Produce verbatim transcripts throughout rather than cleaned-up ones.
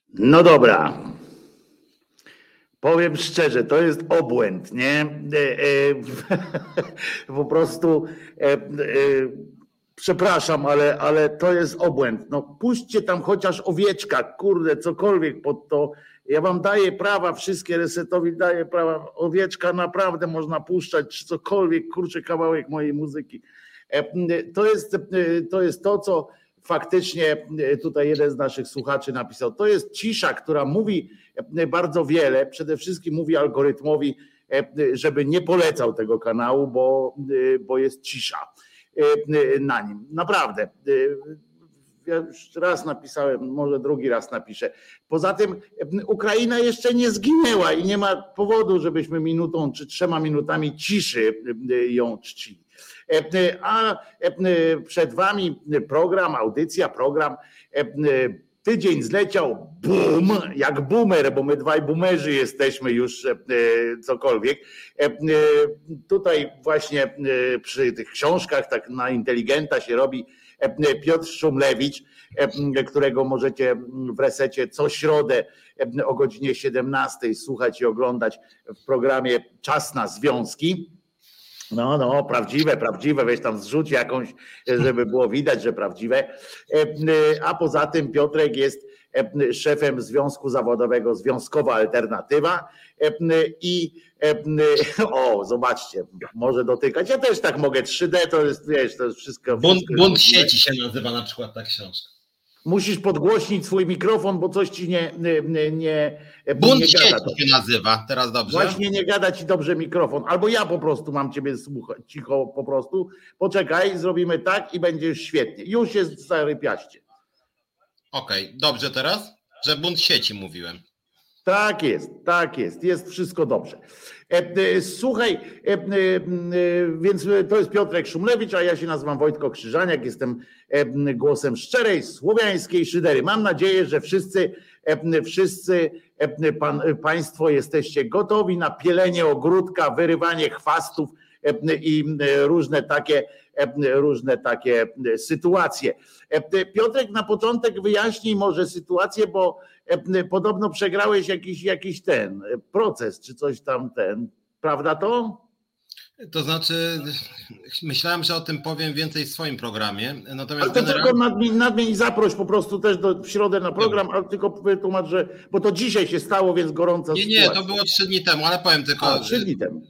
No dobra. Powiem szczerze, to jest obłęd, nie? E, e, po prostu e, e, przepraszam, ale, ale to jest obłęd. No puśćcie tam chociaż owieczka, kurde, cokolwiek pod to. Ja wam daję prawa, wszystkie resetowi daję prawa. Owieczka naprawdę można puszczać, czy cokolwiek, kurczę, kawałek mojej muzyki. E, to jest, e, to jest to, co faktycznie tutaj jeden z naszych słuchaczy napisał. To jest cisza, która mówi bardzo wiele. Przede wszystkim mówi algorytmowi, żeby nie polecał tego kanału, bo, bo jest cisza na nim. Naprawdę. Ja już raz napisałem, może drugi raz napiszę. Poza tym Ukraina jeszcze nie zginęła i nie ma powodu, żebyśmy minutą czy trzema minutami ciszy ją czcili. A przed wami program, audycja, program. Tydzień zleciał, bum, jak boomer, bo my dwaj boomerzy jesteśmy już cokolwiek. Tutaj właśnie przy tych książkach tak na inteligenta się robi Piotr Szumlewicz, którego możecie w resecie co środę o godzinie siedemnastej słuchać i oglądać w programie Czas na Związki. No, no, prawdziwe, prawdziwe, weź tam zrzuć jakąś, żeby było widać, że prawdziwe. A poza tym Piotrek jest szefem Związku Zawodowego Związkowa Alternatywa i o, zobaczcie, może dotykać. Ja też tak mogę, trzy D to jest, wiesz, to jest wszystko. Bunt, bunt sieci się nazywa na przykład ta książka. Musisz podgłośnić swój mikrofon, bo coś ci nie nie, nie Bunt nie sieci gada się nazywa, teraz dobrze? Właśnie nie gada ci dobrze mikrofon, albo ja po prostu mam ciebie słuchać, cicho po prostu. Poczekaj, zrobimy tak i będzie już świetnie. Już jest zarypiaście. Okej, okay, dobrze teraz? Że bunt sieci mówiłem. Tak jest, tak jest, jest wszystko dobrze. Słuchaj, więc to jest Piotrek Szumlewicz, a ja się nazywam Wojtko Krzyżaniak, jestem głosem szczerej, słowiańskiej szydery. Mam nadzieję, że wszyscy, wszyscy pan, państwo jesteście gotowi na pielenie ogródka, wyrywanie chwastów i różne takie, różne takie sytuacje. Piotrek, na początek wyjaśnij może sytuację, bo podobno przegrałeś jakiś, jakiś ten proces, czy coś tam ten, prawda to? To znaczy, myślałem, że o tym powiem więcej w swoim programie. Natomiast ale to generalnie... tylko nadmień, nadmień i zaproś po prostu też do, w środę na program, ale tylko wytłumacz, że, bo to dzisiaj się stało, więc gorąca Nie, sytuacja. nie, to było trzy dni temu, ale powiem tylko... A, trzy dni temu.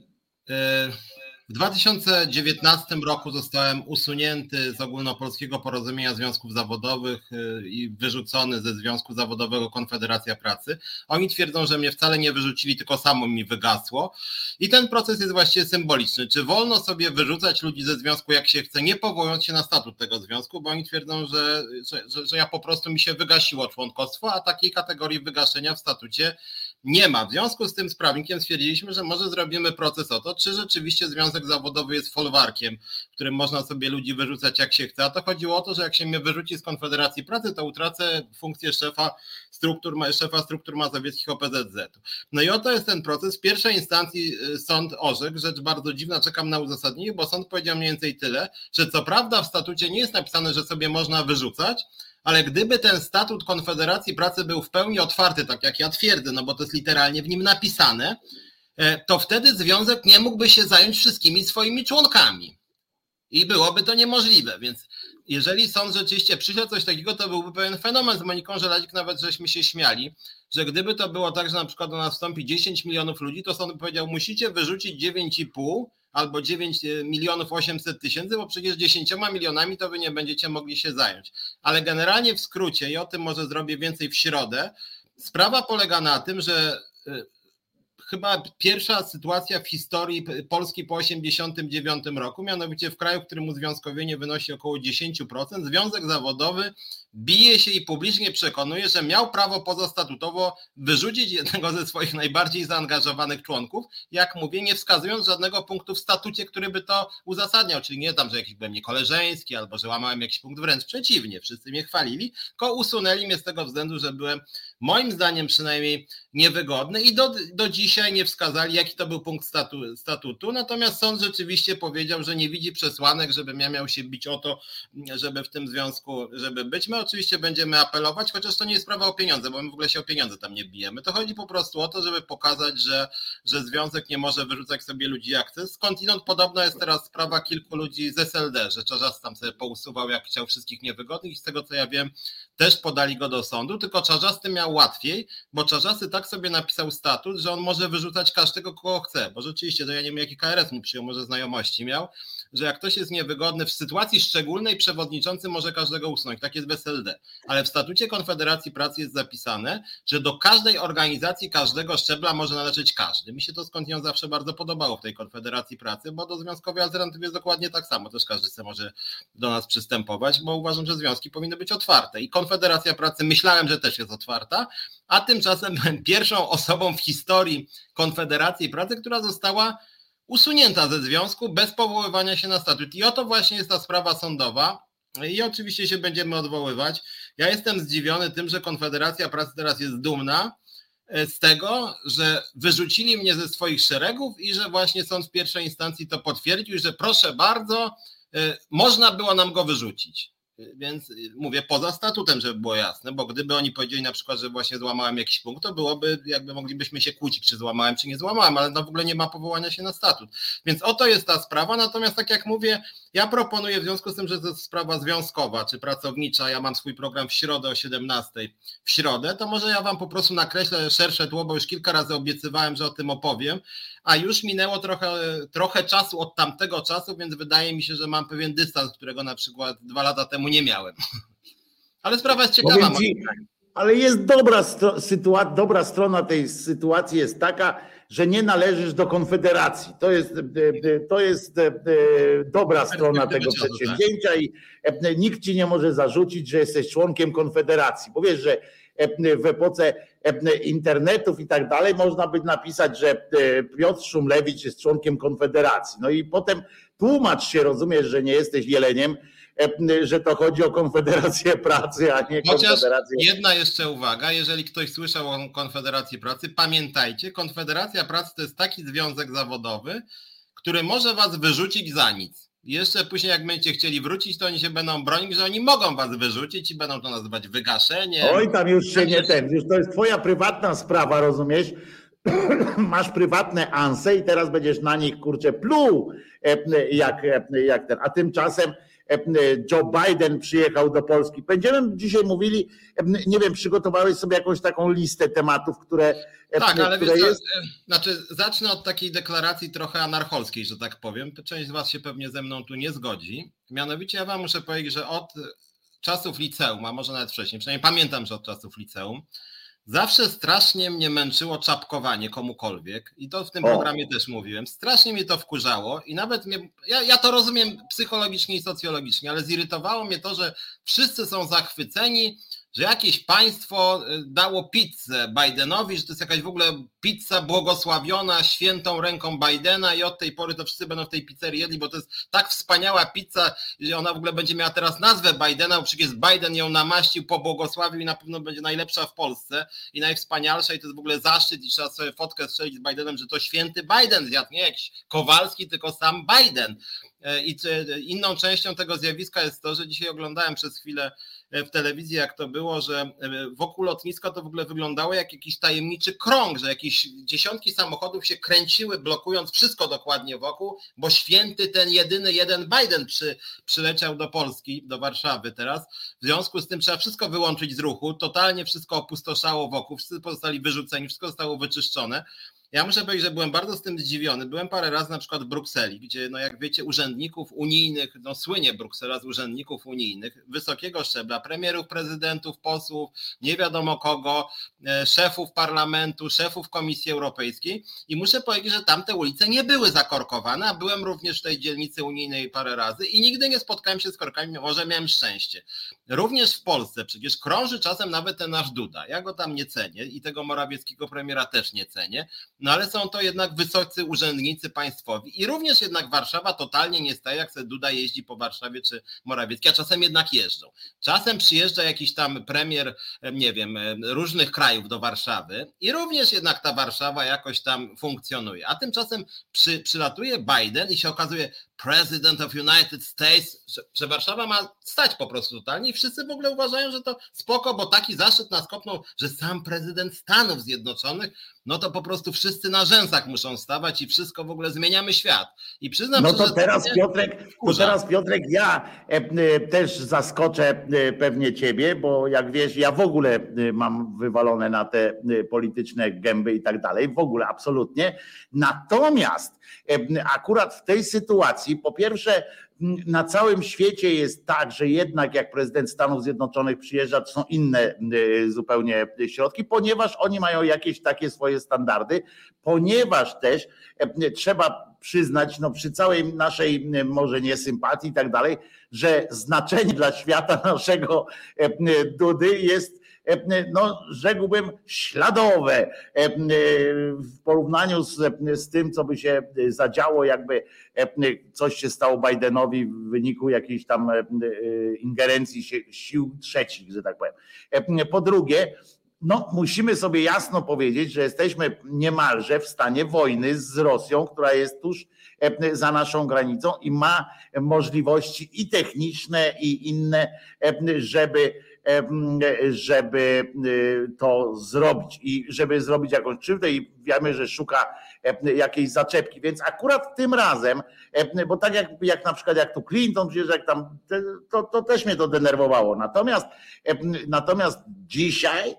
W dwa tysiące dziewiętnastym roku zostałem usunięty z Ogólnopolskiego Porozumienia Związków Zawodowych i wyrzucony ze Związku Zawodowego Konfederacja Pracy. Oni twierdzą, że mnie wcale nie wyrzucili, tylko samo mi wygasło. I ten proces jest właściwie symboliczny. Czy wolno sobie wyrzucać ludzi ze związku jak się chce, nie powołując się na statut tego związku, bo oni twierdzą, że, że, że, że ja po prostu mi się wygasiło członkostwo, a takiej kategorii wygaszenia w statucie nie ma. W związku z tym z prawnikiem stwierdziliśmy, że może zrobimy proces o to, czy rzeczywiście związek zawodowy jest folwarkiem, w którym można sobie ludzi wyrzucać jak się chce. A to chodziło o to, że jak się mnie wyrzuci z Konfederacji Pracy, to utracę funkcję szefa struktur, szefa struktur mazowieckich O P Z Z. No i oto jest ten proces. W pierwszej instancji sąd orzekł, rzecz bardzo dziwna, czekam na uzasadnienie, bo sąd powiedział mniej więcej tyle, że co prawda w statucie nie jest napisane, że sobie można wyrzucać, ale gdyby ten statut Konfederacji Pracy był w pełni otwarty, tak jak ja twierdzę, no bo to jest literalnie w nim napisane, to wtedy związek nie mógłby się zająć wszystkimi swoimi członkami. I byłoby to niemożliwe, więc jeżeli sąd rzeczywiście przyjął coś takiego, to byłby pewien fenomen. Z Moniką Żelazik nawet żeśmy się śmiali, że gdyby to było tak, że na przykład do nas wstąpi dziesięć milionów ludzi, to sąd by powiedział, musicie wyrzucić dziewięć i pół albo dziewięć milionów osiemset tysięcy, bo przecież dziesięcioma milionami to wy nie będziecie mogli się zająć. Ale generalnie w skrócie, i o tym może zrobię więcej w środę, sprawa polega na tym, że chyba pierwsza sytuacja w historii Polski po osiemdziesiątym dziewiątym roku, mianowicie w kraju, w którym uzwiązkowienie wynosi około dziesięć procent, związek zawodowy bije się i publicznie przekonuje, że miał prawo pozastatutowo wyrzucić jednego ze swoich najbardziej zaangażowanych członków, jak mówię, nie wskazując żadnego punktu w statucie, który by to uzasadniał, czyli nie tam, że jakiś byłem niekoleżeński albo że łamałem jakiś punkt, wręcz przeciwnie, wszyscy mnie chwalili, tylko usunęli mnie z tego względu, że byłem moim zdaniem przynajmniej niewygodny i do, do dzisiaj nie wskazali, jaki to był punkt statu, statutu, natomiast sąd rzeczywiście powiedział, że nie widzi przesłanek, żebym ja miał się bić o to, żeby w tym związku, żeby być. My oczywiście będziemy apelować, chociaż to nie jest sprawa o pieniądze, bo my w ogóle się o pieniądze tam nie bijemy. To chodzi po prostu o to, żeby pokazać, że, że związek nie może wyrzucać sobie ludzi jak chce. Skądinąd podobno jest teraz sprawa kilku ludzi z S L D, że Czarzasty tam sobie pousuwał, jak chciał wszystkich niewygodnych i z tego co ja wiem, też podali go do sądu, tylko Czarzasty miał łatwiej, bo Czarzasty tak sobie napisał statut, że on może wyrzucać każdego, kogo chce, bo rzeczywiście, to ja nie wiem, jaki K R S mu przyjął, może znajomości miał, że jak ktoś jest niewygodny w sytuacji szczególnej, przewodniczący może każdego usunąć, tak jest w S L D, ale w statucie Konfederacji Pracy jest zapisane, że do każdej organizacji, każdego szczebla może należeć każdy. Mi się to skądinąd zawsze bardzo podobało w tej Konfederacji Pracy, bo do związkowej alternatywy jest dokładnie tak samo, też każdy sobie może do nas przystępować, bo uważam, że związki powinny być otwarte i Konfederacja Pracy myślałem, że też jest otwarta, a tymczasem byłem pierwszą osobą w historii Konfederacji Pracy, która została usunięta ze związku bez powoływania się na statut. I oto właśnie jest ta sprawa sądowa i oczywiście się będziemy odwoływać. Ja jestem zdziwiony tym, że Konfederacja Pracy teraz jest dumna z tego, że wyrzucili mnie ze swoich szeregów i że właśnie sąd w pierwszej instancji to potwierdził, że proszę bardzo, można było nam go wyrzucić. Więc mówię poza statutem, żeby było jasne, bo gdyby oni powiedzieli na przykład, że właśnie złamałem jakiś punkt, to byłoby, jakby moglibyśmy się kłócić, czy złamałem, czy nie złamałem, ale no w ogóle nie ma powołania się na statut. Więc oto jest ta sprawa, natomiast tak jak mówię, ja proponuję w związku z tym, że to jest sprawa związkowa, czy pracownicza, ja mam swój program w środę o siedemnastej w środę, to może ja wam po prostu nakreślę szersze tło, bo już kilka razy obiecywałem, że o tym opowiem, a już minęło trochę, trochę czasu od tamtego czasu, więc wydaje mi się, że mam pewien dystans, którego na przykład dwa lata temu nie miałem. Ale sprawa jest ciekawa. Ci, ale jest dobra, sytuacja, dobra strona tej sytuacji jest taka, że nie należysz do Konfederacji. To jest, to jest dobra strona tego przedsięwzięcia i nikt ci nie może zarzucić, że jesteś członkiem Konfederacji. Bo wiesz, że w epoce internetów i tak dalej można by napisać, że Piotr Szumlewicz jest członkiem Konfederacji. No i potem tłumacz się, rozumiesz, że nie jesteś jeleniem, że to chodzi o Konfederację Pracy, a nie Chociaż Konfederację... jedna jeszcze uwaga, jeżeli ktoś słyszał o Konfederacji Pracy, pamiętajcie, Konfederacja Pracy to jest taki związek zawodowy, który może was wyrzucić za nic. Jeszcze później jak będziecie chcieli wrócić, to oni się będą bronić, że oni mogą was wyrzucić i będą to nazywać wygaszeniem. Oj, tam już się nie ten, już to jest twoja prywatna sprawa, rozumiesz? Masz prywatne anse i teraz będziesz na nich, kurczę, pluł, jak, jak ten. A tymczasem Joe Biden przyjechał do Polski. Będziemy dzisiaj mówili, nie wiem, przygotowałeś sobie jakąś taką listę tematów, które, tak, ale które wiesz, jest... Znaczy zacznę od takiej deklaracji trochę anarcholskiej, że tak powiem. Część z was się pewnie ze mną tu nie zgodzi. Mianowicie ja wam muszę powiedzieć, że od czasów liceum, a może nawet wcześniej, przynajmniej pamiętam, że od czasów liceum, zawsze strasznie mnie męczyło czapkowanie komukolwiek i to w tym o. programie też mówiłem. Strasznie mnie to wkurzało i nawet mnie, ja, ja to rozumiem psychologicznie i socjologicznie, ale zirytowało mnie to, że wszyscy są zachwyceni, że jakieś państwo dało pizzę Bidenowi, że to jest jakaś w ogóle pizza błogosławiona świętą ręką Bidena i od tej pory to wszyscy będą w tej pizzerii jedli, bo to jest tak wspaniała pizza, że ona w ogóle będzie miała teraz nazwę Bidena, bo przecież Biden ją namaścił, pobłogosławił i na pewno będzie najlepsza w Polsce i najwspanialsza i to jest w ogóle zaszczyt i trzeba sobie fotkę strzelić z Bidenem, że to święty Biden zjadł, nie jakiś Kowalski, tylko sam Biden. I inną częścią tego zjawiska jest to, że dzisiaj oglądałem przez chwilę w telewizji, jak to było, że wokół lotniska to w ogóle wyglądało jak jakiś tajemniczy krąg, że jakieś dziesiątki samochodów się kręciły, blokując wszystko dokładnie wokół, bo święty ten jedyny jeden Biden przy, przyleciał do Polski, do Warszawy teraz. W związku z tym trzeba wszystko wyłączyć z ruchu, totalnie wszystko opustoszało wokół, wszyscy pozostali wyrzuceni, wszystko zostało wyczyszczone. Ja muszę powiedzieć, że byłem bardzo z tym zdziwiony. Byłem parę razy na przykład w Brukseli, gdzie, no jak wiecie, urzędników unijnych, no słynie Bruksela z urzędników unijnych, wysokiego szczebla, premierów, prezydentów, posłów, nie wiadomo kogo, szefów parlamentu, szefów Komisji Europejskiej i muszę powiedzieć, że tamte ulice nie były zakorkowane, a byłem również w tej dzielnicy unijnej parę razy i nigdy nie spotkałem się z korkami, może miałem szczęście. Również w Polsce przecież krąży czasem nawet ten nasz Duda. Ja go tam nie cenię i tego morawieckiego premiera też nie cenię. no ale są to jednak wysocy urzędnicy państwowi i również jednak Warszawa totalnie nie staje, jak sobie Duda jeździ po Warszawie czy Morawiecki, a czasem jednak jeżdżą. Czasem przyjeżdża jakiś tam premier, nie wiem, różnych krajów do Warszawy i również jednak ta Warszawa jakoś tam funkcjonuje, a tymczasem przy, przylatuje Biden i się okazuje President of United States, że, że Warszawa ma stać po prostu totalnie i wszyscy w ogóle uważają, że to spoko, bo taki zaszczyt nas kopnął, że sam prezydent Stanów Zjednoczonych, no to po prostu wszyscy na rzęsach muszą stawać i wszystko w ogóle zmieniamy świat. I przyznam no się, to że teraz to Piotrek, to teraz Piotrek, ja e, też zaskoczę e, pewnie ciebie, bo jak wiesz, ja w ogóle e, mam wywalone na te e, polityczne gęby i tak dalej, w ogóle absolutnie. Natomiast e, akurat w tej sytuacji, po pierwsze, na całym świecie jest tak, że jednak jak prezydent Stanów Zjednoczonych przyjeżdża, to są inne zupełnie środki, ponieważ oni mają jakieś takie swoje standardy, ponieważ też trzeba przyznać, no przy całej naszej może nie sympatii i tak dalej, że znaczenie dla świata naszego Dudy jest, no rzekłbym, śladowe w porównaniu z, z tym, co by się zadziało, jakby coś się stało Bidenowi w wyniku jakiejś tam ingerencji sił trzecich, że tak powiem. Po drugie, no musimy sobie jasno powiedzieć, że jesteśmy niemalże w stanie wojny z Rosją, która jest tuż za naszą granicą i ma możliwości i techniczne, i inne, żeby żeby to zrobić i żeby zrobić jakąś krzywdę i wiemy, że szuka jakiejś zaczepki, więc akurat tym razem, bo tak jak, jak na przykład jak tu Clinton, przecież jak tam, to, to też mnie to denerwowało, natomiast natomiast dzisiaj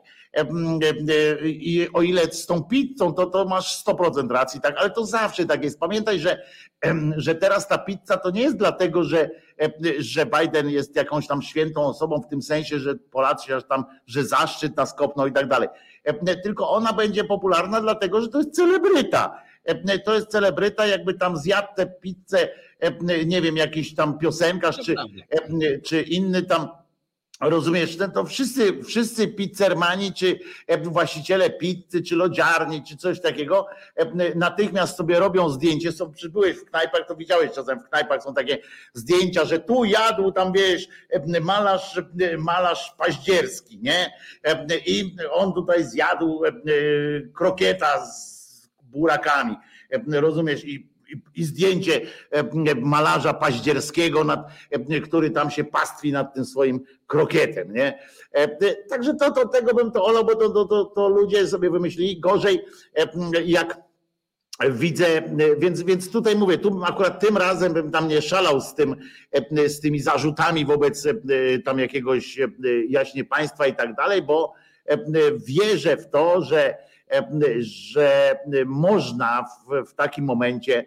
i o ile z tą pizzą, to, to masz sto procent racji, tak, ale to zawsze tak jest. Pamiętaj, że, że teraz ta pizza to nie jest dlatego, że, że Biden jest jakąś tam świętą osobą w tym sensie, że Polacy aż tam, że zaszczyt nas kopną i tak dalej. Tylko ona będzie popularna dlatego, że to jest celebryta. To jest celebryta, jakby tam zjadł tę pizzę, nie wiem, jakiś tam piosenkarz czy, czy inny tam. Rozumiesz, to wszyscy, wszyscy pizzermani, czy właściciele pizzy, czy lodziarni, czy coś takiego, natychmiast sobie robią zdjęcie. Są, byłeś w knajpach, to widziałeś czasem w knajpach są takie zdjęcia, że tu jadł tam, wiesz, malarz, malarz Paździerski, nie? I on tutaj zjadł krokieta z burakami, rozumiesz, i I zdjęcie malarza Paździerskiego, nad, który tam się pastwi nad tym swoim krokietem. Nie? Także to, to, tego bym to olał, bo to, to, to, to ludzie sobie wymyślili. Gorzej jak widzę, więc, więc tutaj mówię, tu akurat tym razem bym tam nie szalał z, tym, z tymi zarzutami wobec tam jakiegoś jaśnie państwa i tak dalej, bo wierzę w to, że że można w, w takim momencie,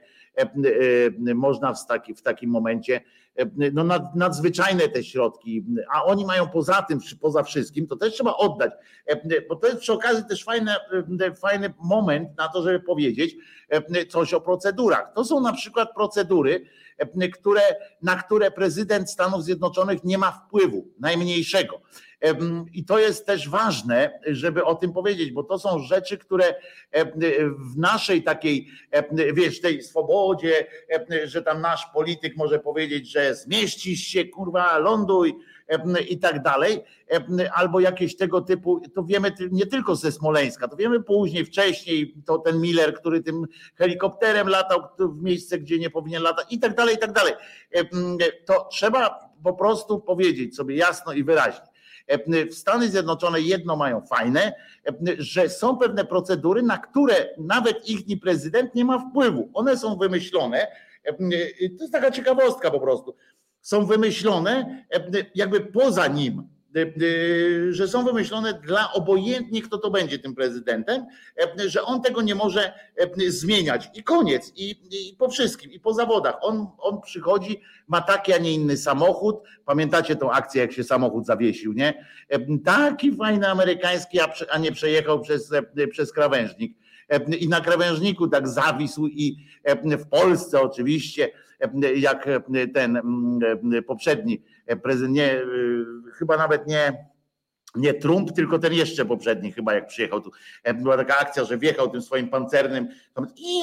można w, taki, w takim momencie, no nad, nadzwyczajne te środki, a oni mają poza tym, poza wszystkim, to też trzeba oddać, bo to jest przy okazji też fajny, fajny moment na to, żeby powiedzieć coś o procedurach. To są na przykład procedury, które, na które prezydent Stanów Zjednoczonych nie ma wpływu, najmniejszego. I to jest też ważne, żeby o tym powiedzieć, bo to są rzeczy, które w naszej takiej, wiesz, tej swobodzie, że tam nasz polityk może powiedzieć, że zmieścisz się, kurwa, ląduj i tak dalej, albo jakieś tego typu, to wiemy nie tylko ze Smoleńska, to wiemy później, wcześniej, to ten Miller, który tym helikopterem latał w miejsce, gdzie nie powinien latać i tak dalej, i tak dalej. To trzeba po prostu powiedzieć sobie jasno i wyraźnie. W Stany Zjednoczone jedno mają fajne, że są pewne procedury, na które nawet ich prezydent nie ma wpływu. One są wymyślone, to jest taka ciekawostka po prostu, są wymyślone jakby poza nim, że są wymyślone dla obojętnie kto to będzie tym prezydentem, że on tego nie może zmieniać i koniec, i, i po wszystkim, i po zawodach. On, on przychodzi, ma taki, a nie inny samochód. Pamiętacie tą akcję, jak się samochód zawiesił, nie? Taki fajny amerykański, a nie przejechał przez, przez krawężnik. I na krawężniku tak zawisł i w Polsce oczywiście, jak ten poprzedni prezydent, nie, chyba nawet nie, nie Trump, tylko ten jeszcze poprzedni chyba jak przyjechał tu. Była taka akcja, że wjechał tym swoim pancernym i,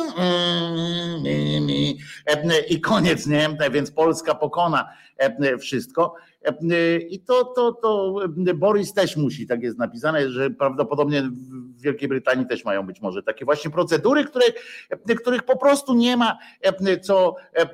i koniec, nie? Więc Polska pokona wszystko. I to, to, to Boris też musi, tak jest napisane, że prawdopodobnie w Wielkiej Brytanii też mają być może takie właśnie procedury, które, których po prostu nie ma co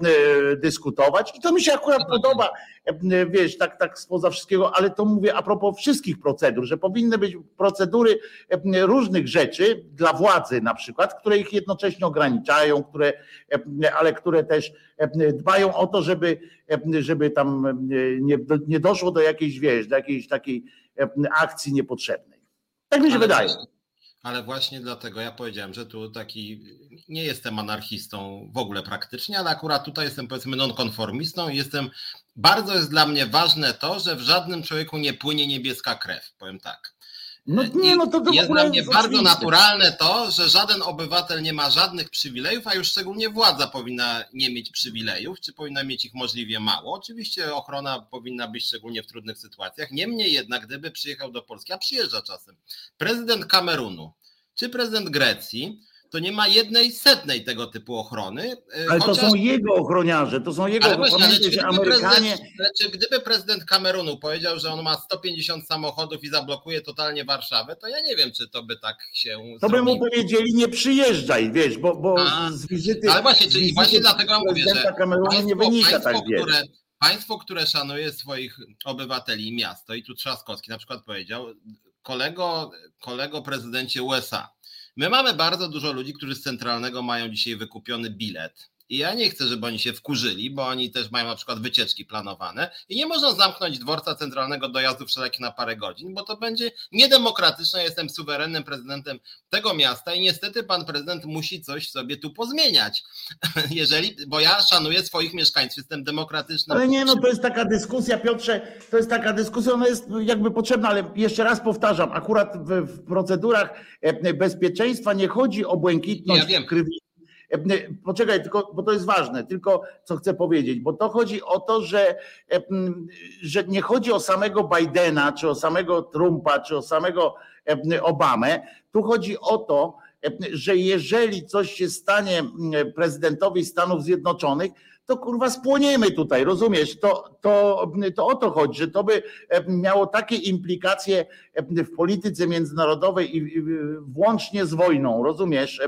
dyskutować. I to mi się akurat podoba, wiesz, tak, tak spoza wszystkiego, ale to mówię a propos wszystkich procedur, że powinny być procedury różnych rzeczy dla władzy na przykład, które ich jednocześnie ograniczają, które, ale które też dbają o to, żeby, żeby tam nie, nie doszło do jakiejś, wiesz, do jakiejś takiej akcji niepotrzebnej. Tak mi się ale wydaje. Właśnie, ale właśnie dlatego ja powiedziałem, że tu taki, nie jestem anarchistą w ogóle praktycznie, ale akurat tutaj jestem powiedzmy nonkonformistą i jestem, bardzo jest dla mnie ważne to, że w żadnym człowieku nie płynie niebieska krew, powiem tak. No nie, no to, to jest dla mnie jest bardzo oczywiste. naturalne to, że żaden obywatel nie ma żadnych przywilejów, a już szczególnie władza powinna nie mieć przywilejów, czy powinna mieć ich możliwie mało. Oczywiście ochrona powinna być szczególnie w trudnych sytuacjach. Niemniej jednak, gdyby przyjechał do Polski, a przyjeżdża czasem, prezydent Kamerunu czy prezydent Grecji, to nie ma jednej setnej tego typu ochrony. Ale chociaż... to są jego ochroniarze, to są jego ochroniarze, że Amerykanie... Czy gdyby prezydent Kamerunu powiedział, że on ma sto pięćdziesiąt samochodów i zablokuje totalnie Warszawę, to ja nie wiem, czy to by tak się To by mu zrobiło. powiedzieli, nie przyjeżdżaj, wiesz, bo, bo A, z wizyty... ale właśnie, czyli wizyty właśnie dlatego mówię, że Kamerunu państwo, nie wynika państwo, tak, wiesz. które, państwo, które szanuje swoich obywateli i miasto, i tu Trzaskowski na przykład powiedział, kolego, kolego prezydencie U S A, my mamy bardzo dużo ludzi, którzy z centralnego mają dzisiaj wykupiony bilet. I ja nie chcę, żeby oni się wkurzyli, bo oni też mają na przykład wycieczki planowane i nie można zamknąć dworca centralnego dojazdów wszelakich na parę godzin, bo to będzie niedemokratyczne. Jestem suwerennym prezydentem tego miasta i niestety pan prezydent musi coś sobie tu pozmieniać. Jeżeli, bo ja szanuję swoich mieszkańców, jestem demokratyczny. Ale nie, no to jest taka dyskusja, Piotrze, to jest taka dyskusja, ona jest jakby potrzebna, ale jeszcze raz powtarzam, akurat w, w procedurach bezpieczeństwa nie chodzi o błękitność Ja wiem. krwi. Poczekaj, tylko, bo to jest ważne, tylko co chcę powiedzieć, bo to chodzi o to, że, że nie chodzi o samego Bidena, czy o samego Trumpa, czy o samego Obamę, tu chodzi o to, że jeżeli coś się stanie prezydentowi Stanów Zjednoczonych, to kurwa spłoniemy tutaj, rozumiesz? To, to, to o to chodzi, że to by miało takie implikacje w polityce międzynarodowej i włącznie z wojną, rozumiesz?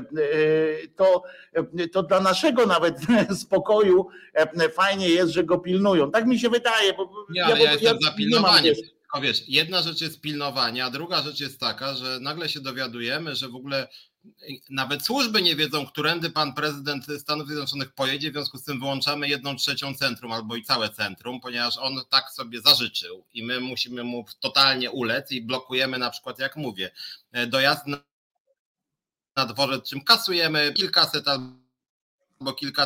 To, to dla naszego nawet spokoju fajnie jest, że go pilnują. Tak mi się wydaje. Bo nie, ale ja, ja jestem ja za pilnowaniem. Tylko wiesz, jedna rzecz jest pilnowanie, a druga rzecz jest taka, że nagle się dowiadujemy, że w ogóle nawet służby nie wiedzą, którędy pan prezydent Stanów Zjednoczonych pojedzie, w związku z tym wyłączamy jedną trzecią centrum albo i całe centrum, ponieważ on tak sobie zażyczył i my musimy mu totalnie ulec i blokujemy na przykład, jak mówię, dojazd na, na dworzec, czym kasujemy kilkaset albo kilka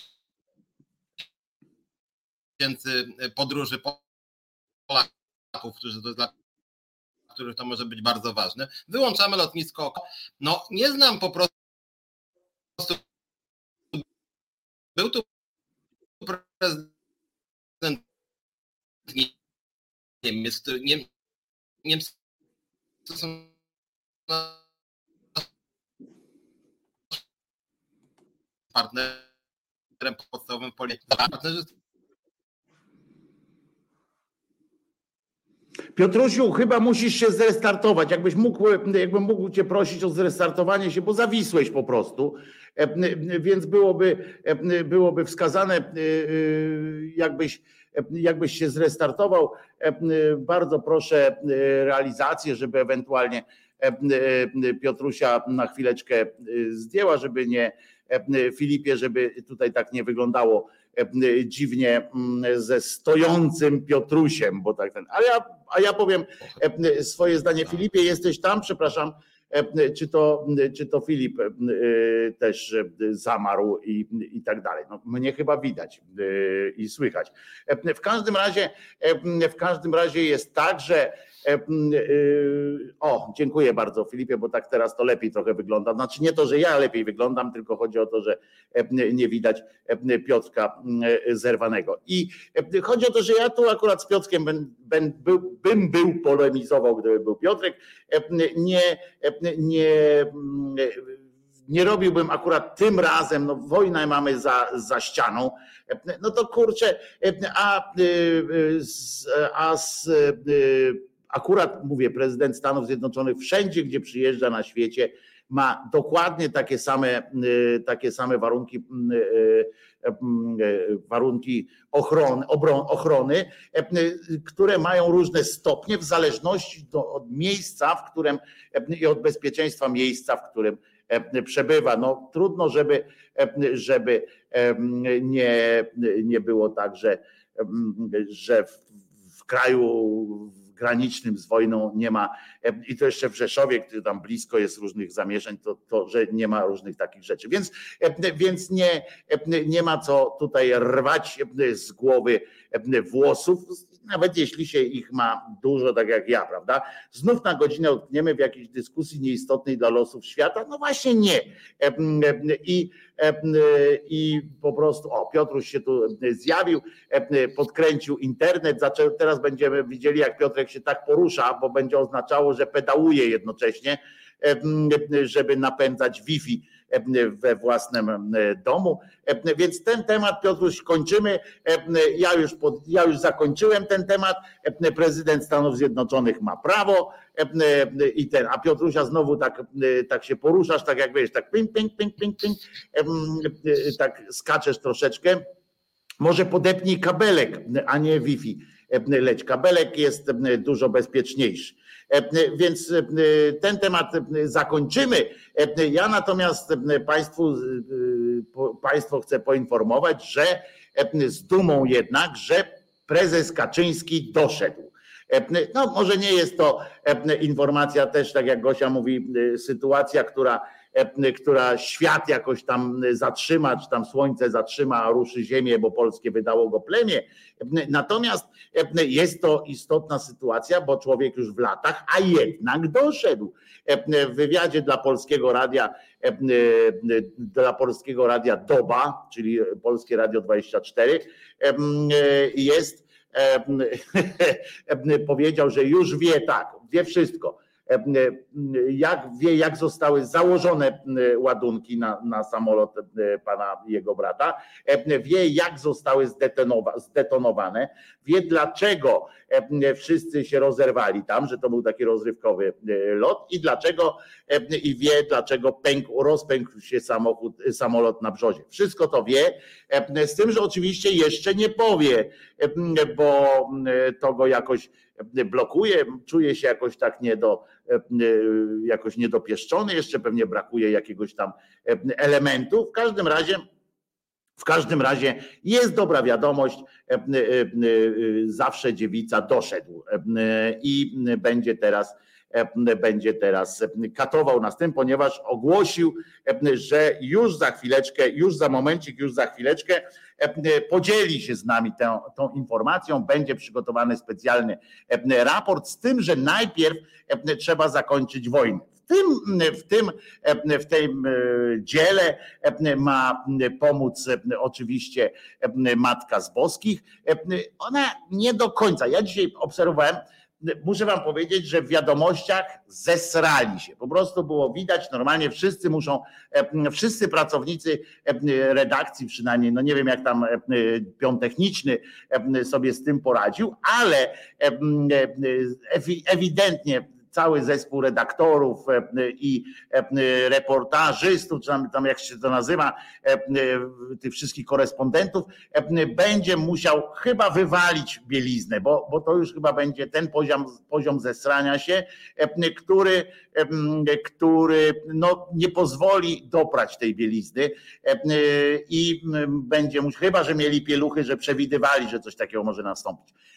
tysięcy podróży Polaków, którzy to dla których to może być bardzo ważne. Wyłączamy lotnisko. No nie znam po prostu. Był tu prezydent Niemiec, Niem, Niemcy są partnerem podstawowym w polityce. Piotrusiu, chyba musisz się zrestartować. Jakbyś mógł, jakbym mógł cię prosić o zrestartowanie się, bo zawisłeś po prostu, więc byłoby, byłoby wskazane, jakbyś, jakbyś się zrestartował. Bardzo proszę realizację, żeby ewentualnie Piotrusia na chwileczkę zdjęła, żeby nie, Filipie, żeby tutaj tak nie wyglądało dziwnie ze stojącym Piotrusiem, bo tak ten. Ale ja, a ja powiem swoje zdanie. Filipie, jesteś tam? Przepraszam. czy to, czy to Filip też zamarł i, i tak dalej. No, mnie chyba widać i słychać. W każdym razie, w każdym razie jest tak, że o, dziękuję bardzo Filipie, bo tak teraz to lepiej trochę wygląda. Znaczy nie to, że ja lepiej wyglądam, tylko chodzi o to, że nie widać Piotrka zerwanego. I chodzi o to, że ja tu akurat z Piotrkiem bym, bym, był, bym był polemizował, gdyby był Piotrek. Nie, nie, nie robiłbym akurat tym razem, no wojnę mamy za, za ścianą, no to kurczę, a, a z akurat mówię, prezydent Stanów Zjednoczonych wszędzie, gdzie przyjeżdża na świecie, ma dokładnie takie same, takie same warunki, warunki ochrony, ochrony, które mają różne stopnie w zależności od miejsca, w którym i od bezpieczeństwa miejsca, w którym przebywa. No trudno, żeby, żeby nie, nie było tak, że, że w, w kraju granicznym z wojną nie ma, i to jeszcze w Rzeszowie, który tam blisko jest różnych zamieszek, to, to że nie ma różnych takich rzeczy. Więc, więc nie, nie ma co tutaj rwać z głowy włosów, nawet jeśli się ich ma dużo, tak jak ja, prawda? Znów na godzinę utkniemy w jakiejś dyskusji nieistotnej dla losów świata? No właśnie nie. I, i po prostu, o, Piotruś się tu zjawił, podkręcił internet, zaczął, teraz będziemy widzieli, jak Piotrek się tak porusza, bo będzie oznaczało, że pedałuje jednocześnie, żeby napędzać Wi-Fi we własnym domu. Więc ten temat, Piotruś, kończymy. Ja już, pod, ja już zakończyłem ten temat. Prezydent Stanów Zjednoczonych ma prawo i ten, a Piotrusia znowu tak, tak się poruszasz, tak jak wiesz, tak ping, ping, ping, ping, ping, tak skaczesz troszeczkę. Może podepnij kabelek, a nie Wi-Fi leć. Kabelek jest dużo bezpieczniejszy. Więc ten temat zakończymy. Ja natomiast Państwu, Państwo chcę poinformować, że z dumą jednak, że prezes Kaczyński doszedł. No może nie jest to informacja też, tak jak Gosia mówi, sytuacja, która, która świat jakoś tam zatrzyma, czy tam słońce zatrzyma, a ruszy ziemię, bo polskie wydało go plemię. Natomiast jest to istotna sytuacja, bo człowiek już w latach, a jednak doszedł. W wywiadzie dla Polskiego Radia, dla Polskiego Radia Doba, czyli Polskie Radio dwadzieścia cztery, jest powiedział, że już wie tak, wie wszystko. Jak wie, jak zostały założone ładunki na, na samolot pana jego brata, wie, jak zostały zdetonowane, wie, dlaczego wszyscy się rozerwali tam, że to był taki rozrywkowy lot i dlaczego i wie, dlaczego pękł, rozpękł się samochód, samolot na Brzozie. Wszystko to wie, z tym, że oczywiście jeszcze nie powie, bo to go jakoś blokuje, czuje się jakoś tak nie do, jakoś niedopieszczony, jeszcze pewnie brakuje jakiegoś tam elementu. W każdym razie, w każdym razie jest dobra wiadomość, zawsze dziewica doszedł i będzie teraz będzie teraz katował nas tym, ponieważ ogłosił, że już za chwileczkę, już za momencik, już za chwileczkę podzieli się z nami tą, tą informacją, będzie przygotowany specjalny raport z tym, że najpierw trzeba zakończyć wojnę. W tym, w tym, w tym dziele ma pomóc oczywiście Matka z Boskich. Ona nie do końca, ja dzisiaj obserwowałem, muszę wam powiedzieć, że w wiadomościach zesrali się. Po prostu było widać, normalnie wszyscy muszą, wszyscy pracownicy redakcji przynajmniej, no nie wiem jak tam pion techniczny sobie z tym poradził, ale ewidentnie cały zespół redaktorów i reportażystów, czy tam, tam jak się to nazywa, tych wszystkich korespondentów, będzie musiał chyba wywalić bieliznę, bo, bo to już chyba będzie ten poziom, poziom zesrania się, który, który no, nie pozwoli doprać tej bielizny i będzie musiał, chyba że mieli pieluchy, że przewidywali, że coś takiego może nastąpić.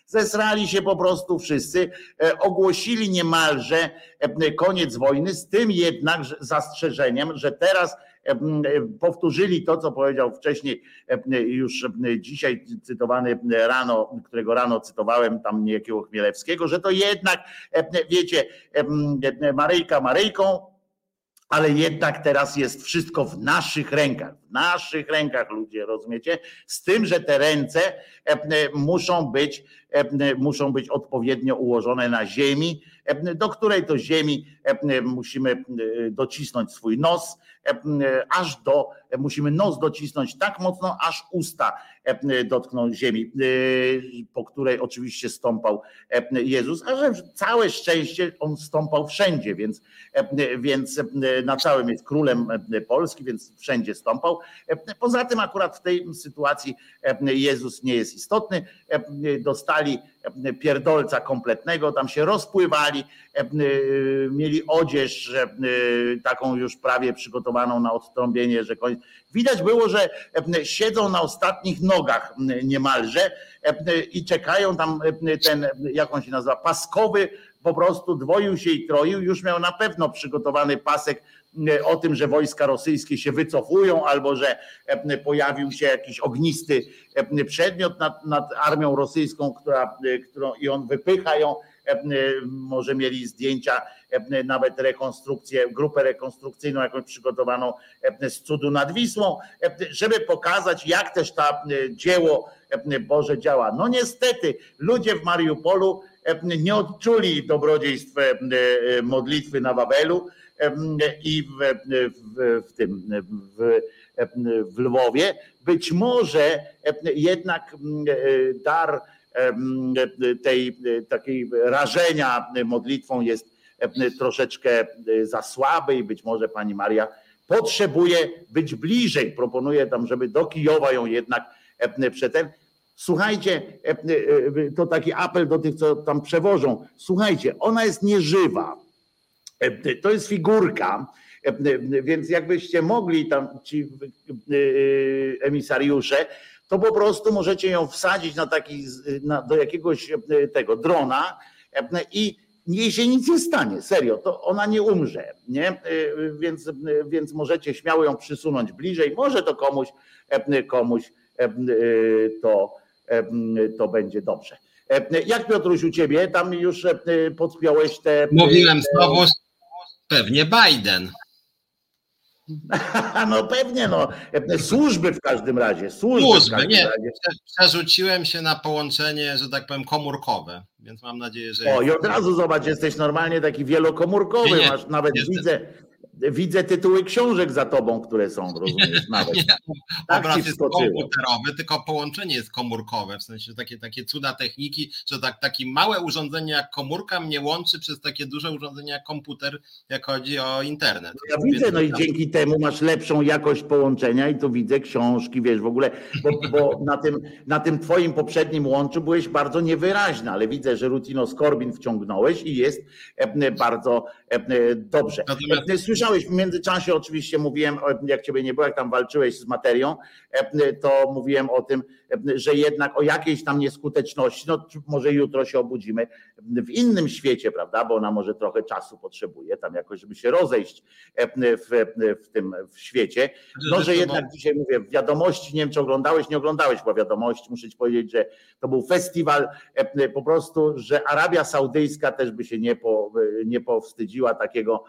Zesrali się po prostu wszyscy, ogłosili niemalże koniec wojny, z tym jednak zastrzeżeniem, że teraz powtórzyli to, co powiedział wcześniej, już dzisiaj cytowany rano, którego rano cytowałem tam niejakiego Chmielewskiego, że to jednak, wiecie, Maryjka Maryjką, ale jednak teraz jest wszystko w naszych rękach, w naszych rękach, ludzie, rozumiecie? Z tym, że te ręce muszą być, muszą być odpowiednio ułożone na ziemi, do której to ziemi musimy docisnąć swój nos, aż do, musimy nos docisnąć tak mocno, aż usta dotkną ziemi, po której oczywiście stąpał Jezus, a że całe szczęście on stąpał wszędzie, więc, więc na całym jest królem Polski, więc wszędzie stąpał. Poza tym akurat w tej sytuacji Jezus nie jest istotny, dostali pierdolca kompletnego, tam się rozpływali, mieli odzież taką już prawie przygotowaną na odtrąbienie, że koniec. Widać było, że siedzą na ostatnich nogach niemalże i czekają tam ten, jak on się nazywa, paskowy, po prostu dwoił się i troił, już miał na pewno przygotowany pasek o tym, że wojska rosyjskie się wycofują, albo że pojawił się jakiś ognisty przedmiot nad, nad armią rosyjską, która, którą i on wypycha ją. Może mieli zdjęcia, nawet rekonstrukcję, grupę rekonstrukcyjną jakąś przygotowaną z cudu nad Wisłą, żeby pokazać, jak też ta dzieło Boże działa. No niestety ludzie w Mariupolu nie odczuli dobrodziejstw modlitwy na Wawelu i w, w, w tym w, w Lwowie. Być może jednak dar tej takiej rażenia modlitwą jest troszeczkę za słaby i być może pani Maria potrzebuje być bliżej. Proponuję tam, żeby do Kijowa ją jednak przetem. Słuchajcie, to taki apel do tych, co tam przewożą. Słuchajcie, ona jest nieżywa. To jest figurka, więc jakbyście mogli tam ci emisariusze, to po prostu możecie ją wsadzić na taki, na, do jakiegoś tego drona i jej się nic nie stanie, serio, to ona nie umrze, nie? Więc, więc możecie śmiało ją przysunąć bliżej, może to komuś, komuś to, to będzie dobrze. Jak Piotruś u ciebie, tam już podpiąłeś te... Mówiłem znowu, pewnie Biden. No pewnie, no. Służby w każdym razie. Służby, Służby w każdym nie. razie. Przerzuciłem się na połączenie, że tak powiem, komórkowe, więc mam nadzieję, że... O, i od razu zobacz, jesteś normalnie taki wielokomórkowy, nie, nie, masz nawet nie, widzę, widzę tytuły książek za tobą, które są, rozumiesz, nawet. Nie, tak obraz jest komputerowy, tylko połączenie jest komórkowe, w sensie takie, takie cuda techniki, że tak, takie małe urządzenie jak komórka mnie łączy przez takie duże urządzenie jak komputer, jak chodzi o internet. Ja widzę, no i dzięki temu masz lepszą jakość połączenia i tu widzę książki, wiesz, w ogóle, bo, bo na, tym, na tym twoim poprzednim łączu byłeś bardzo niewyraźny, ale widzę, że rutinoskorbin wciągnąłeś i jest bardzo dobrze. Natomiast... Słyszałeś, w międzyczasie oczywiście mówiłem, jak ciebie nie było, jak tam walczyłeś z materią, to mówiłem o tym, że jednak o jakiejś tam nieskuteczności, no może jutro się obudzimy w innym świecie, prawda, bo ona może trochę czasu potrzebuje tam jakoś, żeby się rozejść w, w tym w świecie. No, że jednak dzisiaj mówię, wiadomości, nie wiem czy oglądałeś, nie oglądałeś po wiadomości, muszę ci powiedzieć, że to był festiwal po prostu, że Arabia Saudyjska też by się nie, po, nie powstydziła takiego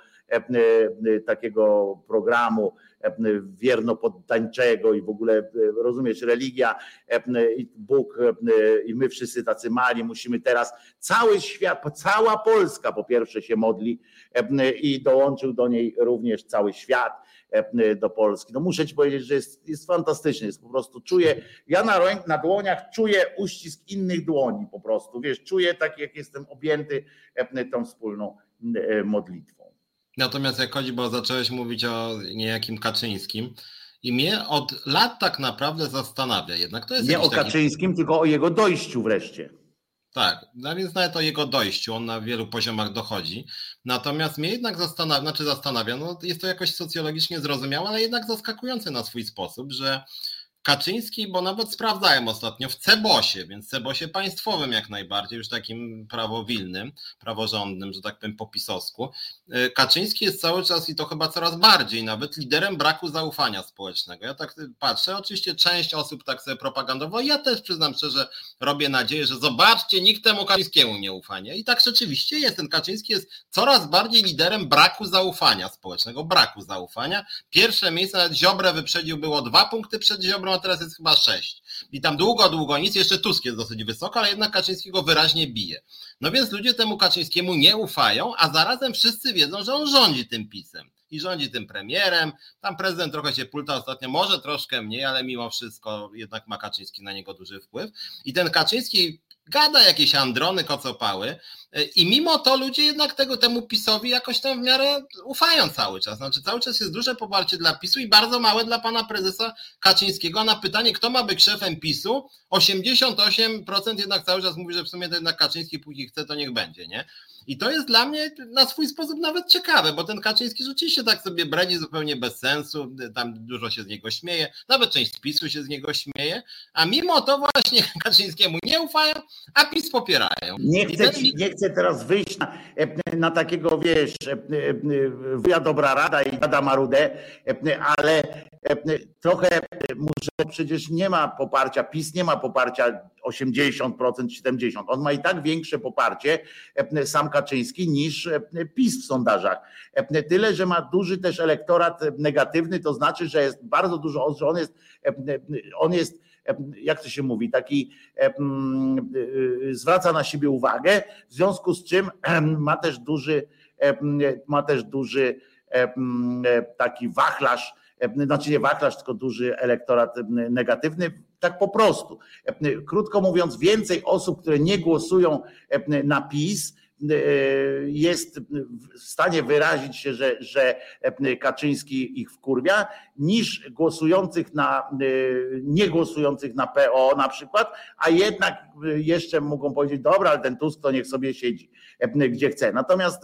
takiego programu wiernopoddańczego i w ogóle, rozumiesz, religia i Bóg i my wszyscy tacy mali, musimy teraz, cały świat, cała Polska po pierwsze się modli i dołączył do niej również cały świat do Polski. No muszę ci powiedzieć, że jest, jest fantastyczny, jest po prostu, czuję, ja na, na dłoniach czuję uścisk innych dłoni po prostu, wiesz, czuję tak jak jestem objęty tą wspólną modlitwą. Natomiast jak chodzi, bo zacząłeś mówić o niejakim Kaczyńskim i mnie od lat tak naprawdę zastanawia jednak. To jest nie o Kaczyńskim, taki... tylko o jego dojściu wreszcie. Tak, no więc nawet o jego dojściu, on na wielu poziomach dochodzi. Natomiast mnie jednak zastanawia, znaczy zastanawia, no jest to jakoś socjologicznie zrozumiałe, ale jednak zaskakujące na swój sposób, że Kaczyński, bo nawet sprawdzałem ostatnio w Cebosie, więc Cebosie państwowym jak najbardziej, już takim prawowilnym, praworządnym, że tak powiem po pisowsku. Kaczyński jest cały czas i to chyba coraz bardziej nawet liderem braku zaufania społecznego. Ja tak patrzę, oczywiście część osób tak sobie propagandowo, ja też przyznam szczerze, robię nadzieję, że zobaczcie, nikt temu Kaczyńskiemu nie ufa. Nie? I tak rzeczywiście jest, ten Kaczyński jest coraz bardziej liderem braku zaufania społecznego, braku zaufania. Pierwsze miejsce, nawet Ziobrę wyprzedził, było dwa punkty przed Ziobrą, a teraz jest chyba sześć. I tam długo, długo nic, jeszcze Tusk jest dosyć wysoko, ale jednak Kaczyńskiego wyraźnie bije. No więc ludzie temu Kaczyńskiemu nie ufają, a zarazem wszyscy wiedzą, że on rządzi tym PiS-em. I rządzi tym premierem, tam prezydent trochę się pulta ostatnio, może troszkę mniej, ale mimo wszystko jednak ma Kaczyński na niego duży wpływ. I ten Kaczyński gada jakieś androny, kocopały i mimo to ludzie jednak tego, temu PiS-owi jakoś tam w miarę ufają cały czas. Znaczy cały czas jest duże poparcie dla PiS-u i bardzo małe dla pana prezesa Kaczyńskiego. Na pytanie, kto ma być szefem PiS-u, osiemdziesiąt osiem procent jednak cały czas mówi, że w sumie to jednak Kaczyński, póki chce, to niech będzie, nie? I to jest dla mnie na swój sposób nawet ciekawe, bo ten Kaczyński rzeczywiście tak sobie bredzi zupełnie bez sensu, tam dużo się z niego śmieje, nawet część z PiS-u się z niego śmieje, a mimo to właśnie Kaczyńskiemu nie ufają, a PiS popierają. Nie chcę, ten... nie chcę teraz wyjść na, na takiego, wiesz, wuja dobra rada i gada marudę, ale trochę muszę, przecież nie ma poparcia, PiS nie ma poparcia osiemdziesiąt procent, siedemdziesiąt procent. On ma i tak większe poparcie, sam Kaczyński, niż PiS w sondażach. Tyle, że ma duży też elektorat negatywny, to znaczy, że jest bardzo dużo, że on jest, on jest, jak to się mówi, taki zwraca na siebie uwagę, w związku z czym ma też duży, ma też duży taki wachlarz, znaczy nie wachlarz, tylko duży elektorat negatywny, tak po prostu. Krótko mówiąc, więcej osób, które nie głosują na PiS, jest w stanie wyrazić się, że, że Kaczyński ich wkurwia, niż głosujących na, nie głosujących na P O na przykład, a jednak jeszcze mogą powiedzieć, dobra, ale ten Tusk to niech sobie siedzi gdzie chce. Natomiast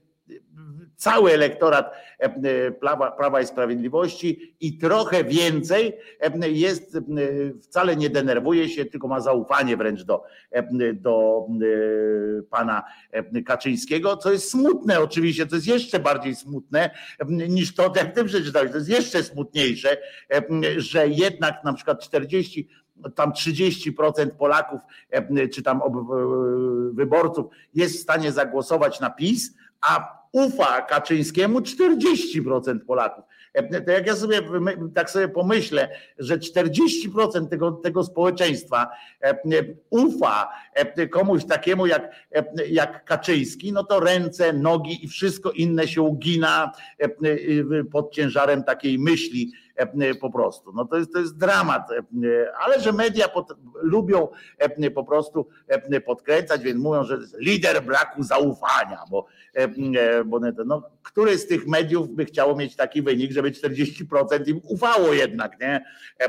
cały elektorat Prawa, Prawa i Sprawiedliwości i trochę więcej jest, wcale nie denerwuje się, tylko ma zaufanie wręcz do, do pana Kaczyńskiego, co jest smutne oczywiście, to jest jeszcze bardziej smutne niż to, jak ty przeczytałeś, to jest jeszcze smutniejsze, że jednak na przykład czterdzieści tam trzydzieści procent Polaków czy tam wyborców jest w stanie zagłosować na PiS, a ufa Kaczyńskiemu czterdzieści procent Polaków. To jak ja sobie tak sobie pomyślę, że czterdzieści procent tego, tego społeczeństwa ufa komuś takiemu jak, jak Kaczyński, no to ręce, nogi i wszystko inne się ugina pod ciężarem takiej myśli po prostu. No to jest, to jest dramat, ale że media pod, lubią po prostu podkręcać, więc mówią, że jest lider braku zaufania, bo, bo no, który z tych mediów by chciało mieć taki wynik, żeby czterdzieści procent im ufało jednak, nie?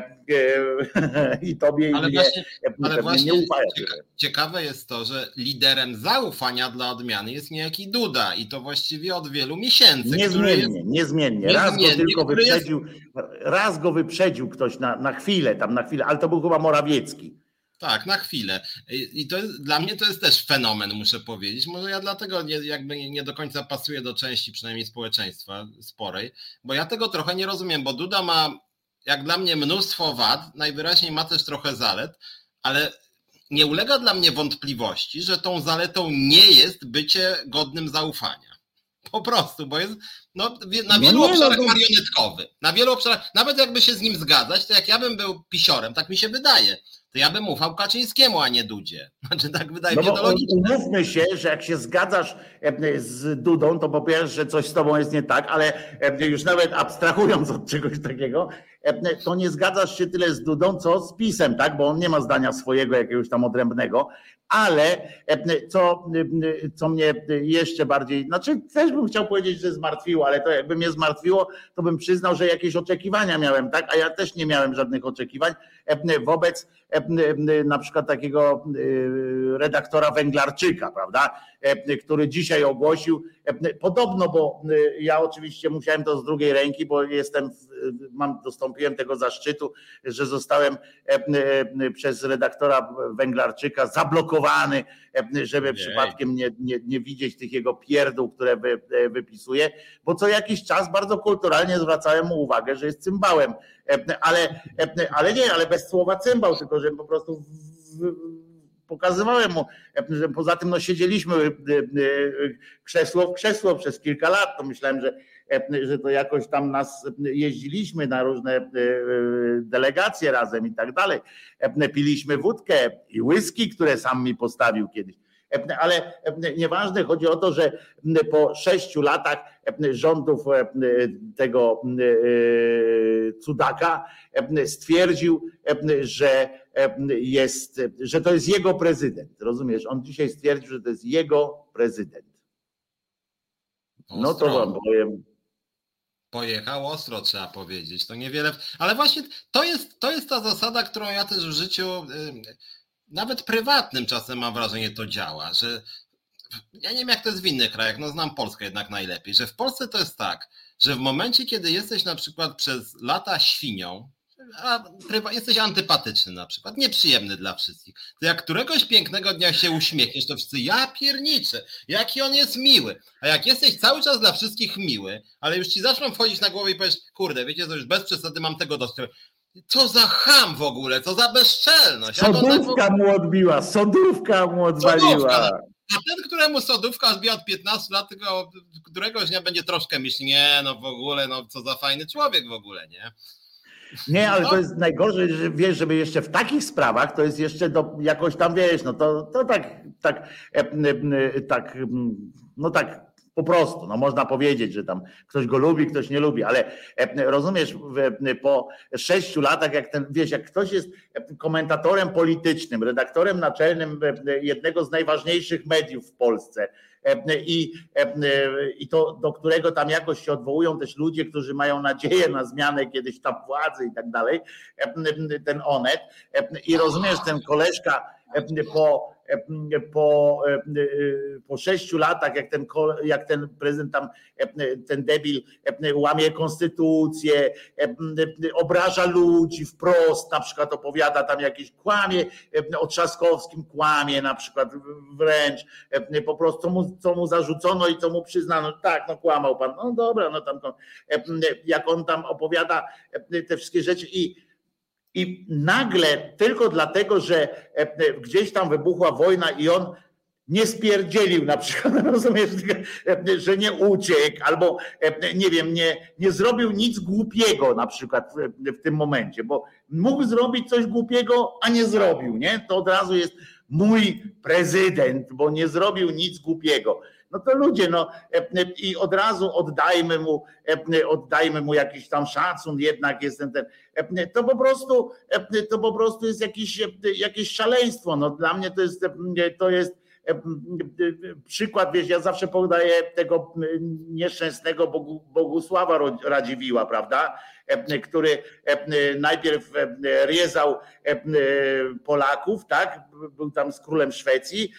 I tobie ale i właśnie, mnie, ale właśnie nie ufają. Ciekawe jest to, że liderem zaufania dla odmiany jest niejaki Duda i to właściwie od wielu miesięcy. Niezmiennie, jest... niezmiennie. Raz go tylko wyprzedził, jest... raz go wyprzedził ktoś na, na chwilę, tam na chwilę, ale to był chyba Morawiecki. Tak, na chwilę. I to jest, dla mnie to jest też fenomen, muszę powiedzieć. Może ja dlatego nie, jakby nie do końca pasuję do części przynajmniej społeczeństwa sporej, bo ja tego trochę nie rozumiem, bo Duda ma jak dla mnie mnóstwo wad, najwyraźniej ma też trochę zalet, ale nie ulega dla mnie wątpliwości, że tą zaletą nie jest bycie godnym zaufania. Po prostu, bo jest no, na wielu no nie, obszarach no, marionetkowy. Na wielu obszarach, nawet jakby się z nim zgadzać, to jak ja bym był pisiorem, tak mi się wydaje, to ja bym ufał Kaczyńskiemu, a nie Dudzie. Znaczy tak wydaje mi no się to logiczne. Umówmy się, że jak się zgadzasz z Dudą, to po pierwsze, że coś z tobą jest nie tak, ale już nawet abstrahując od czegoś takiego, to nie zgadzasz się tyle z Dudą, co z PiS-em, tak? Bo on nie ma zdania swojego jakiegoś tam odrębnego, ale co, co mnie jeszcze bardziej, znaczy też bym chciał powiedzieć, że zmartwiło, ale to jakby mnie zmartwiło, to bym przyznał, że jakieś oczekiwania miałem, tak? A ja też nie miałem żadnych oczekiwań wobec na przykład takiego redaktora Węglarczyka, prawda? Który dzisiaj ogłosił, Podobno, bo ja oczywiście musiałem to z drugiej ręki, bo jestem, mam, dostąpiłem tego zaszczytu, że zostałem przez redaktora Węglarczyka zablokowany, żeby Jej. przypadkiem nie, nie, nie widzieć tych jego pierdół, które wy, wypisuje, bo co jakiś czas bardzo kulturalnie zwracałem mu uwagę, że jest cymbałem, ale, ale nie, ale bez słowa cymbał, tylko że po prostu w, w, pokazywałem mu, że poza tym no siedzieliśmy krzesło w krzesło przez kilka lat, to myślałem, że, że to jakoś tam nas jeździliśmy na różne delegacje razem i tak dalej. Piliśmy wódkę i whisky, które sam mi postawił kiedyś. Ale nieważne, chodzi o to, że po sześciu latach rządów tego cudaka stwierdził, że jest, że to jest jego prezydent. Rozumiesz? On dzisiaj stwierdził, że to jest jego prezydent. No to wam powiem. Pojechał ostro, trzeba powiedzieć. To niewiele. Ale właśnie to jest, to jest ta zasada, którą ja też w życiu, nawet prywatnym czasem mam wrażenie, to działa, że ja nie wiem, jak to jest w innych krajach, no znam Polskę jednak najlepiej, że w Polsce to jest tak, że w momencie, kiedy jesteś na przykład przez lata świnią, a jesteś antypatyczny na przykład, nieprzyjemny dla wszystkich, to jak któregoś pięknego dnia się uśmiechniesz, to wszyscy, ja pierniczę, jaki on jest miły. A jak jesteś cały czas dla wszystkich miły, ale już ci zaczną wchodzić na głowę i powiesz, kurde, wiecie, to już bez przesady mam tego dość. Co za cham w ogóle, co za bezczelność. Sodówka mu odbiła, sodówka mu odwaliła. Sodówka. A ten, któremu sodówka odbiła od piętnastu lat, tylko któregoś dnia będzie troszkę myśli, nie, no w ogóle, no co za fajny człowiek w ogóle, nie? Nie, ale to jest najgorzej, że wiesz, żeby jeszcze w takich sprawach, to jest jeszcze do, jakoś tam, wiesz, no to, to tak, tak, tak, no tak po prostu, no można powiedzieć, że tam ktoś go lubi, ktoś nie lubi, ale rozumiesz, po sześciu latach, jak ten, wiesz, jak ktoś jest komentatorem politycznym, redaktorem naczelnym jednego z najważniejszych mediów w Polsce, I, i to, do którego tam jakoś się odwołują też ludzie, którzy mają nadzieję na zmianę kiedyś tam władzy i tak dalej, ten Onet, i rozumiesz, ten koleżka po, po, po sześciu latach, jak ten, jak ten prezydent tam, ten debil łamie konstytucję, obraża ludzi wprost, na przykład opowiada tam jakieś, kłamie o Trzaskowskim, kłamie na przykład wręcz, po prostu co mu, co mu zarzucono i co mu przyznano, tak, no kłamał pan, no dobra, no tam, jak on tam opowiada te wszystkie rzeczy i I nagle tylko dlatego, że gdzieś tam wybuchła wojna i on nie spierdzielił na przykład, rozumiesz, że nie uciekł albo nie wiem, nie, nie zrobił nic głupiego na przykład w, w tym momencie, bo mógł zrobić coś głupiego, a nie zrobił, nie? To od razu jest mój prezydent, bo nie zrobił nic głupiego. No to ludzie, no i od razu oddajmy mu, oddajmy mu jakiś tam szacun, jednak jest ten, ten, to po prostu, to po prostu jest jakieś, jakieś szaleństwo. No dla mnie to jest, to jest przykład, wiesz, ja zawsze podaję tego nieszczęsnego Bogusława Radziwiłła, prawda, który najpierw riezał Polaków, tak, był tam z królem Szwecji,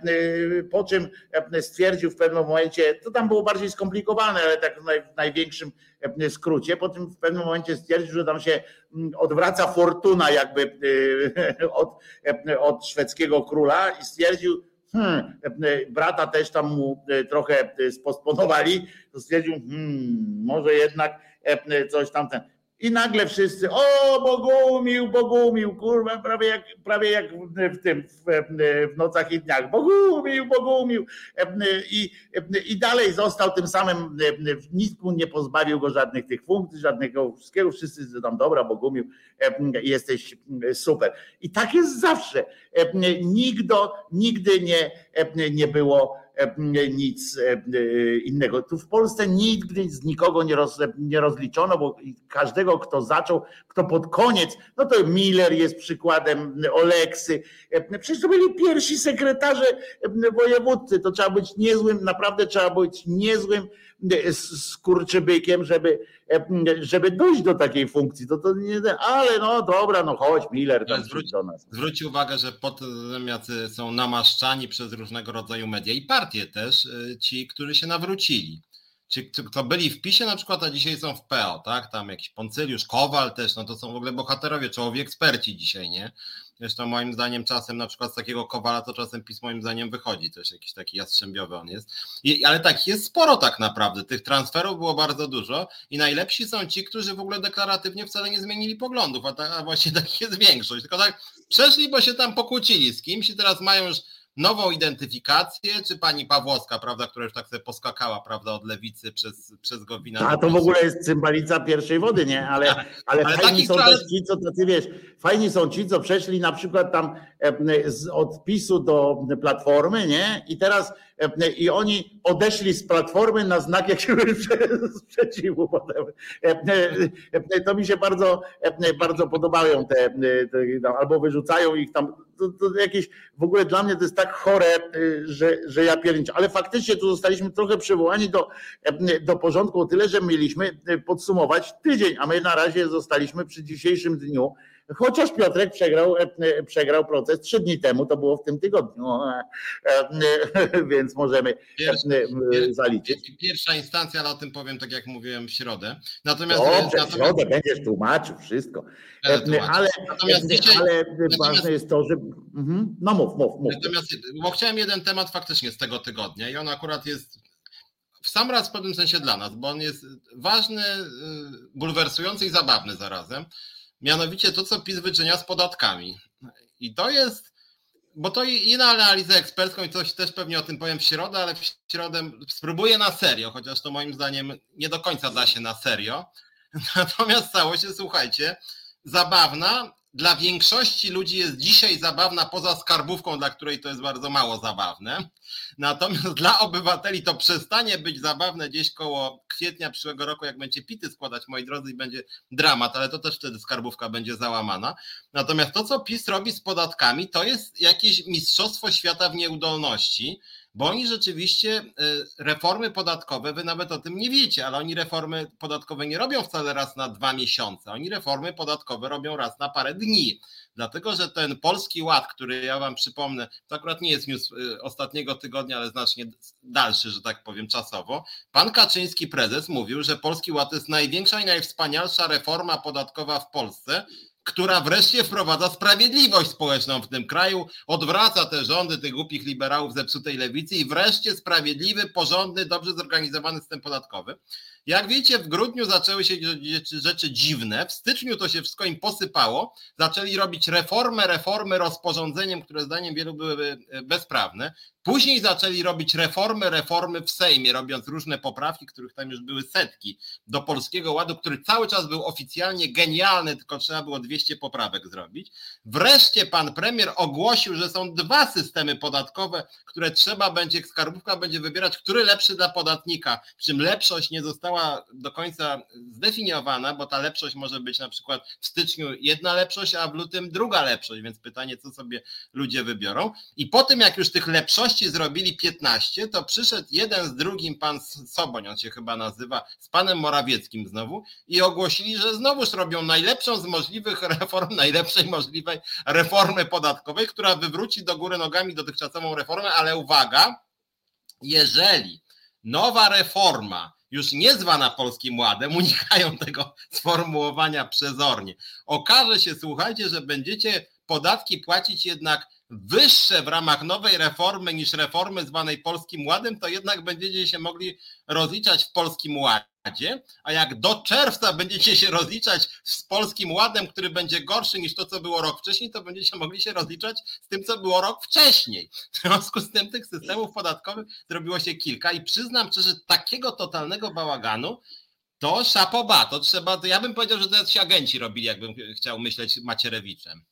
po czym stwierdził w pewnym momencie, to tam było bardziej skomplikowane, ale tak w największym skrócie, po czym w pewnym momencie stwierdził, że tam się odwraca fortuna jakby od, od szwedzkiego króla i stwierdził, Hmm, brata też tam mu trochę spostponowali, to stwierdził, hmm, może jednak coś tam ten. I nagle wszyscy, o Bogumił, Bogumił, kurwa, prawie jak, prawie jak w tym, w, w nocach i dniach, Bogumił, Bogumił. I, I dalej został tym samym, nikt mu nie pozbawił go żadnych tych funkcji, żadnego wszystkiego, wszyscy tam, dobra, Bogumił, jesteś super. I tak jest zawsze. Nigdy, nigdy nie, nie było nic innego. Tu w Polsce nigdy z nikogo nie, roz, nie rozliczono, bo każdego, kto zaczął, kto pod koniec, no to Miller jest przykładem, Oleksy. Przecież to byli pierwsi sekretarze wojewódcy. To trzeba być niezłym, naprawdę trzeba być niezłym skurczybykiem, żeby, żeby dojść do takiej funkcji. To, to nie, ale no dobra, no chodź Miller tam zwróć, do nas. Zwróć uwagę, że potem jacy są namaszczani przez różne różnego rodzaju media i partie też, ci, którzy się nawrócili. Ci, kto byli w PiSie na przykład, a dzisiaj są w P O, tak? Tam jakiś Poncyliusz, Kowal też, no to są w ogóle bohaterowie, czołowi eksperci dzisiaj, nie? Zresztą moim zdaniem czasem na przykład z takiego Kowala to czasem PiS moim zdaniem wychodzi, też jakiś taki jastrzębiowy on jest. I, ale tak, jest sporo tak naprawdę, tych transferów było bardzo dużo i najlepsi są ci, którzy w ogóle deklaratywnie wcale nie zmienili poglądów, a, ta, a właśnie takich jest większość, tylko tak przeszli, bo się tam pokłócili z kimś i teraz mają już nową identyfikację, czy pani Pawłowska, prawda, która już tak sobie poskakała, prawda, od lewicy przez, przez Gowina. A to w ogóle jest cymbalica pierwszej wody, nie? Ale, ale, ale fajni taki, są ale... też ci, co tacy, wiesz, fajni są ci, co przeszli na przykład tam z od PiSu do Platformy, nie? I teraz i oni odeszli z Platformy na znak jakiegoś sprzeciwu potem. To mi się bardzo, bardzo podobają te, te albo wyrzucają ich tam. To, to jakieś, w ogóle dla mnie to jest tak chore, że, że ja pierniczę. Ale faktycznie tu zostaliśmy trochę przywołani do, do porządku o tyle, że mieliśmy podsumować tydzień, a my na razie zostaliśmy przy dzisiejszym dniu. Chociaż Piotrek przegrał, przegrał proces trzy dni temu, to było w tym tygodniu, więc możemy Pierwsza, zaliczyć. Pierwsza instancja, ale o tym powiem, tak jak mówiłem, w środę. Natomiast, Dobrze, natomiast... w środę będziesz tłumaczył wszystko. Ale, natomiast dzisiaj, ale natomiast... ważne jest to, że... No mów, mów, mów. Natomiast, bo chciałem jeden temat faktycznie z tego tygodnia i on akurat jest w sam raz w pewnym sensie dla nas, bo on jest ważny, bulwersujący i zabawny zarazem. Mianowicie to, co PiS wyczynia z podatkami. I to jest, bo to i na analizę ekspercką i coś też pewnie o tym powiem w środę, ale w środę spróbuję na serio, chociaż to moim zdaniem nie do końca da się na serio. Natomiast całość jest, słuchajcie, zabawna. Dla większości ludzi jest dzisiaj zabawna poza skarbówką, dla której to jest bardzo mało zabawne. Natomiast dla obywateli to przestanie być zabawne gdzieś koło kwietnia przyszłego roku, jak będzie pity składać, moi drodzy, i będzie dramat, ale to też wtedy skarbówka będzie załamana. Natomiast to, co PiS robi z podatkami, to jest jakieś mistrzostwo świata w nieudolności, bo oni rzeczywiście reformy podatkowe, wy nawet o tym nie wiecie, ale oni reformy podatkowe nie robią wcale raz na dwa miesiące, oni reformy podatkowe robią raz na parę dni, dlatego że ten Polski Ład, który ja wam przypomnę, to akurat nie jest news ostatniego tygodnia, ale znacznie dalszy, że tak powiem, czasowo, pan Kaczyński prezes mówił, że Polski Ład to jest największa i najwspanialsza reforma podatkowa w Polsce, która wreszcie wprowadza sprawiedliwość społeczną w tym kraju, odwraca te rządy tych głupich liberałów zepsutej lewicy i wreszcie sprawiedliwy, porządny, dobrze zorganizowany system podatkowy. Jak wiecie, w grudniu zaczęły się rzeczy, rzeczy dziwne, w styczniu to się wszystko im posypało, zaczęli robić reformę, reformy rozporządzeniem, które zdaniem wielu były bezprawne. Później zaczęli robić reformy, reformy w Sejmie, robiąc różne poprawki, których tam już były setki, do Polskiego Ładu, który cały czas był oficjalnie genialny, tylko trzeba było dwieście poprawek zrobić. Wreszcie pan premier ogłosił, że są dwa systemy podatkowe, które trzeba będzie, skarbówka będzie wybierać, który lepszy dla podatnika, przy czym lepszość nie została do końca zdefiniowana, bo ta lepszość może być na przykład w styczniu jedna lepszość, a w lutym druga lepszość, więc pytanie, co sobie ludzie wybiorą. I po tym, jak już tych lepszości zrobili piętnaście, to przyszedł jeden z drugim pan Soboń, on się chyba nazywa, z panem Morawieckim znowu i ogłosili, że znowuż robią najlepszą z możliwych reform, najlepszej możliwej reformy podatkowej, która wywróci do góry nogami dotychczasową reformę, ale uwaga, jeżeli nowa reforma, już nie zwana Polskim Ładem, unikają tego sformułowania przezornie, okaże się, słuchajcie, że będziecie podatki płacić jednak wyższe w ramach nowej reformy niż reformy zwanej Polskim Ładem, to jednak będziecie się mogli rozliczać w Polskim Ładzie, a jak do czerwca będziecie się rozliczać z Polskim Ładem, który będzie gorszy niż to, co było rok wcześniej, to będziecie mogli się rozliczać z tym, co było rok wcześniej. W związku z tym tych systemów podatkowych zrobiło się kilka i przyznam szczerze, takiego totalnego bałaganu to szapoba, to trzeba, to ja bym powiedział, że to ci agenci robili, jakbym chciał myśleć Macierewiczem.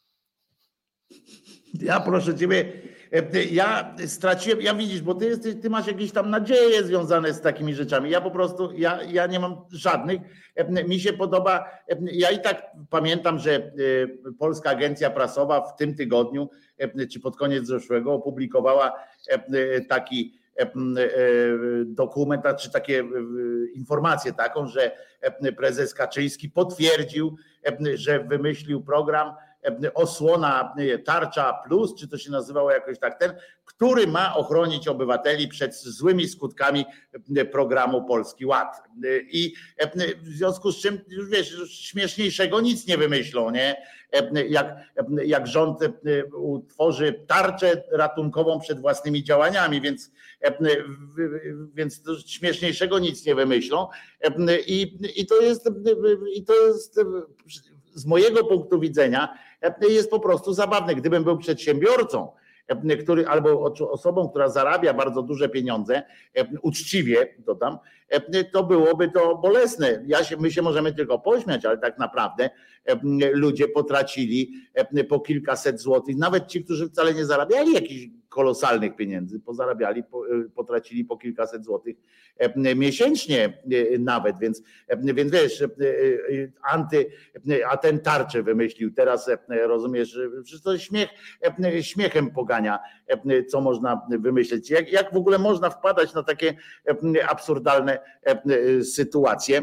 Ja proszę ciebie, ja straciłem, ja widzisz, bo ty, jesteś, ty masz jakieś tam nadzieje związane z takimi rzeczami. Ja po prostu, ja, ja nie mam żadnych. Mi się podoba, ja i tak pamiętam, że Polska Agencja Prasowa w tym tygodniu, czy pod koniec zeszłego, opublikowała taki dokument, czy takie informację taką, że prezes Kaczyński potwierdził, że wymyślił program osłona Tarcza Plus, czy to się nazywało jakoś tak ten, który ma ochronić obywateli przed złymi skutkami programu Polski Ład. I w związku z czym, już wiesz, śmieszniejszego nic nie wymyślą, nie? Jak, jak rząd utworzy tarczę ratunkową przed własnymi działaniami, więc, więc śmieszniejszego nic nie wymyślą. I, i, to jest, i to jest z mojego punktu widzenia jest po prostu zabawne. Gdybym był przedsiębiorcą, który, albo osobą, która zarabia bardzo duże pieniądze, uczciwie dodam, to byłoby to bolesne. Ja się, my się możemy tylko pośmiać, ale tak naprawdę ludzie potracili po kilkaset złotych, nawet ci, którzy wcale nie zarabiali jakichś kolosalnych pieniędzy, pozarabiali, potracili po kilkaset złotych miesięcznie nawet, więc, więc wiesz, anty, a ten tarczę wymyślił, teraz rozumiesz, że to śmiech, śmiechem pogania, co można wymyśleć. Jak, jak w ogóle można wpadać na takie absurdalne sytuacje?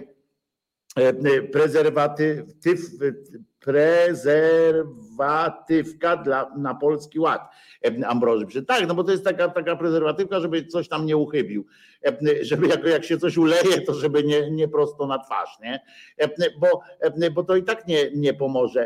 Prezerwatyw, prezerwatywka dla, na Polski Ład. Ambroży przy. Tak, no bo to jest taka, taka prezerwatywka, żeby coś tam nie uchybił, żeby jak, jak się coś uleje, to żeby nie, nie prosto na twarz, nie? Bo, bo to i tak nie, nie pomoże,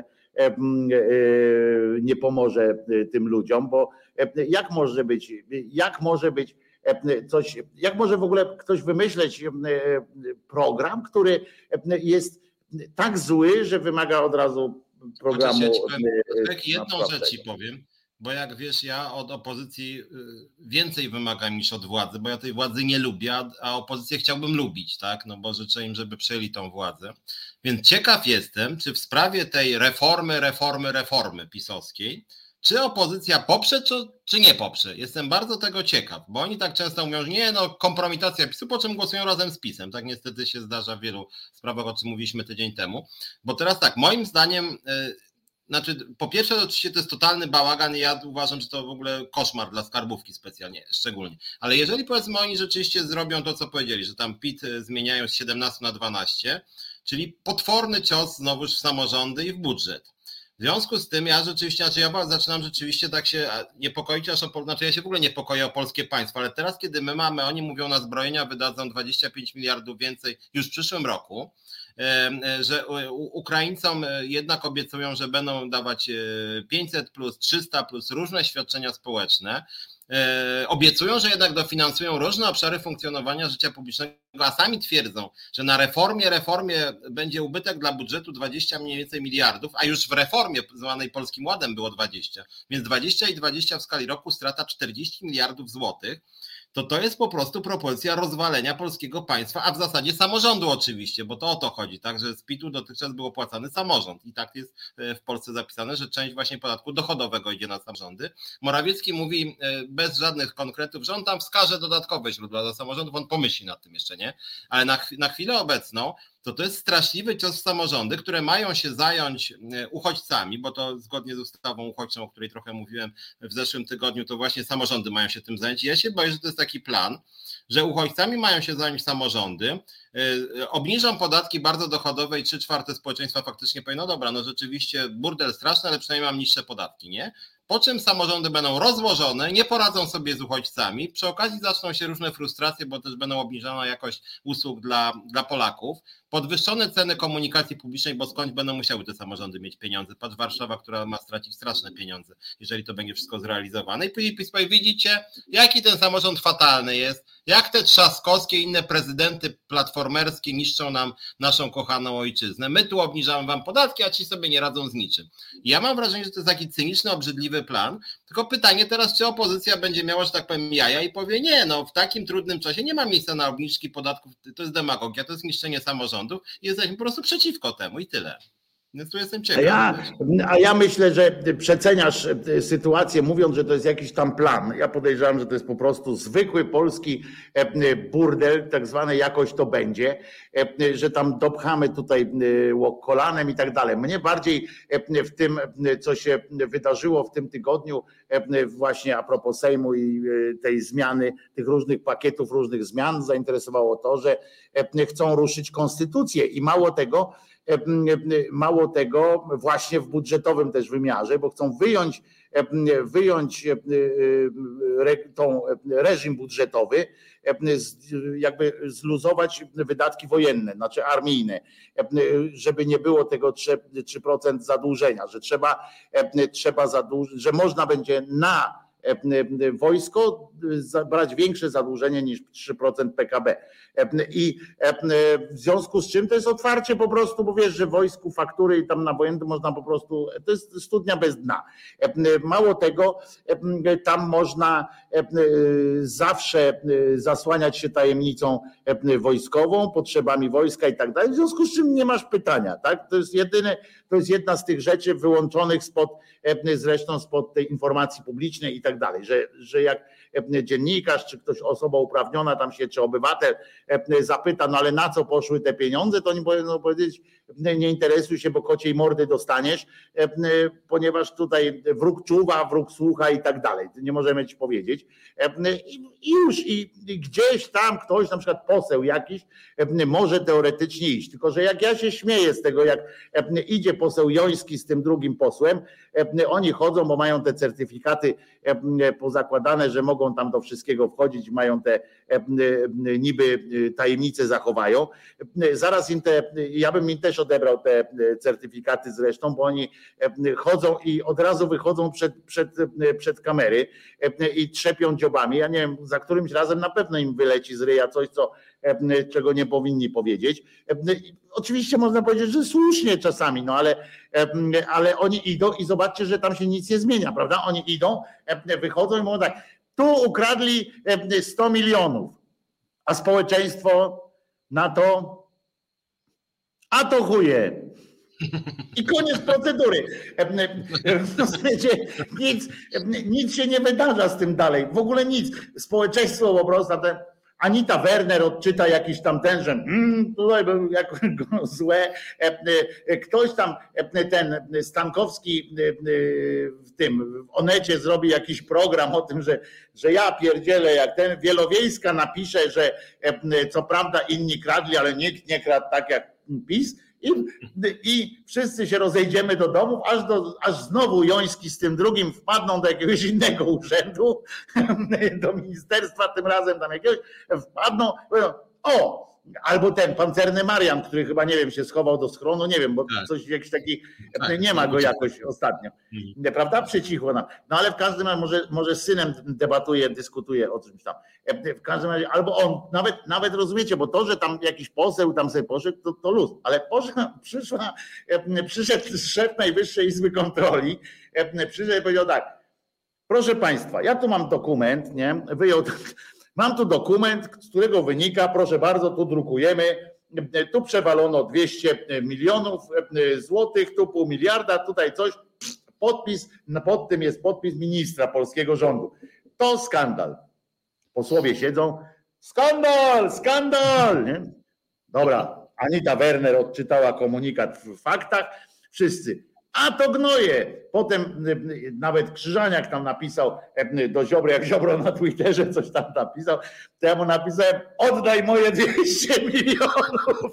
nie pomoże tym ludziom, bo jak może być, jak może być coś, jak może w ogóle ktoś wymyśleć program, który jest tak zły, że wymaga od razu programu. Znaczy, ja ci jedną rzecz ci powiem, bo jak wiesz, ja od opozycji więcej wymagam niż od władzy, bo ja tej władzy nie lubię, a opozycję chciałbym lubić, tak? No bo życzę im, żeby przejęli tą władzę. Więc ciekaw jestem, czy w sprawie tej reformy, reformy, reformy pisowskiej, czy opozycja poprze, czy, czy nie poprze? Jestem bardzo tego ciekaw, bo oni tak często mówią, że nie, no kompromitacja PiSu, po czym głosują razem z PiSem. Tak niestety się zdarza w wielu sprawach, o czym mówiliśmy tydzień temu. Bo teraz tak, moim zdaniem, yy, znaczy po pierwsze oczywiście to jest totalny bałagan i ja uważam, że to w ogóle koszmar dla skarbówki specjalnie, szczególnie. Ale jeżeli powiedzmy oni rzeczywiście zrobią to, co powiedzieli, że tam P I T zmieniają z siedemnastu na dwanaście, czyli potworny cios znowuż w samorządy i w budżet. W związku z tym ja rzeczywiście, znaczy ja zaczynam rzeczywiście tak się niepokoić, aż o, znaczy ja się w ogóle niepokoję o polskie państwo, ale teraz kiedy my mamy, oni mówią na zbrojenia wydadzą dwadzieścia pięć miliardów więcej już w przyszłym roku, że Ukraińcom jednak obiecują, że będą dawać pięćset plus, trzysta plus różne świadczenia społeczne, obiecują, że jednak dofinansują różne obszary funkcjonowania życia publicznego, a sami twierdzą, że na reformie, reformie będzie ubytek dla budżetu dwadzieścia mniej więcej miliardów, a już w reformie zwanej Polskim Ładem było dwadzieścia, więc dwadzieścia i dwadzieścia w skali roku strata czterdzieści miliardów złotych, to to jest po prostu propozycja rozwalenia polskiego państwa, a w zasadzie samorządu oczywiście, bo to o to chodzi, tak, że z P I T-u dotychczas był opłacany samorząd i tak jest w Polsce zapisane, że część właśnie podatku dochodowego idzie na samorządy. Morawiecki mówi bez żadnych konkretów, że on tam wskaże dodatkowe źródła dla samorządów, on pomyśli nad tym jeszcze, nie? Ale na, na chwilę obecną to to jest straszliwy cios w samorządy, które mają się zająć uchodźcami, bo to zgodnie z ustawą uchodźczą, o której trochę mówiłem w zeszłym tygodniu, to właśnie samorządy mają się tym zająć. I ja się boję, że to jest taki plan, że uchodźcami mają się zająć samorządy, obniżą podatki bardzo dochodowe i trzy czwarte społeczeństwa faktycznie powie, no dobra, no rzeczywiście burdel straszny, ale przynajmniej mam niższe podatki, nie? Po czym samorządy będą rozłożone, nie poradzą sobie z uchodźcami, przy okazji zaczną się różne frustracje, bo też będą obniżona jakość usług dla, dla Polaków, podwyższone ceny komunikacji publicznej, bo skądś będą musiały te samorządy mieć pieniądze. Patrz Warszawa, która ma stracić straszne pieniądze, jeżeli to będzie wszystko zrealizowane. I później PiS powie, widzicie, jaki ten samorząd fatalny jest, jak te Trzaskowskie i inne prezydenty platformerskie niszczą nam naszą kochaną ojczyznę. My tu obniżamy wam podatki, a ci sobie nie radzą z niczym. I ja mam wrażenie, że to jest taki cyniczny, obrzydliwy plan, tylko pytanie teraz, czy opozycja będzie miała, że tak powiem, jaja i powie, nie, no w takim trudnym czasie nie ma miejsca na obniżki podatków, to jest demagogia, to jest niszczenie samorządów i jesteśmy po prostu przeciwko temu i tyle. Więc tu jestem ciekaw. A ja, a ja myślę, że przeceniasz sytuację mówiąc, że to jest jakiś tam plan. Ja podejrzewam, że to jest po prostu zwykły polski burdel, tak zwany jakoś to będzie, że tam dopchamy tutaj kolanem i tak dalej. Mnie bardziej w tym, co się wydarzyło w tym tygodniu, właśnie a propos Sejmu i tej zmiany, tych różnych pakietów, różnych zmian, zainteresowało to, że chcą ruszyć konstytucję i mało tego, mało tego, właśnie w budżetowym też wymiarze, bo chcą wyjąć, wyjąć tą reżim budżetowy, jakby zluzować wydatki wojenne, znaczy armijne, żeby nie było tego trzy procent zadłużenia, że trzeba, trzeba zadłużyć, że można będzie na wojsko brać większe zadłużenie niż trzy procent P K B. I w związku z czym to jest otwarcie po prostu, bo wiesz, że w wojsku faktury i tam na wojenny można po prostu, to jest studnia bez dna. Mało tego, tam można zawsze zasłaniać się tajemnicą wojskową, potrzebami wojska i tak dalej, w związku z czym nie masz pytania, tak? To jest jedyne, to jest jedna z tych rzeczy wyłączonych spod, zresztą spod tej informacji publicznej i tak dalej, że, że jak dziennikarz, czy ktoś, osoba uprawniona tam się, czy obywatel zapyta, no ale na co poszły te pieniądze, to oni powinno powiedzieć, nie interesuj się, bo kociej mordy dostaniesz, ponieważ tutaj wróg czuwa, wróg słucha i tak dalej. Nie możemy ci powiedzieć. I już, i gdzieś tam ktoś, na przykład poseł jakiś, może teoretycznie iść. Tylko że jak ja się śmieję z tego, jak idzie poseł Joński z tym drugim posłem, oni chodzą, bo mają te certyfikaty pozakładane, że mogą tam do wszystkiego wchodzić, mają te niby tajemnice zachowają. Zaraz im te, ja bym im też odebrał te certyfikaty zresztą, bo oni chodzą i od razu wychodzą przed, przed, przed kamery i trzepią dziobami. Ja nie wiem, za którymś razem na pewno im wyleci z ryja coś, co, czego nie powinni powiedzieć. Oczywiście można powiedzieć, że słusznie czasami, no ale, ale oni idą i zobaczcie, że tam się nic nie zmienia, prawda? Oni idą, wychodzą i mówią tak, tu ukradli sto milionów, a społeczeństwo na to, a to chuje. I koniec procedury. Nic, nic się nie wydarza z tym dalej. W ogóle nic. Społeczeństwo po prostu, ten Anita Werner odczyta jakiś tam ten, że mm, tutaj był jakoś złe. Ktoś tam, ten Stankowski w tym w Onecie zrobi jakiś program o tym, że, że ja pierdzielę, jak ten Wielowiejska napisze, że co prawda inni kradli, ale nikt nie kradł tak jak PiS. I, I wszyscy się rozejdziemy do domów, aż, do, aż znowu Joński z tym drugim wpadną do jakiegoś innego urzędu, do ministerstwa tym razem tam jakiegoś, wpadną, mówią, o, albo ten pancerny Marian, który chyba, nie wiem, się schował do schronu, nie wiem, bo tak. Coś jakiś taki, tak, nie ma go jakoś ostatnio, nie, prawda? Przycichło nam. No ale w każdym razie może, może z synem debatuje, dyskutuje o czymś tam. W każdym razie, albo on, nawet, nawet rozumiecie, bo to, że tam jakiś poseł tam sobie poszedł, to, to luz, ale poszła, przyszła, przyszedł szef Najwyższej Izby Kontroli, przyszedł i powiedział tak, proszę państwa, ja tu mam dokument, nie, wyjął, mam tu dokument, z którego wynika, proszę bardzo, tu drukujemy, tu przewalono dwieście milionów złotych, tu pół miliarda, tutaj coś, podpis, pod tym jest podpis ministra polskiego rządu. To skandal. Posłowie siedzą, skandal, skandal. Nie? Dobra, Anita Werner odczytała komunikat w faktach, wszyscy, a to gnoje. Potem nawet Krzyżaniak tam napisał do Ziobry, jak Ziobro na Twitterze coś tam napisał, to ja mu napisałem, oddaj moje dwieście milionów.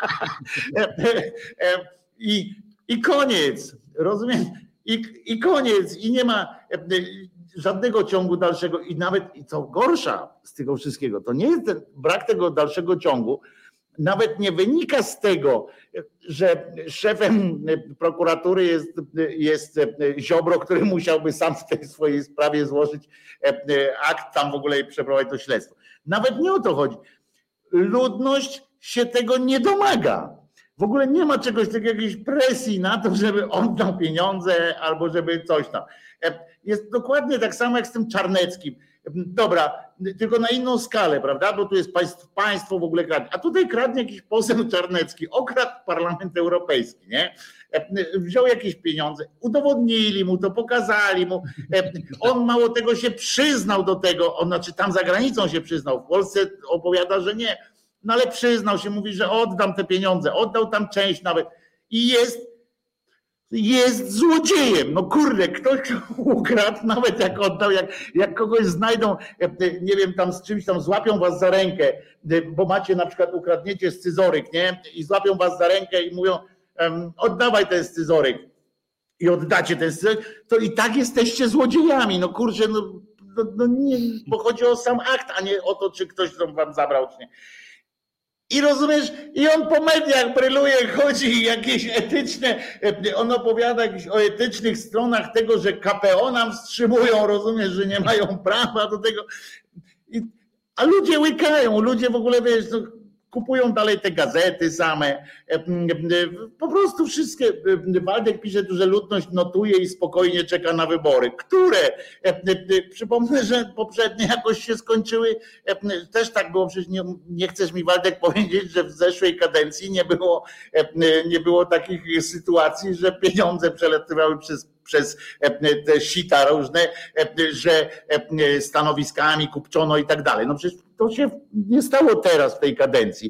I, i koniec, rozumiem? I, I koniec, i nie ma żadnego ciągu dalszego i nawet, i co gorsza z tego wszystkiego, to nie jest ten brak tego dalszego ciągu, nawet nie wynika z tego, że szefem prokuratury jest, jest Ziobro, który musiałby sam w tej swojej sprawie złożyć akt tam w ogóle i przeprowadzić to śledztwo. Nawet nie o to chodzi. Ludność się tego nie domaga. W ogóle nie ma czegoś takiego, jakiejś presji na to, żeby oddał pieniądze albo żeby coś tam. Jest dokładnie tak samo jak z tym Czarneckim. Dobra, tylko na inną skalę, prawda? Bo tu jest państwo, państwo w ogóle kradnie. A tutaj kradnie jakiś poseł Czarnecki, okradł Parlament Europejski, nie? Wziął jakieś pieniądze, udowodnili mu to, pokazali mu. On mało tego się przyznał do tego, on znaczy tam za granicą się przyznał, w Polsce opowiada, że nie. No ale przyznał się, mówi, że oddam te pieniądze, oddał tam część nawet i jest Jest złodziejem. No kurde, ktoś ukradł, nawet jak oddał, jak, jak kogoś znajdą, nie wiem, tam z czymś tam złapią was za rękę, bo macie na przykład, ukradniecie scyzoryk, nie? I złapią was za rękę i mówią, oddawaj ten scyzoryk i oddacie ten scyzoryk, to i tak jesteście złodziejami. No kurczę, no, no, no nie, bo chodzi o sam akt, a nie o to, czy ktoś to wam zabrał, czy nie. I rozumiesz, i on po mediach bryluje, chodzi jakieś etyczne, on opowiada jakieś o etycznych stronach tego, że K P O nam wstrzymują, rozumiesz, że nie mają prawa do tego. I, a ludzie łykają, ludzie w ogóle, wiesz, no, kupują dalej te gazety same, po prostu wszystkie. Waldek pisze tu, że ludność notuje i spokojnie czeka na wybory. Które? Przypomnę, że poprzednie jakoś się skończyły, też tak było, przecież nie, nie chcesz mi, Waldek, powiedzieć, że w zeszłej kadencji nie było, nie było takich sytuacji, że pieniądze przelatywały przez przez te sita różne, że stanowiskami kupczono i tak dalej. No przecież to się nie stało teraz w tej kadencji,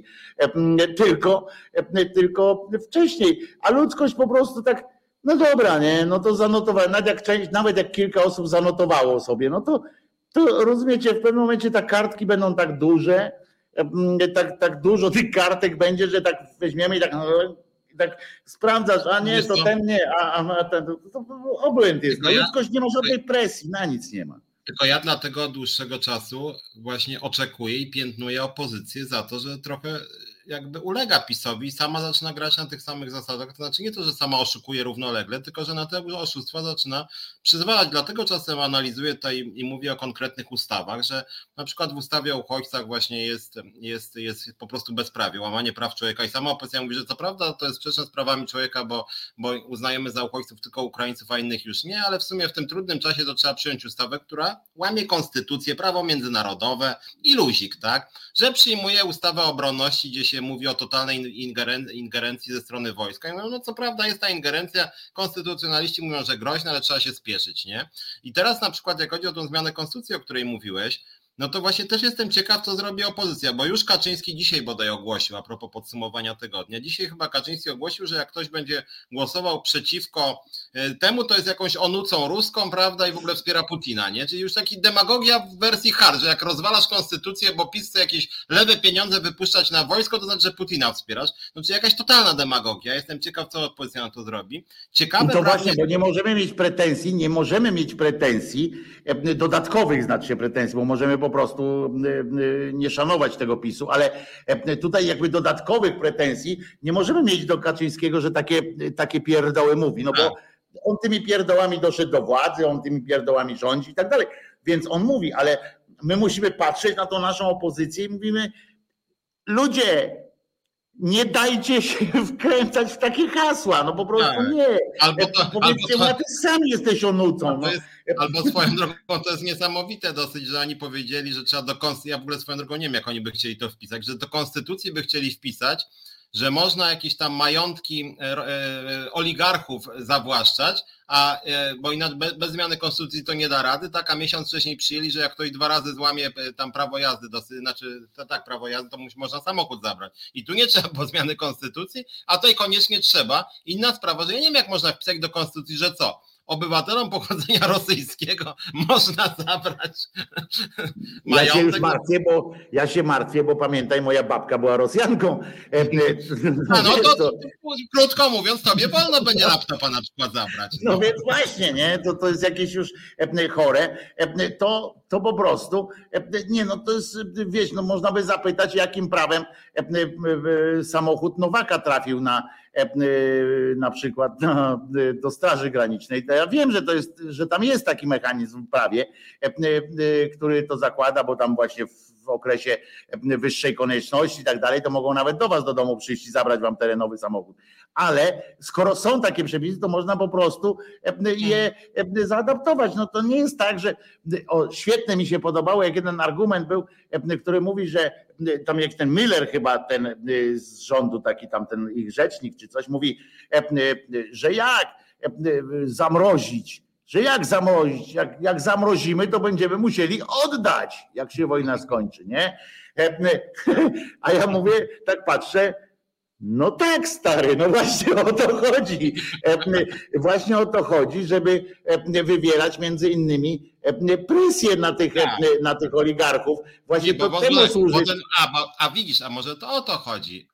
tylko, tylko wcześniej, a ludzkość po prostu tak, no dobra, nie, no to zanotowałem, nawet jak część, nawet jak kilka osób zanotowało sobie, no to, to rozumiecie, w pewnym momencie te kartki będą tak duże, tak, tak dużo tych kartek będzie, że tak weźmiemy i tak tak sprawdzasz, a nie, to ten nie, a, a ten, to, to obłęd jest. No, ludzkość nie ma żadnej presji, na nic nie ma. Tylko ja dlatego od dłuższego czasu właśnie oczekuję i piętnuję opozycję za to, że trochę jakby ulega PiS-owi i sama zaczyna grać na tych samych zasadach. To znaczy nie to, że sama oszukuje równolegle, tylko że na te oszustwa zaczyna przyzwalać. Dlatego czasem analizuję to i, i mówię o konkretnych ustawach, że na przykład w ustawie o uchodźcach właśnie jest, jest, jest po prostu bezprawie, łamanie praw człowieka i sama opozycja mówi, że co prawda to jest sprzeczne z prawami człowieka, bo, bo uznajemy za uchodźców tylko Ukraińców, a innych już nie, ale w sumie w tym trudnym czasie to trzeba przyjąć ustawę, która łamie konstytucję, prawo międzynarodowe i luzik, tak? Że przyjmuje ustawę o obronności, gdzie się mówi o totalnej ingerencji ze strony wojska. I mówią, no co prawda jest ta ingerencja, konstytucjonaliści mówią, że groźna, ale trzeba się spieszyć, nie? I teraz na przykład jak chodzi o tą zmianę konstytucji, o której mówiłeś, no to właśnie też jestem ciekaw, co zrobi opozycja, bo już Kaczyński dzisiaj bodaj ogłosił, a propos podsumowania tygodnia, dzisiaj chyba Kaczyński ogłosił, że jak ktoś będzie głosował przeciwko temu, to jest jakąś onucą ruską, prawda, i w ogóle wspiera Putina, nie? Czyli już taki demagogia w wersji hard, że jak rozwalasz konstytucję, bo PiS chce jakieś lewe pieniądze wypuszczać na wojsko, to znaczy, że Putina wspierasz. No czyli jakaś totalna demagogia. Jestem ciekaw, co opozycja na to zrobi. Ciekawe, I to właśnie, bo nie możemy mieć pretensji, nie możemy mieć pretensji, dodatkowych znaczy się pretensji, bo możemy po prostu nie szanować tego PiSu, ale tutaj jakby dodatkowych pretensji nie możemy mieć do Kaczyńskiego, że takie, takie pierdoły mówi, no bo on tymi pierdołami doszedł do władzy, on tymi pierdołami rządzi i tak dalej, więc on mówi, ale my musimy patrzeć na tą naszą opozycję i mówimy, ludzie, nie dajcie się wkręcać w takie hasła, no po prostu tak. Nie. Albo to, Powiedzcie, albo to, ty sam jesteś onucą. No. Jest, albo swoją drogą to jest niesamowite dosyć, że oni powiedzieli, że trzeba do konstytucji, ja w ogóle swoją drogą nie wiem, jak oni by chcieli to wpisać, że do konstytucji by chcieli wpisać, że można jakieś tam majątki oligarchów zawłaszczać, a bo inaczej bez zmiany konstytucji to nie da rady, tak, a miesiąc wcześniej przyjęli, że jak ktoś dwa razy złamie tam prawo jazdy, dosyć, znaczy to tak, prawo jazdy, to można samochód zabrać. I tu nie trzeba było zmiany konstytucji, a tutaj koniecznie trzeba. Inna sprawa, że ja nie wiem, jak można wpisać do konstytucji, że co? Obywatelom pochodzenia rosyjskiego można zabrać majątek. Ja się już martwię, bo ja się martwię, bo pamiętaj, moja babka była Rosjanką. A no to, to, to krótko mówiąc, tobie wolno będzie laptopa na przykład zabrać. No, no więc właśnie, nie? To, to jest jakieś już chore. To, to po prostu, nie no to jest, wiesz, no można by zapytać, jakim prawem samochód Nowaka trafił na na przykład no, do Straży Granicznej. To ja wiem, że to jest, że tam jest taki mechanizm w prawie, który to zakłada, bo tam właśnie w okresie wyższej konieczności i tak dalej, to mogą nawet do was do domu przyjść i zabrać wam terenowy samochód. Ale skoro są takie przepisy, to można po prostu je zaadaptować. No to nie jest tak, że o, świetne mi się podobało, jak jeden argument był, który mówi, że tam jak ten Miller chyba, ten z rządu, taki tam ten ich rzecznik czy coś, mówi, że jak zamrozić, że jak zamrozić, jak, jak zamrozimy, to będziemy musieli oddać, jak się wojna skończy, nie? A ja mówię, tak patrzę, no tak, stary, no właśnie o to chodzi. Właśnie o to chodzi, żeby wywierać między innymi presję na tych, tak. na tych oligarchów. Właśnie nie, to temu służy. A, bo, a widzisz, a może to o to chodzi.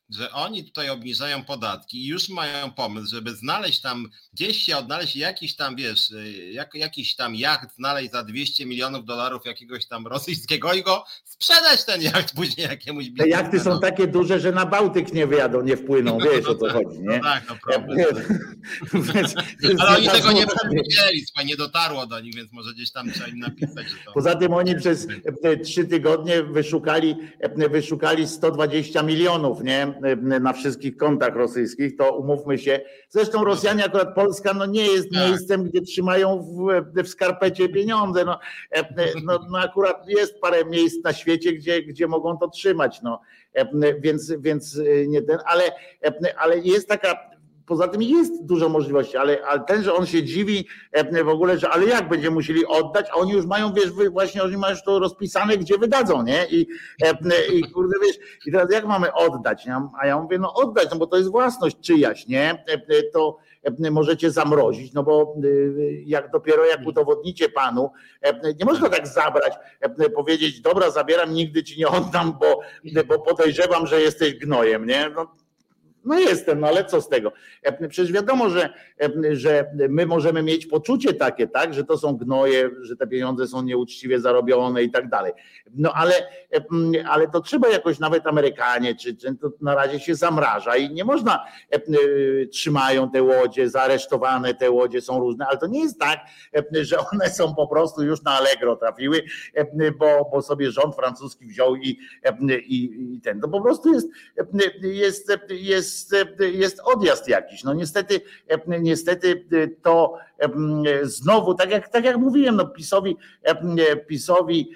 że oni tutaj obniżają podatki i już mają pomysł, żeby znaleźć tam, gdzieś się odnaleźć jakiś tam, wiesz, jak, jakiś tam jacht znaleźć za dwieście milionów dolarów jakiegoś tam rosyjskiego i go sprzedać ten jacht później jakiemuś biznesmenowi. Te jachty są takie duże, że na Bałtyk nie wyjadą, nie wpłyną, wiesz o co chodzi, nie? No tak, no problem. więc, więc Ale oni tego nie powiedzieli, nie dotarło do nich, więc może gdzieś tam trzeba im napisać. Że to... Poza tym oni przez trzy tygodnie wyszukali, wyszukali sto dwadzieścia milionów, nie? Na wszystkich kontach rosyjskich, to umówmy się. Zresztą Rosjanie, akurat Polska, no nie jest tak. miejscem, gdzie trzymają w, w skarpecie pieniądze. No, no, no akurat jest parę miejsc na świecie, gdzie, gdzie mogą to trzymać. No. Więc, więc nie ten, ale, ale jest taka. Poza tym jest dużo możliwości, ale, ale ten, że on się dziwi w ogóle, że ale jak będziemy musieli oddać, a oni już mają, wiesz, właśnie oni mają już to rozpisane, gdzie wydadzą, nie? I, i kurde, wiesz, i teraz jak mamy oddać? A ja mówię, no oddać, no bo to jest własność czyjaś, nie? To możecie zamrozić, no bo jak dopiero jak udowodnicie panu, nie można tak zabrać, powiedzieć, dobra, zabieram, nigdy ci nie oddam, bo, bo podejrzewam, że jesteś gnojem, nie? No, No jestem, no ale co z tego? Przecież wiadomo, że, że my możemy mieć poczucie takie, tak, że to są gnoje, że te pieniądze są nieuczciwie zarobione i tak dalej. No ale, ale to trzeba jakoś, nawet Amerykanie, czy, czy to na razie się zamraża i nie można, trzymają te łodzie, zaaresztowane te łodzie są różne, ale to nie jest tak, że one są po prostu już na Allegro trafiły, bo, bo sobie rząd francuski wziął i, i, i ten, to po prostu jest, jest, jest Jest, jest odjazd jakiś. No niestety, niestety to znowu, tak jak, tak jak mówiłem, no PiS-owi, PiS-owi